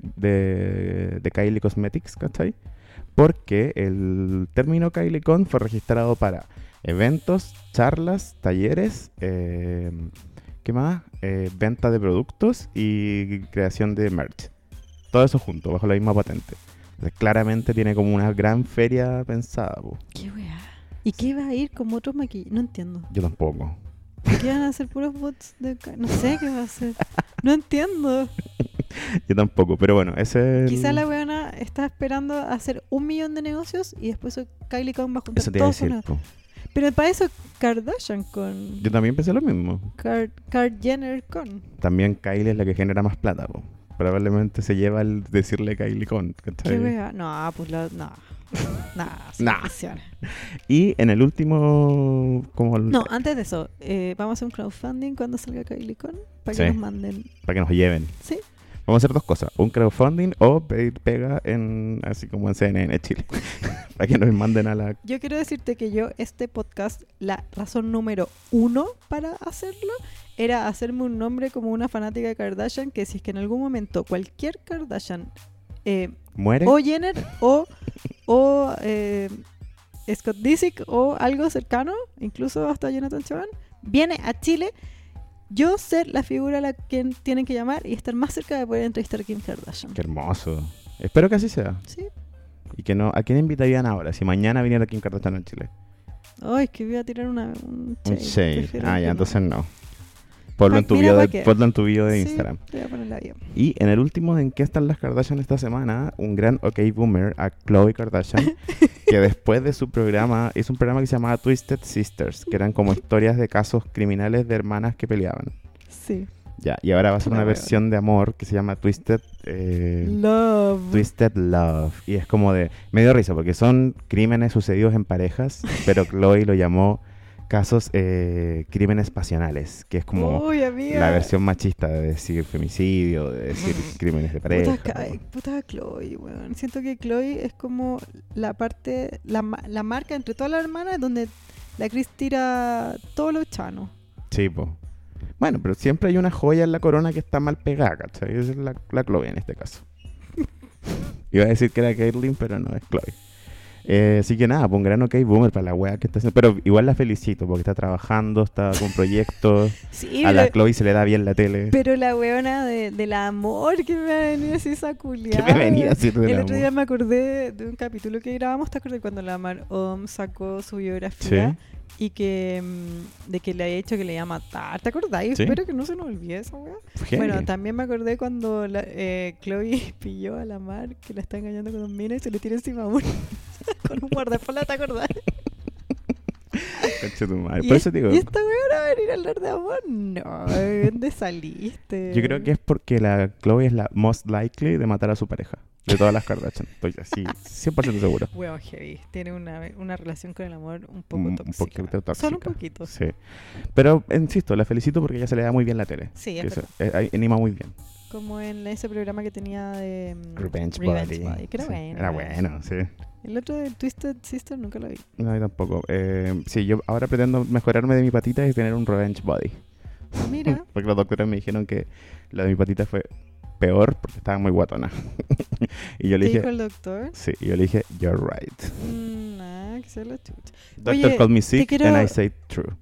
de, de Kylie Cosmetics, ¿cachai? Porque el término KylieCon fue registrado para eventos, charlas, talleres, eh, ¿qué más? Eh, venta de productos y creación de merch. Todo eso junto, bajo la misma patente. Entonces, claramente tiene como una gran feria pensada. Po. ¿Qué weá? ¿Y qué va a ir como otros maquillajes? No entiendo. Yo tampoco. ¿Qué van a hacer puros bots de ca- No sé qué va a hacer. No entiendo. Yo tampoco, pero bueno, ese... Quizá la weona está esperando hacer un millón de negocios y después Kylie Con va a juntar Eso te iba a todos sus decir, negocios. po. Pero para eso Kardashian Con, Yo también pensé lo mismo. Kar, Kar Jenner Con. También Kylie es la que genera más plata, po. Probablemente se lleva el decirle Kylie Con, ¿cachai? ¿Qué wea? No, pues la... No. Nah, sin Nah. presiones. Y en el último... como el- No, antes de eso, eh, vamos a hacer un crowdfunding cuando salga Kylie Con para que Sí. nos manden. Para que nos lleven. Sí. Vamos a hacer dos cosas. Un crowdfunding o pedir pega en así como en C N N Chile. Para que nos manden a la... Yo quiero decirte que yo, este podcast, la razón número uno para hacerlo era hacerme un nombre como una fanática de Kardashian, que si es que en algún momento cualquier Kardashian eh, ¿Muere? o Jenner o, o eh, Scott Disick o algo cercano, incluso hasta Jonathan Chaban, viene a Chile, yo ser la figura a la que tienen que llamar y estar más cerca de poder entrevistar a Kim Kardashian. Qué hermoso. Espero que así sea. Sí. Y que no... ¿A quién invitarían ahora? Si mañana viniera Kim Kardashian en Chile. Ay, es que voy a tirar una, un Un shade. shade. Prefiero Ah, que ya, no. entonces no. Ponlo en tu Mira, bio ¿pa' de, qué? ponlo en tu bio de Sí, Instagram. voy a ponerla bien. Y en el último en qué están las Kardashian esta semana, un gran OK Boomer a Khloe Kardashian, que después de su programa, hizo un programa que se llamaba Twisted Sisters, que eran como historias de casos criminales de hermanas que peleaban. Sí. Ya, y ahora va a hacer La una wea. versión de amor que se llama Twisted eh, Love. Twisted Love. Y es como de... Me dio risa porque son crímenes sucedidos en parejas, pero Khloe lo llamó casos eh, crímenes pasionales, que es como Uy, amiga. la versión machista de decir femicidio, de decir crímenes de pareja. Puta, ca- puta Chloe, weón. Siento que Chloe es como la parte, la, ma- la marca entre todas las hermanas donde la Chris tira todo lo chano. Sí, po. Bueno, pero siempre hay una joya en la corona que está mal pegada, ¿cachai? Esa es la, la Chloe en este caso. Iba a decir que era Caitlyn, pero no, es Chloe. Eh, así que nada, pues un gran OK Boomer para la wea que está haciendo. Pero igual la felicito porque está trabajando, está con proyectos. Sí, a la pero- Chloe se le da bien la tele. Pero la weona de, del amor que me ha venido así esa culiada. ¿Qué me venía a decir del El amor? otro día me acordé de un capítulo que grabamos, ¿te acuerdas cuando la Mar Om sacó su biografía? Sí. Y que mm, de que le había dicho que le iba a matar, ¿te acordás? Sí. Espero que no se nos olvide esa weá. Heavy. Bueno, también me acordé cuando la, eh, Chloe pilló a la Mar que la está engañando con un mina y se le tira encima a uno con un guardaespaldas, ¿te acordás? Concha tu madre. ¿Y, Por es- eso digo, ¿Y esta weá va a venir a hablar de amor? No, ¿de dónde saliste? yo creo que es porque la Chloe es la most likely de matar a su pareja. De todas las Kardashian. Estoy así, cien por ciento seguro. Weón, heavy. Tiene una, una relación con el amor un poco Un, un tóxica. poquito tóxica. Solo un poquito. Sí. Pero, insisto, la felicito porque ella se le da muy bien la tele. Sí, es Que eso, verdad. eh, anima muy bien. Como en ese programa que tenía de mm, Revenge, Body. que era Sí, bueno. Era bueno, sí. El otro de Twisted Sister nunca lo vi. No, yo tampoco. Eh, sí, yo ahora pretendo mejorarme de mi patita y tener un Revenge Body. Mira. Porque los doctores me dijeron que la de mi patita fue peor porque estaba muy guatona. Y yo le ¿Te dije... dijo el doctor? Sí, y yo le dije, you're right. Mm, nah, que sea la chucha. Doctor Oye, called me te sick quiero- and I said true.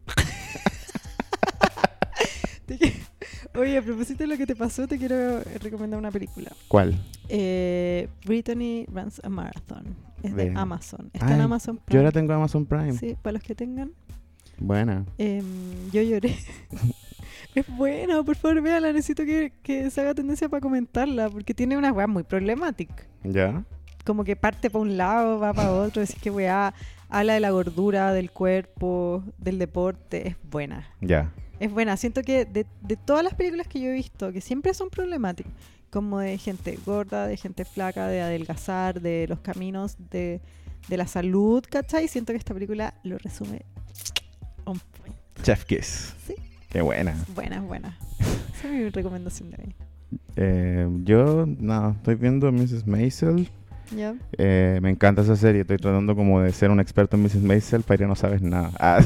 te qui- Oye, a propósito de lo que te pasó, te quiero recomendar una película. ¿Cuál? Eh, Brittany Runs a Marathon. Es de De- Amazon. Está en Ay, Amazon Prime. Yo ahora tengo Amazon Prime. Sí, para los que tengan. Buena. Em, yo lloré. Es buena, por favor, véanla. Necesito que, que se haga tendencia para comentarla, porque tiene una weá muy problemática. ¿Ya? Como que parte para un lado, va para otro, decís que weá, habla de la gordura, del cuerpo, del deporte. Es buena. Ya. Es buena. Siento que de, de todas las películas que yo he visto, que siempre son problemáticas, como de gente gorda, de gente flaca, de adelgazar, de los caminos, de, de la salud, ¿cachai? Siento que esta película lo resume on point. Chef Kiss. Sí. Qué buena. Buena, buena. Esa es mi recomendación de hoy. Eh, yo, no, estoy viendo missus Maisel. Ya. Eh, me encanta esa serie. Estoy tratando como de ser un experto en missus Maisel, pero ya no sabes nada. Ah.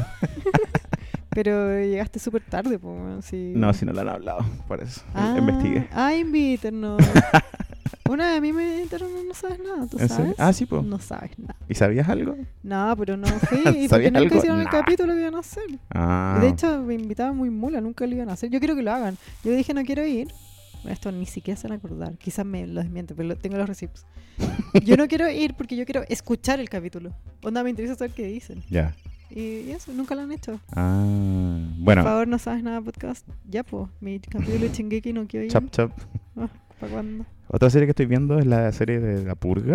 Pero llegaste súper tarde, pues. Sí. No, si no la han hablado, por eso. Ah, Investigué. Ah, invítenos. Una vez a mí me dijeron, no, no sabes nada, ¿tú ¿En sabes? serio? Ah, sí, pues. No sabes nada. ¿Y sabías algo? No, pero no fui. ¿Y por qué ¿Sabías nunca algo? hicieron el Nah. capítulo que iban a hacer? Ah. De hecho, me invitaban muy mula, nunca lo iban a hacer. Yo quiero que lo hagan. Yo dije, no quiero ir. Esto ni siquiera se van a acordar. Quizás me lo desmiente, pero lo- tengo los receipts. Yo no quiero ir porque yo quiero escuchar el capítulo. Onda, me interesa saber qué dicen. Ya. Y, y eso, nunca lo han hecho. Ah, bueno. Por favor, no sabes nada podcast. Ya, pues, mi capítulo de Shingeki no quiero ir. Chap, chap. Ah, ¿para cuándo? Otra serie que estoy viendo es la serie de La Purga.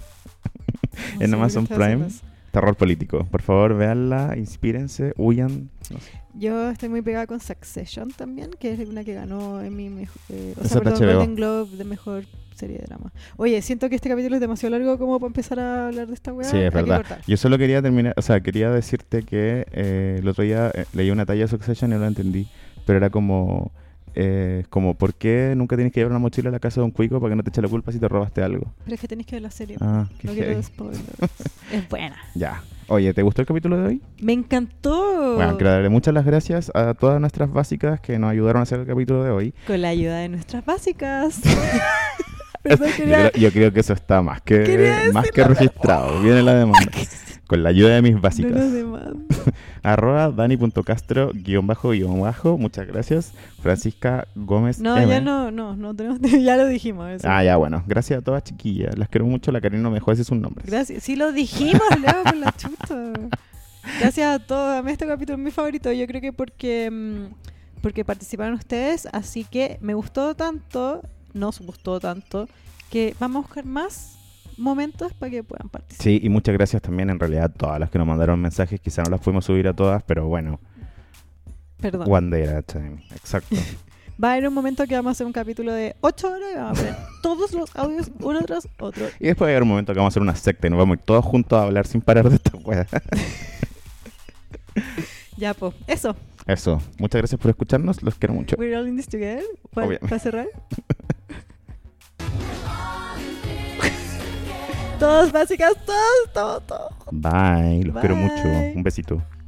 sé en por Amazon qué estás haciendo Prime. eso. Terror político. Por favor, véanla, inspírense, huyan. No sé. Yo estoy muy pegada con Succession también, que es una que ganó en mi mejor, eh, o Esa sea, es de perdón, H B O. Golden Globe de mejor serie de drama. Oye, siento que este capítulo es demasiado largo como para empezar a hablar de esta weá. Sí, Hay es que verdad. cortar. Yo solo quería terminar, o sea, quería decirte que eh, el otro día eh, leí una talla de Succession y no la entendí, pero era como, eh, como, ¿por qué nunca tienes que llevar una mochila a la casa de un cuico para que no te eche la culpa si te robaste algo? Pero es que tenéis que ver la serie. Ah, qué no quiero heavy. spoilers. Es buena. Ya. Oye, ¿te gustó el capítulo de hoy? Me encantó. Bueno, quiero darle muchas las gracias a todas nuestras básicas que nos ayudaron a hacer el capítulo de hoy. Con la ayuda de nuestras básicas. Perdón, Yo quería- creo, yo creo que eso está más que, Quería más decir que la registrado. Viene la demanda. Con la ayuda de mis básicas. No nos demandan. Arroba Dani.castro guión bajo guión bajo. Muchas gracias. Francisca Gómez No, M. ya no, no, no tenemos, ya lo dijimos. Eso. Ah, ya, bueno. Gracias a todas, chiquillas. Las quiero mucho. La Karina no me dejó decir sus nombres. Gracias. Sí lo dijimos, Leo, por la chuta. Gracias a todos. A mí este capítulo es mi favorito. Yo creo que porque, mm, porque participaron ustedes. Así que me gustó tanto, nos gustó tanto, que vamos a buscar más momentos para que puedan participar. Sí, y muchas gracias también en realidad a todas las que nos mandaron mensajes. Quizá no las pudimos subir a todas, pero bueno. Perdón. One day at a time. Exacto. Va a haber un momento que vamos a hacer un capítulo de ocho horas y vamos a poner todos los audios uno tras otro. Y después va a haber un momento que vamos a hacer una secta y nos vamos a ir todos juntos a hablar sin parar de esta wea. Ya, pues, eso. Eso. Muchas gracias por escucharnos. Los quiero mucho. We're all in this together. ¿Para Obviamente. cerrar? Todos básicas, todos, todos, todos. Bye. Los quiero mucho. Bye. Un besito.